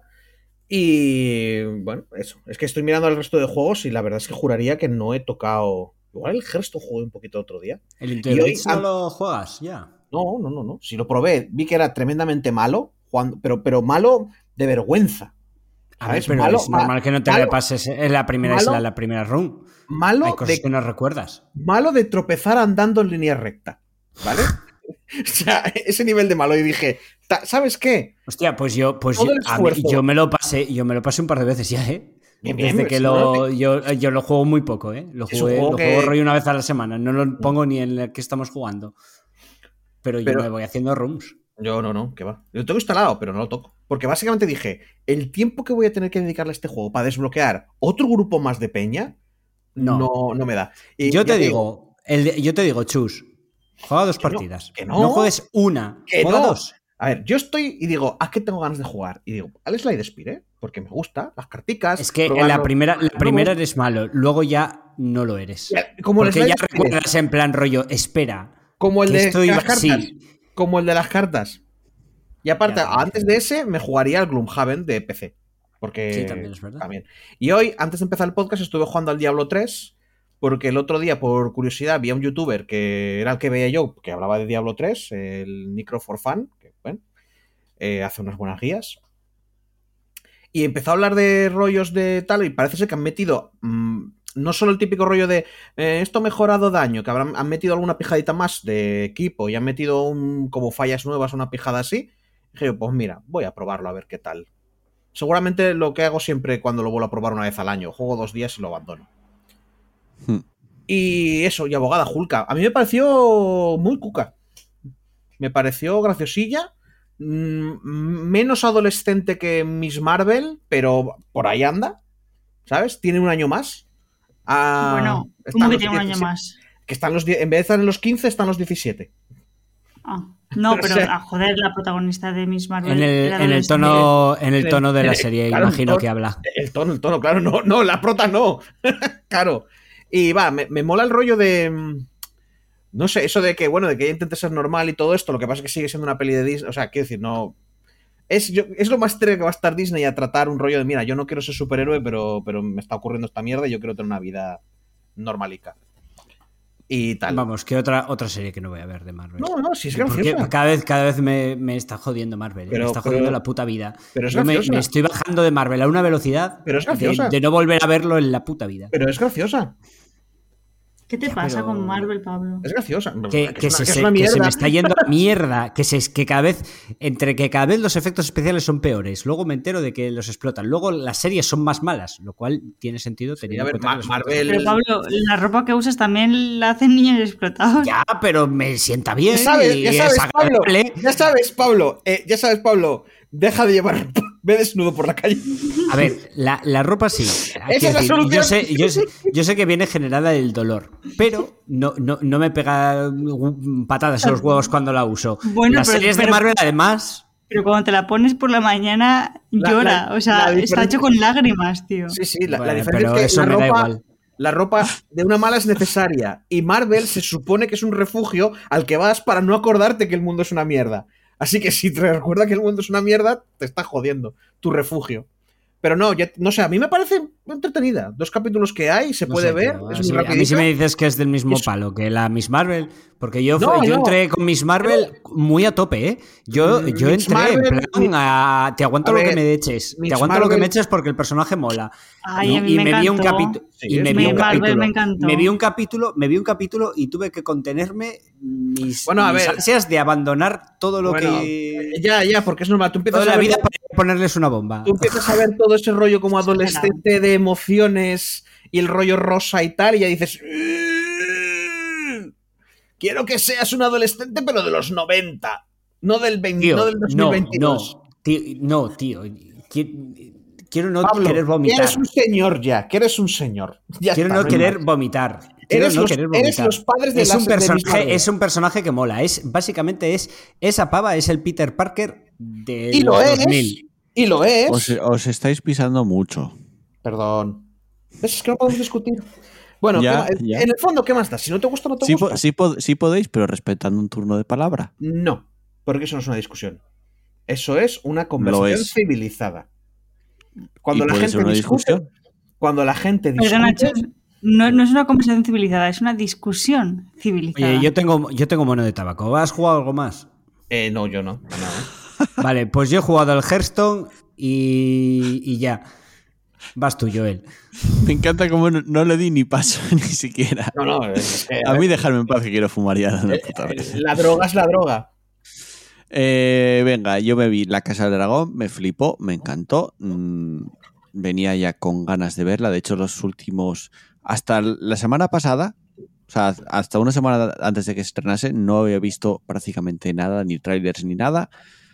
Y bueno, eso. Es que estoy mirando el resto de juegos y la verdad es que juraría que no he tocado... Igual el Hearthstone jugué un poquito otro día. ¿El Interblades no lo juegas ya? No, no, no, no. Si lo probé, vi que era tremendamente malo, jugando, pero, pero malo de vergüenza. A ver, pero malo, es normal que no te le pases en la primera malo, isla, la primera run. Malo Hay cosas de, que no recuerdas. Malo de tropezar andando en línea recta, ¿vale? O sea, ese nivel de malo. Y dije, ¿sabes qué? Hostia, pues yo, pues yo, a mí, yo me lo pasé, yo me lo pasé un par de veces ya, ¿eh? Bien, bien, Desde pues, que lo, yo, yo lo juego muy poco, ¿eh? Lo, Es un jugué, juego lo que- juego rollo una vez a la semana. No lo pongo ni en el que estamos jugando. Pero yo Pero- me voy haciendo rooms. Yo no, no, que va. Lo tengo instalado, pero no lo toco. Porque básicamente dije, el tiempo que voy a tener que dedicarle a este juego para desbloquear otro grupo más de peña, no, No. no, me da. Y Yo ya te digo, el de- yo te digo, Chus, juega dos Que no, partidas. que no. no. juegues una, Que juega no. dos. A ver, yo estoy y digo, ¿a qué tengo ganas de jugar? Y digo, al Slide Spire, porque me gusta, las carticas. Es que en probarlo. la primera, la Luego, primera eres malo, luego ya no lo eres. ya, como el Porque Slide ya Spire, recuerdas en plan rollo, espera. como el que de esto iba las cartas. así. Como el de las cartas. Y aparte, Ya, antes de ese, me jugaría al Gloomhaven de P C. Porque. Sí, también es verdad. También. Y hoy, antes de empezar el podcast, estuve jugando al Diablo tres. Porque el otro día, por curiosidad, vi a un youtuber que era el que veía yo, que hablaba de Diablo tres, el Necro for Fun, que bueno, eh, hace unas buenas guías. Y empezó a hablar de rollos de tal, y parece ser que han metido mmm, no solo el típico rollo de eh, esto ha mejorado daño, que habrán, han metido alguna pijadita más de equipo y han metido un, como fallas nuevas, una pijada así. Y dije, pues mira, voy a probarlo a ver qué tal. Seguramente lo que hago siempre cuando lo vuelvo a probar una vez al año, juego dos días y lo abandono. Hmm. Y eso, y abogada Julka. A mí me pareció muy cuca. Me pareció graciosilla. Mmm, menos adolescente que Miss Marvel, pero por ahí anda. ¿Sabes? Tiene un año más. Ah, Bueno, están ¿cómo que los tiene un año diecisiete más? Que están los die- en vez de estar en los quince, están los diecisiete. Ah, no, O pero sea- ah, joder, la protagonista de Miss Marvel. En el, era en el adolescente. tono, en el En el- tono de la en el- serie, claro, imagino el que habla. El tono, el tono, claro, no, no, la prota no. Claro. Y va, me, me mola el rollo de. mm, No sé, eso de que, bueno, de que ella intente ser normal y todo esto, lo que pasa es que sigue siendo una peli de Disney. O sea, quiero decir, no. Es, yo, es lo más serio que va a estar Disney a tratar un rollo de, mira, yo no quiero ser superhéroe, pero, pero me está ocurriendo esta mierda y yo quiero tener una vida normalica. Y tal. Vamos, que otra, otra serie que no voy a ver de Marvel. No, no, si es Porque graciosa. cada vez, cada vez me, me está jodiendo Marvel. ¿eh? Pero- me está pero- jodiendo la puta vida. pero es Yo me, graciosa. me estoy bajando de Marvel a una velocidad Pero es de, graciosa. de no volver a verlo en la puta vida. Pero es graciosa. ¿Qué te Ya, pasa pero- con Marvel, Pablo? Es graciosa. Que, es que una- se, que es se- una que se mierda. me está yendo a la mierda. Que, se, que cada vez, entre que cada vez los efectos especiales son peores, luego me entero de que los explotan, luego las series son más malas, lo cual tiene sentido teniendo a ver, en cuenta Ma- que los efectos Marvel- Pero Pablo, la ropa que usas también la hacen niños explotados. Ya, pero me sienta bien. Ya sabes, y ya es sabes, Pablo. agradable. Ya sabes, Pablo. eh, ya sabes, Pablo. Deja de llevar ropa. Ve desnudo por la calle. A ver, la, la ropa sí. Quiero es la decir, solución. Yo sé, yo, sé, yo sé que viene generada del dolor, pero no, no, no me pega patadas en los huevos cuando la uso. Bueno, Las pero- series de pero- Marvel, además. Pero cuando te la pones por la mañana, La- llora. la- o sea, la está diferencia- hecho con lágrimas, tío. Sí, sí, la, la Bueno, diferencia pero es que eso la me da ropa, igual. la ropa de una mala es necesaria. Y Marvel se supone que es un refugio al que vas para no acordarte que el mundo es una mierda. Así que si te recuerda que el mundo es una mierda, te está jodiendo tu refugio. Pero no, ya, no sé, a mí me parece entretenida. Dos capítulos que hay, se No puede sé, ver, tío, es así- muy a mí si rapidita. me dices que es del mismo Es- palo que la Miss Marvel, porque yo, No, yo no. entré con Miss Marvel muy a tope, ¿eh? Yo, Mm, yo Miss entré en Marvel- plan a, te aguanto A lo ver, que me eches, Miss te aguanto lo que Marvel- me eches porque el personaje mola. Ay, y a mí y me me vi un encantó. capítulo Sí, y me es vi muy un Marvel capítulo. me encantó. Me vi un capítulo, me vi un capítulo y tuve que contenerme mis, Bueno, a mis ver. ansias de abandonar todo lo Bueno, que Ya, ya, porque es normal. Tú empiezas toda a la ver vida todo- para ponerles una bomba. Tú empiezas a ver todo ese rollo como adolescente de emociones y el rollo rosa y tal, y ya dices. "Mm, Quiero que seas un adolescente, pero de los noventa, no del, veinte, Tío, no del no, dos mil veintidós. no, tío, no, tío. Qui- Quiero no Pablo, querer que vomitar. eres un señor ya, que eres un señor. Ya Quiero está, no hay querer más. vomitar. Quiero Eres no los- querer eres vomitar. los padres de es, las- un de Miss Marvel. personaje, es un personaje que mola. Es, básicamente es esa pava, es el Peter Parker de Y lo los es. dos mil. Y lo es. Os, os estáis pisando mucho. Perdón. ¿Ves? Es que no podemos discutir. Bueno, Ya, ¿qué ma- ya. en el fondo, ¿qué más da? Si no te gusta, no te Sí, gusta. po- sí po- sí podéis, pero respetando un turno de palabra. No, porque eso no es una discusión. Eso es una conversación es. civilizada. Cuando ¿Y la puede gente ser una discute, discusión? cuando la gente discute, Perdona, Chus, no, no es una conversación civilizada, es una discusión civilizada. Oye, yo tengo, yo tengo mono de tabaco. ¿Has jugado algo más? eh, no, yo no. no, no. Vale, pues yo he jugado al Hearthstone y, y ya. Vas tú, Joel. Me encanta como no, no le di ni paso ni siquiera. No, no, es que, A mí dejarme en paz que quiero fumar ya de una puta eh, vez. la droga es la droga. Eh, venga, yo me vi La Casa del Dragón, me flipó, me encantó. Mm, venía ya con ganas de verla. De hecho, los últimos... Hasta la semana pasada, o sea, hasta una semana antes de que se estrenase, no había visto prácticamente nada, ni trailers ni nada.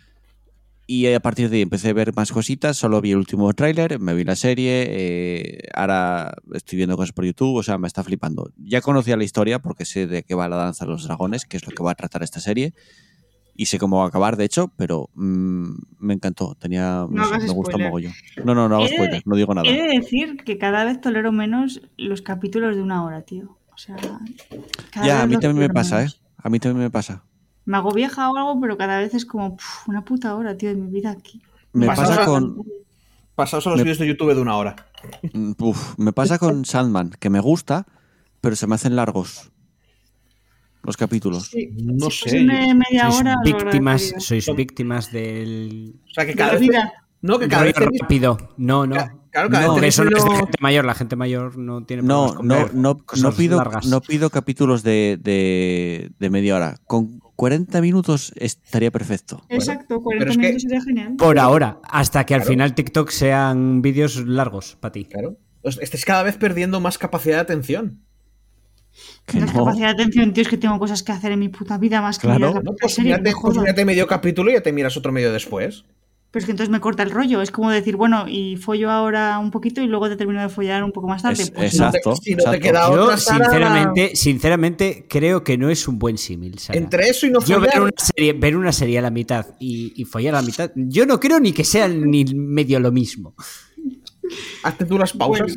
Y a partir de ahí empecé a ver más cositas. Solo vi el último tráiler, me vi la serie, eh, ahora estoy viendo cosas por YouTube, o sea, me está flipando. Ya conocía la historia porque sé de qué va la danza de los dragones, que es lo que va a tratar esta serie, y sé cómo va a acabar, de hecho, pero mmm, me encantó. Tenía, no No sé, hagas me gustó spoiler. mogollón. No, no, no hago He de- spoiler, no digo nada. He de decir que cada vez tolero menos los capítulos de una hora, tío. O sea, cada Ya, vez a mí los también me tolero pasa, ¿eh? menos. A mí también me pasa. Me hago vieja o algo, pero cada vez es como puf, una puta hora, tío, de mi vida aquí. Me Pasaos pasa a- con... Pasaos a los Me- vídeos de YouTube de una hora. mm, uf, me pasa con Sandman, que me gusta, pero se me hacen largos los capítulos. Sí, No si sé, fuesen de media Sois hora, lo víctimas, agradecería. sois Son- víctimas del O sea, que De cada la vez... vida. No, que cada rollo vez tenéis- rápido. No, no. Ca- Claro, cada No, vez Que tenéis eso no es de menos- gente mayor. La gente mayor no tiene problemas No, con no, ver no, cosas no pido, largas. no pido capítulos de, de, de media hora. Con cuarenta minutos estaría perfecto. Exacto, pero cuarenta es que- minutos sería genial. Por ahora, hasta que al Claro. final TikTok sean vídeos largos para ti. Claro. Os- Estáis cada vez perdiendo más capacidad de atención. Que La no. capacidad de atención, tío, es que tengo cosas que hacer en mi puta vida más que Claro. mirar la No, puta pues serie, que mírate, me pues jodan. mírate medio capítulo y ya te miras otro medio después. Pero es que entonces me corta el rollo. Es como decir, bueno, y follo ahora un poquito y luego te termino de follar un poco más tarde. Es- Pues Si no te- Exacto, si no te exacto. queda Yo, otra, Sara, sinceramente, sinceramente, creo que no es un buen símil, Sara. entre eso y no Yo follar, ver una, serie, ver una serie a la mitad y, y follar a la mitad, yo no creo ni que sea ni medio lo mismo. hazte tú las pausas.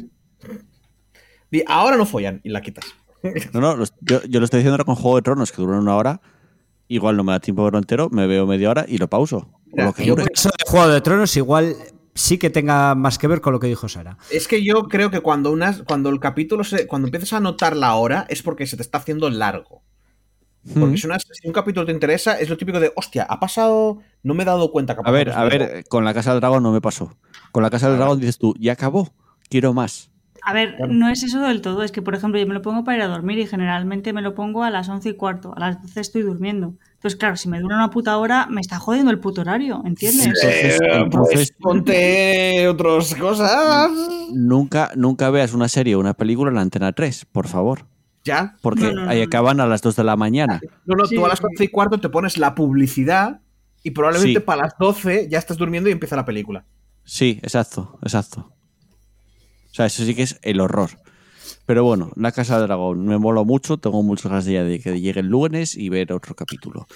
Di, ahora no follan y la quitas. No, no, los- yo, yo lo estoy diciendo ahora con Juego de Tronos, que duran una hora. Igual no me da tiempo de verlo entero, me veo media hora y lo pauso. O Mira, lo que yo dure. En el caso de Juego de Tronos, igual sí que tenga más que ver con lo que dijo Sara. Es que yo creo que cuando unas, cuando el capítulo se, cuando empiezas a notar la hora es porque se te está haciendo largo. Porque Mm. si, una- si un capítulo te interesa, es lo típico de, hostia, ha pasado, no me he dado cuenta que ha A pasado ver, tres a minutos". ver, con la Casa del Dragón no me pasó. Con la Casa del Ah. Dragón dices tú, ya acabó, quiero más. A ver, Claro. no es eso del todo. Es que, por ejemplo, yo me lo pongo para ir a dormir y generalmente me lo pongo a las once y cuarto. A las doce estoy durmiendo. Entonces, claro, si me dura una puta hora, me está jodiendo el puto horario, ¿entiendes? Entonces, Eh, entonces pues ponte otras cosas. nunca, nunca veas una serie o una película en la Antena tres, por favor. Ya. Porque No, no, no, ahí no. acaban a las dos de la mañana. No, no, Sí. tú a las once y cuarto te pones la publicidad y probablemente Sí. para las doce ya estás durmiendo y empieza la película. Sí, exacto, exacto. O sea, eso sí que es el horror. Pero bueno, La Casa del Dragón me mola mucho. Tengo muchas ganas ya de que llegue el lunes y ver otro capítulo.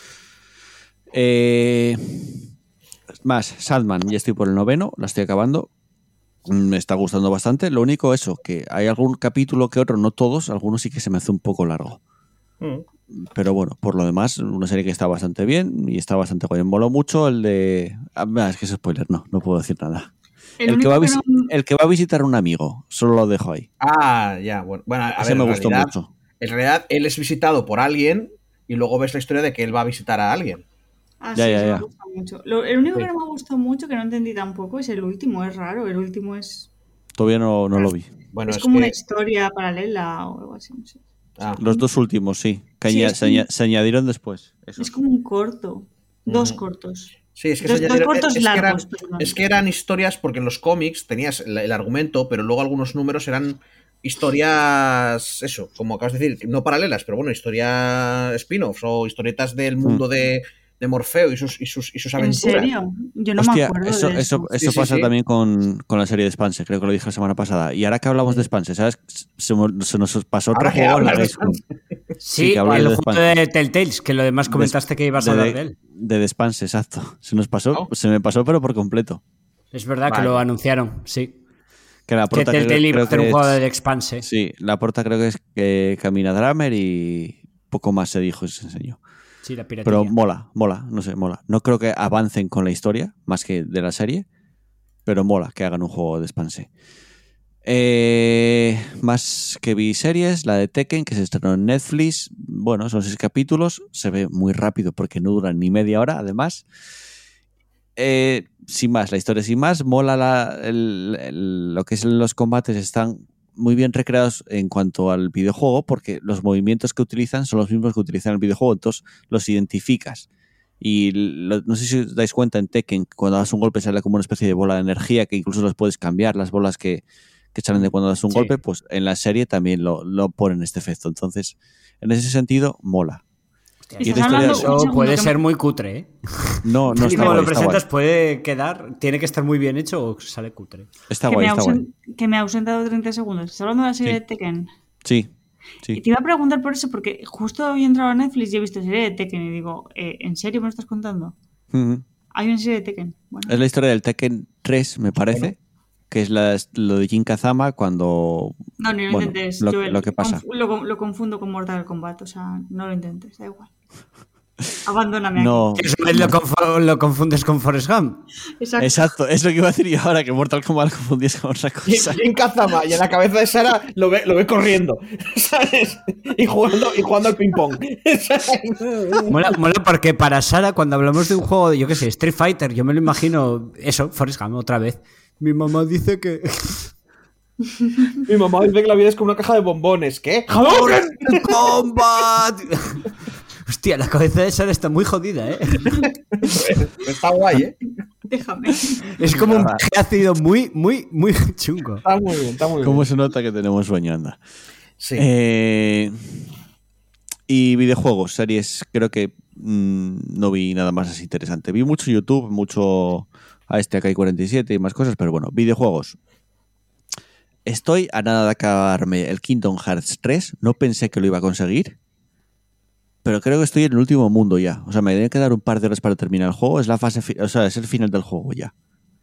Eh, más, Sandman, ya estoy por el noveno, la estoy acabando. Me está gustando bastante. Lo único eso, que hay algún capítulo que otro, no todos, algunos sí que se me hace un poco largo. Pero bueno, por lo demás, una serie que está bastante bien y está bastante guay. Me moló mucho el de... Ah, es que es spoiler, no, no puedo decir nada. El El que, único va a que visi- no- el que va a visitar a un amigo, solo lo dejo ahí. Ah, ya, bueno. Bueno, a Ese ver, me en gustó realidad- mucho. En realidad, él es visitado por alguien y luego ves la historia de que él va a visitar a alguien. Ah, Ya, sí, ya, eso ya. me gusta mucho. Lo- el único Sí. que no me gustó mucho, que no entendí tampoco, es el último. Es raro. El último es, Todavía no, no lo vi. Bueno, es es, como que... una historia paralela o algo así. No sé. Ah, Los dos últimos, sí. Que Sí, aña- es se, un- aña- se añadieron después. Esos. Es como un corto. Dos Ujú. cortos. sí, es que, Dos- se dos añadieron- cortos es que eran, largos, perdón. es que eran historias, porque en los cómics tenías el, el argumento, pero luego algunos números eran historias, eso, como acabas de decir, no paralelas, pero bueno, historias spin-offs o historietas del mundo de, de Morfeo y sus, y sus, y sus ¿En aventuras. serio? Yo no me Hostia, acuerdo eso, de eso, eso. eso Sí, sí, pasa sí. también con, con la serie de Spanse, creo que lo dije la semana pasada. Y ahora que hablamos de Spanse, ¿sabes? Se, mo- se nos pasó otro Ahora que juego en la hablas de Gamescom. Sí, que hablas el de juego Spans. de Telltales, que lo demás comentaste que ibas a hablar de él. De Despanse, exacto. Se nos pasó, Oh. se me pasó, pero por completo. Es verdad Vale. que lo anunciaron, sí. Que la Que porta creo, Telltale iba a creo hacer un que juego es- de Expanse. Sí, la porta creo que es que Camina Dramer y poco más se dijo y se enseñó. Sí, la piratería. Pero mola, mola, no sé, mola. No creo que avancen con la historia, más que de la serie, pero mola que hagan un juego de Spanse. Eh, más que vi series, la de Tekken, que se estrenó en Netflix. Bueno, son seis capítulos, se ve muy rápido porque no duran ni media hora, además. Eh, sin más, la historia sin más, mola la, el- el- lo que es los combates, están muy bien recreados en cuanto al videojuego, porque los movimientos que utilizan son los mismos que utilizan en el videojuego, entonces los identificas. Y lo, no sé si os dais cuenta en Tekken, cuando das un golpe sale como una especie de bola de energía que incluso las puedes cambiar, las bolas que, que salen de cuando das un Sí. golpe, pues en la serie también lo, lo ponen este efecto. Entonces, en ese sentido, mola. Hostia, Y Estás esta historia- hablando- un eso segundo, puede que ser me- muy cutre, ¿eh? No, no Y está como guay, lo está presentas guay. puede quedar, tiene que estar muy bien hecho o sale cutre. Está que, guay, me está guay. ausen- que me ha ausentado treinta segundos. ¿Estás hablando de la serie Sí. de Tekken? Sí, Y sí. te iba a preguntar por eso, porque justo había entrado a Netflix y he visto serie de Tekken y digo, eh, ¿en serio me lo estás contando? Ujú. Hay una serie de Tekken. Bueno, Es la historia del Tekken tres, me parece, Bueno. que es la, lo de Jin Kazama cuando... no, ni lo bueno, intentes. lo- Joel. lo que pasa. Conf- Lo, lo confundo con Mortal Kombat, o sea, no lo intentes, da igual. Abandóname No, Que eso es lo, conf- lo confundes con Forrest Gump. aquí. Exacto. exacto, es lo que iba a decir yo ahora, que Mortal Kombat lo confundías con otra Y cosa. en Kazama y en la cabeza de Sara lo ve, lo ve corriendo, ¿sabes? Y jugando, y jugando al ping-pong. Mola, mola porque para Sara, cuando hablamos de un juego, yo qué sé, Street Fighter, yo me lo imagino, eso, Forrest Gump otra vez. Mi mamá dice que... Mi mamá dice que la vida es como una caja de bombones. ¿Qué? ¡Hadouken! ¡Combat! Hostia, la cabeza de Sara está muy jodida, ¿eh? Está guay, ¿eh? Déjame. Es como un viaje ácido muy, muy, muy chungo. Está muy bien, está muy bien. ¿Cómo se nota que tenemos sueño, anda? Sí. Eh, y videojuegos, series, creo que mmm, no vi nada más así interesante. Vi mucho YouTube, mucho a este A K cuarenta y siete y más cosas, pero bueno, videojuegos. Estoy a nada de acabarme el Kingdom Hearts tres. No pensé que lo iba a conseguir, pero creo que estoy en el último mundo ya. O sea, me deben quedar un par de horas para terminar el juego. Es la fase, fi- o sea, es el final del juego ya.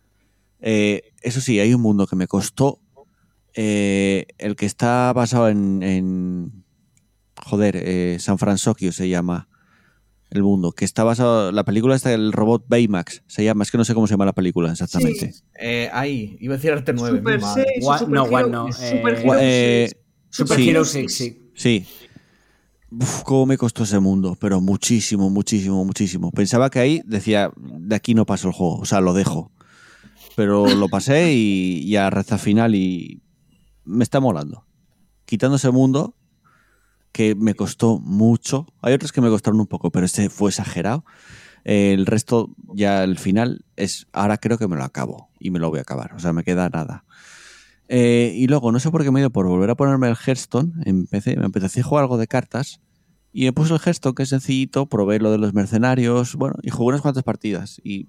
Eh, eso sí, hay un mundo que me costó. Eh, el que está basado en, en joder, eh, San Francisco se llama el mundo, que está basado, la película está el robot Baymax, se llama, es que no sé cómo se llama la película exactamente. Eh, ahí, iba a decir Arte nueve. Super mi madre. seis, Gua- Super no, Hero- One no, Super eh, Hero eh, seis. Super Sí. Hero seis, sí. Sí. Uf, cómo me costó ese mundo, pero muchísimo, muchísimo, muchísimo. Pensaba que ahí decía, de aquí no paso el juego, o sea, lo dejo. Pero lo pasé y ya reza final y me está molando. Quitando ese mundo que me costó mucho. Hay otros que me costaron un poco, pero este fue exagerado. Eh, el resto, ya el final, es ahora creo que me lo acabo y me lo voy a acabar. O sea, me queda nada. Eh, y luego, no sé por qué me he ido por volver a ponerme el Hearthstone en P C. Me empecé a jugar algo de cartas y me puse el Hearthstone, que es sencillito. Probé lo de los mercenarios, bueno, y jugué unas cuantas partidas. Y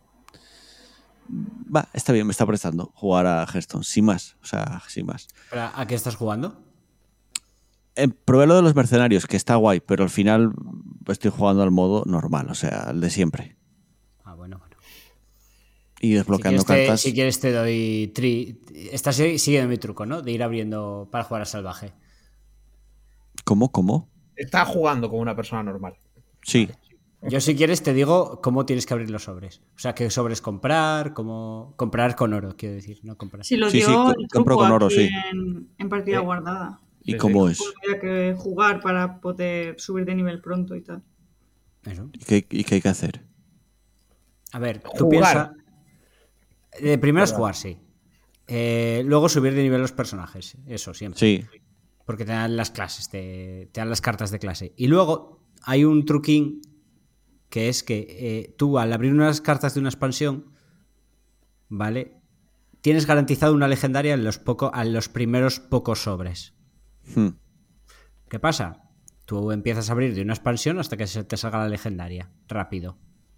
va, está bien, me está prestando jugar a Hearthstone, sin más. O sea, sin más. Pero, ¿a qué estás jugando? Eh, probé lo de los mercenarios, que está guay, pero al final estoy jugando al modo normal, o sea, el de siempre. Ah, bueno, bueno. Y Si desbloqueando quieres, te, cartas. si quieres te doy tri... Estás siguiendo mi truco, ¿no? De ir abriendo para jugar a salvaje. ¿Cómo? ¿Cómo? Está jugando como una persona normal. Sí. Yo si quieres te digo cómo tienes que abrir los sobres. O sea, qué sobres comprar, cómo... Comprar con oro, quiero decir, no comprar. Si lo Sí, dio sí, co- el compro truco con oro, aquí sí. en, en partida Sí. guardada. ¿Y Sí, cómo sí. es? Había que jugar para poder subir de nivel pronto y tal. Eso. ¿Y qué, y qué hay que hacer? A ver, tú Jugar. piensas... De primero es jugar, sí. Eh, luego subir de nivel los personajes, eso siempre. Sí. Porque te dan las clases, te, te dan las cartas de clase. Y luego hay un truquín que es que eh, tú al abrir unas cartas de una expansión, ¿vale? Tienes garantizado una legendaria en los, poco, en los primeros pocos sobres. Hmm. ¿Qué pasa? Tú empiezas a abrir de una expansión hasta que se te salga la legendaria, rápido.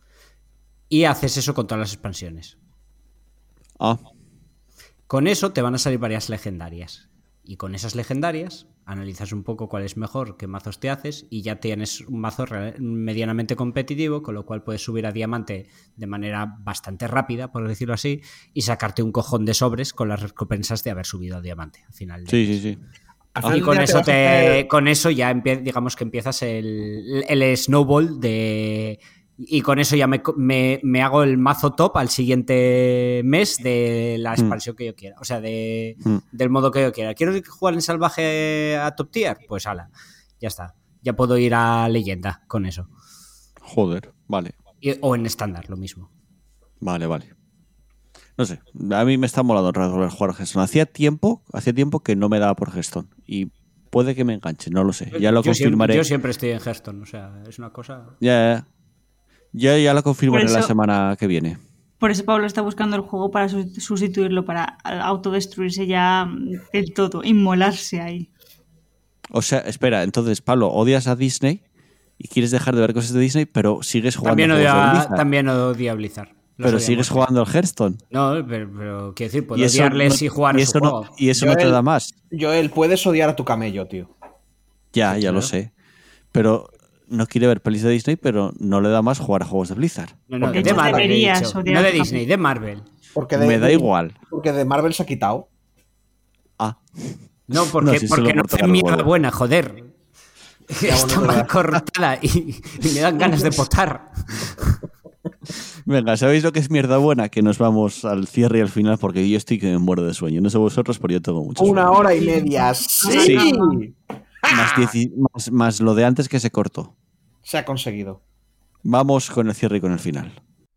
Y haces eso con todas las expansiones. Ah, Con eso te van a salir varias legendarias. Y con esas legendarias analizas un poco cuál es mejor, qué mazos te haces y ya tienes un mazo re- medianamente competitivo, con lo cual puedes subir a diamante de manera bastante rápida, por decirlo así, y sacarte un cojón de sobres con las recompensas de haber subido a diamante al final. del sí, mes. sí, sí. Al Y final con del día eso, vas a te, hacer- con eso ya empie- digamos que empiezas el, el snowball de... Y con eso ya me, me, me hago el mazo top al siguiente mes de la expansión que yo quiera. O sea, de, Hmm. del modo que yo quiera. ¿Quiero jugar en salvaje a top tier? Pues ala, ya está. Ya puedo ir a leyenda con eso. Joder, vale. Y- o en estándar, lo mismo. Vale, vale. No sé, a mí me está molando volver a jugar a Hearthstone. Hacía tiempo, hacía tiempo que no me daba por Hearthstone y puede que me enganche, no lo sé. Ya lo yo, siempre, confirmaré. yo siempre estoy en Hearthstone, o sea, es una cosa... Ya, ya. Ya, ya lo confirmaré Por eso- la semana que viene. Por eso Pablo está buscando el juego para sus- sustituirlo, para autodestruirse ya mm, del todo, inmolarse ahí. O sea, espera, entonces, Pablo, odias a Disney y quieres dejar de ver cosas de Disney, pero sigues jugando También juegos de odia, Blizzard. también odia Blizzard. Los Pero odia sigues mucho. jugando al Hearthstone. No, pero, pero quiero decir, puedo Y eso odiarles no- y jugar y a eso su no, juego. y eso no te Joel- da más. Joel, puedes odiar a tu camello, tío. Ya, Sí, ya lo claro. sé. Pero no quiere ver pelis de Disney, pero no le da más jugar a juegos de Blizzard. No, no, Porque de hecho, Marvel, he deberías dicho. odiar No de a tu Disney, de Marvel. Porque de, Me da de- igual. Porque de Marvel se ha quitado. Ah, No, porque No, sí, solo porque no por tocar hacen el mierda huevo. buena, joder. bueno, Está es mal verdad. cortada y, y me dan ganas de potar. venga, ¿sabéis lo que es mierda buena? Que nos vamos al cierre y al final porque yo estoy que me muero de sueño. No sé vosotros, pero yo tengo mucho Una sueño. hora y media. ¡Sí! Sí. Más, dieci- más, más lo de antes que se cortó. Se ha conseguido. Vamos con el cierre y con el final.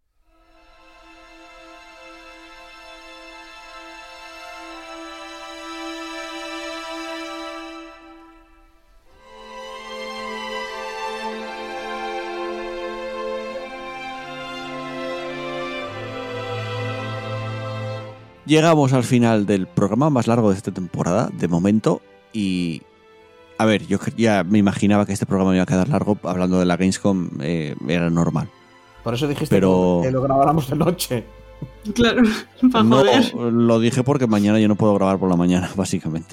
Llegamos al final del programa más largo de esta temporada, de momento, y a ver, yo ya me imaginaba que este programa iba a quedar largo, hablando de la Gamescom, eh, era normal. Por eso dijiste Pero- que lo grabáramos de noche. Claro, para No, joder. lo dije porque mañana yo no puedo grabar por la mañana, básicamente.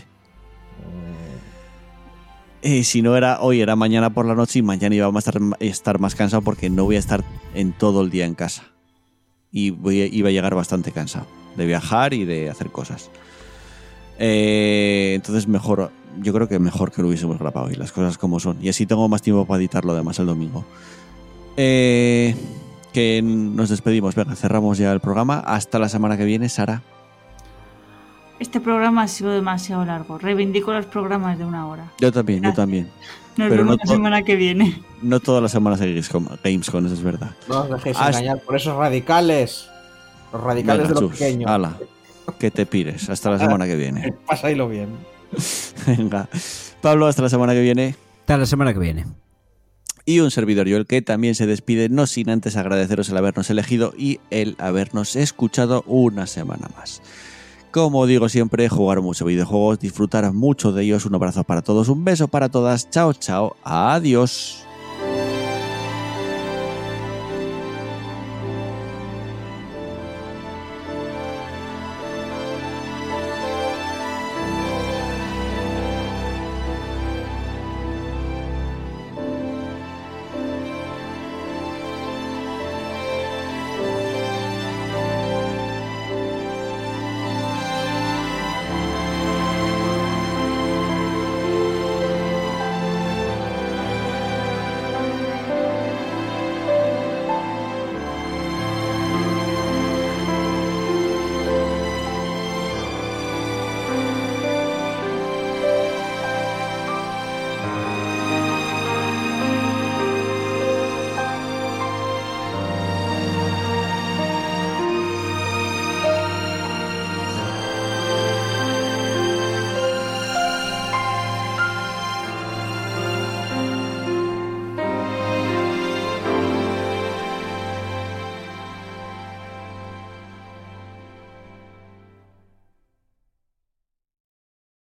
Y si no era hoy, era mañana por la noche y mañana iba a estar, estar más cansado porque no voy a estar en todo el día en casa. Y voy a- iba a llegar bastante cansado de viajar y de hacer cosas. Eh, entonces mejor, yo creo que mejor que lo hubiésemos grabado y las cosas como son. Y así tengo más tiempo para editarlo además el domingo. Eh, que nos despedimos, venga, cerramos ya el programa. Hasta la semana que viene, Sara. Este programa ha sido demasiado largo. Reivindico los programas de una hora. Yo también, yo también. Nos Pero vemos no la to- semana que viene. No todas las semanas hay Gamescom, Gamescom, eso es verdad. No os dejéis Hasta- engañar por esos radicales. Los radicales Venga, de lo chus, pequeño. ala, que te pires. Hasta la semana que viene. Pasáislo bien. Venga. Pablo, hasta la semana que viene. Hasta la semana que viene. Y un servidor, Joel, que también se despide, no sin antes agradeceros el habernos elegido y el habernos escuchado una semana más. Como digo siempre, jugar mucho videojuegos, disfrutar mucho de ellos. Un abrazo para todos, un beso para todas. Chao, chao, adiós.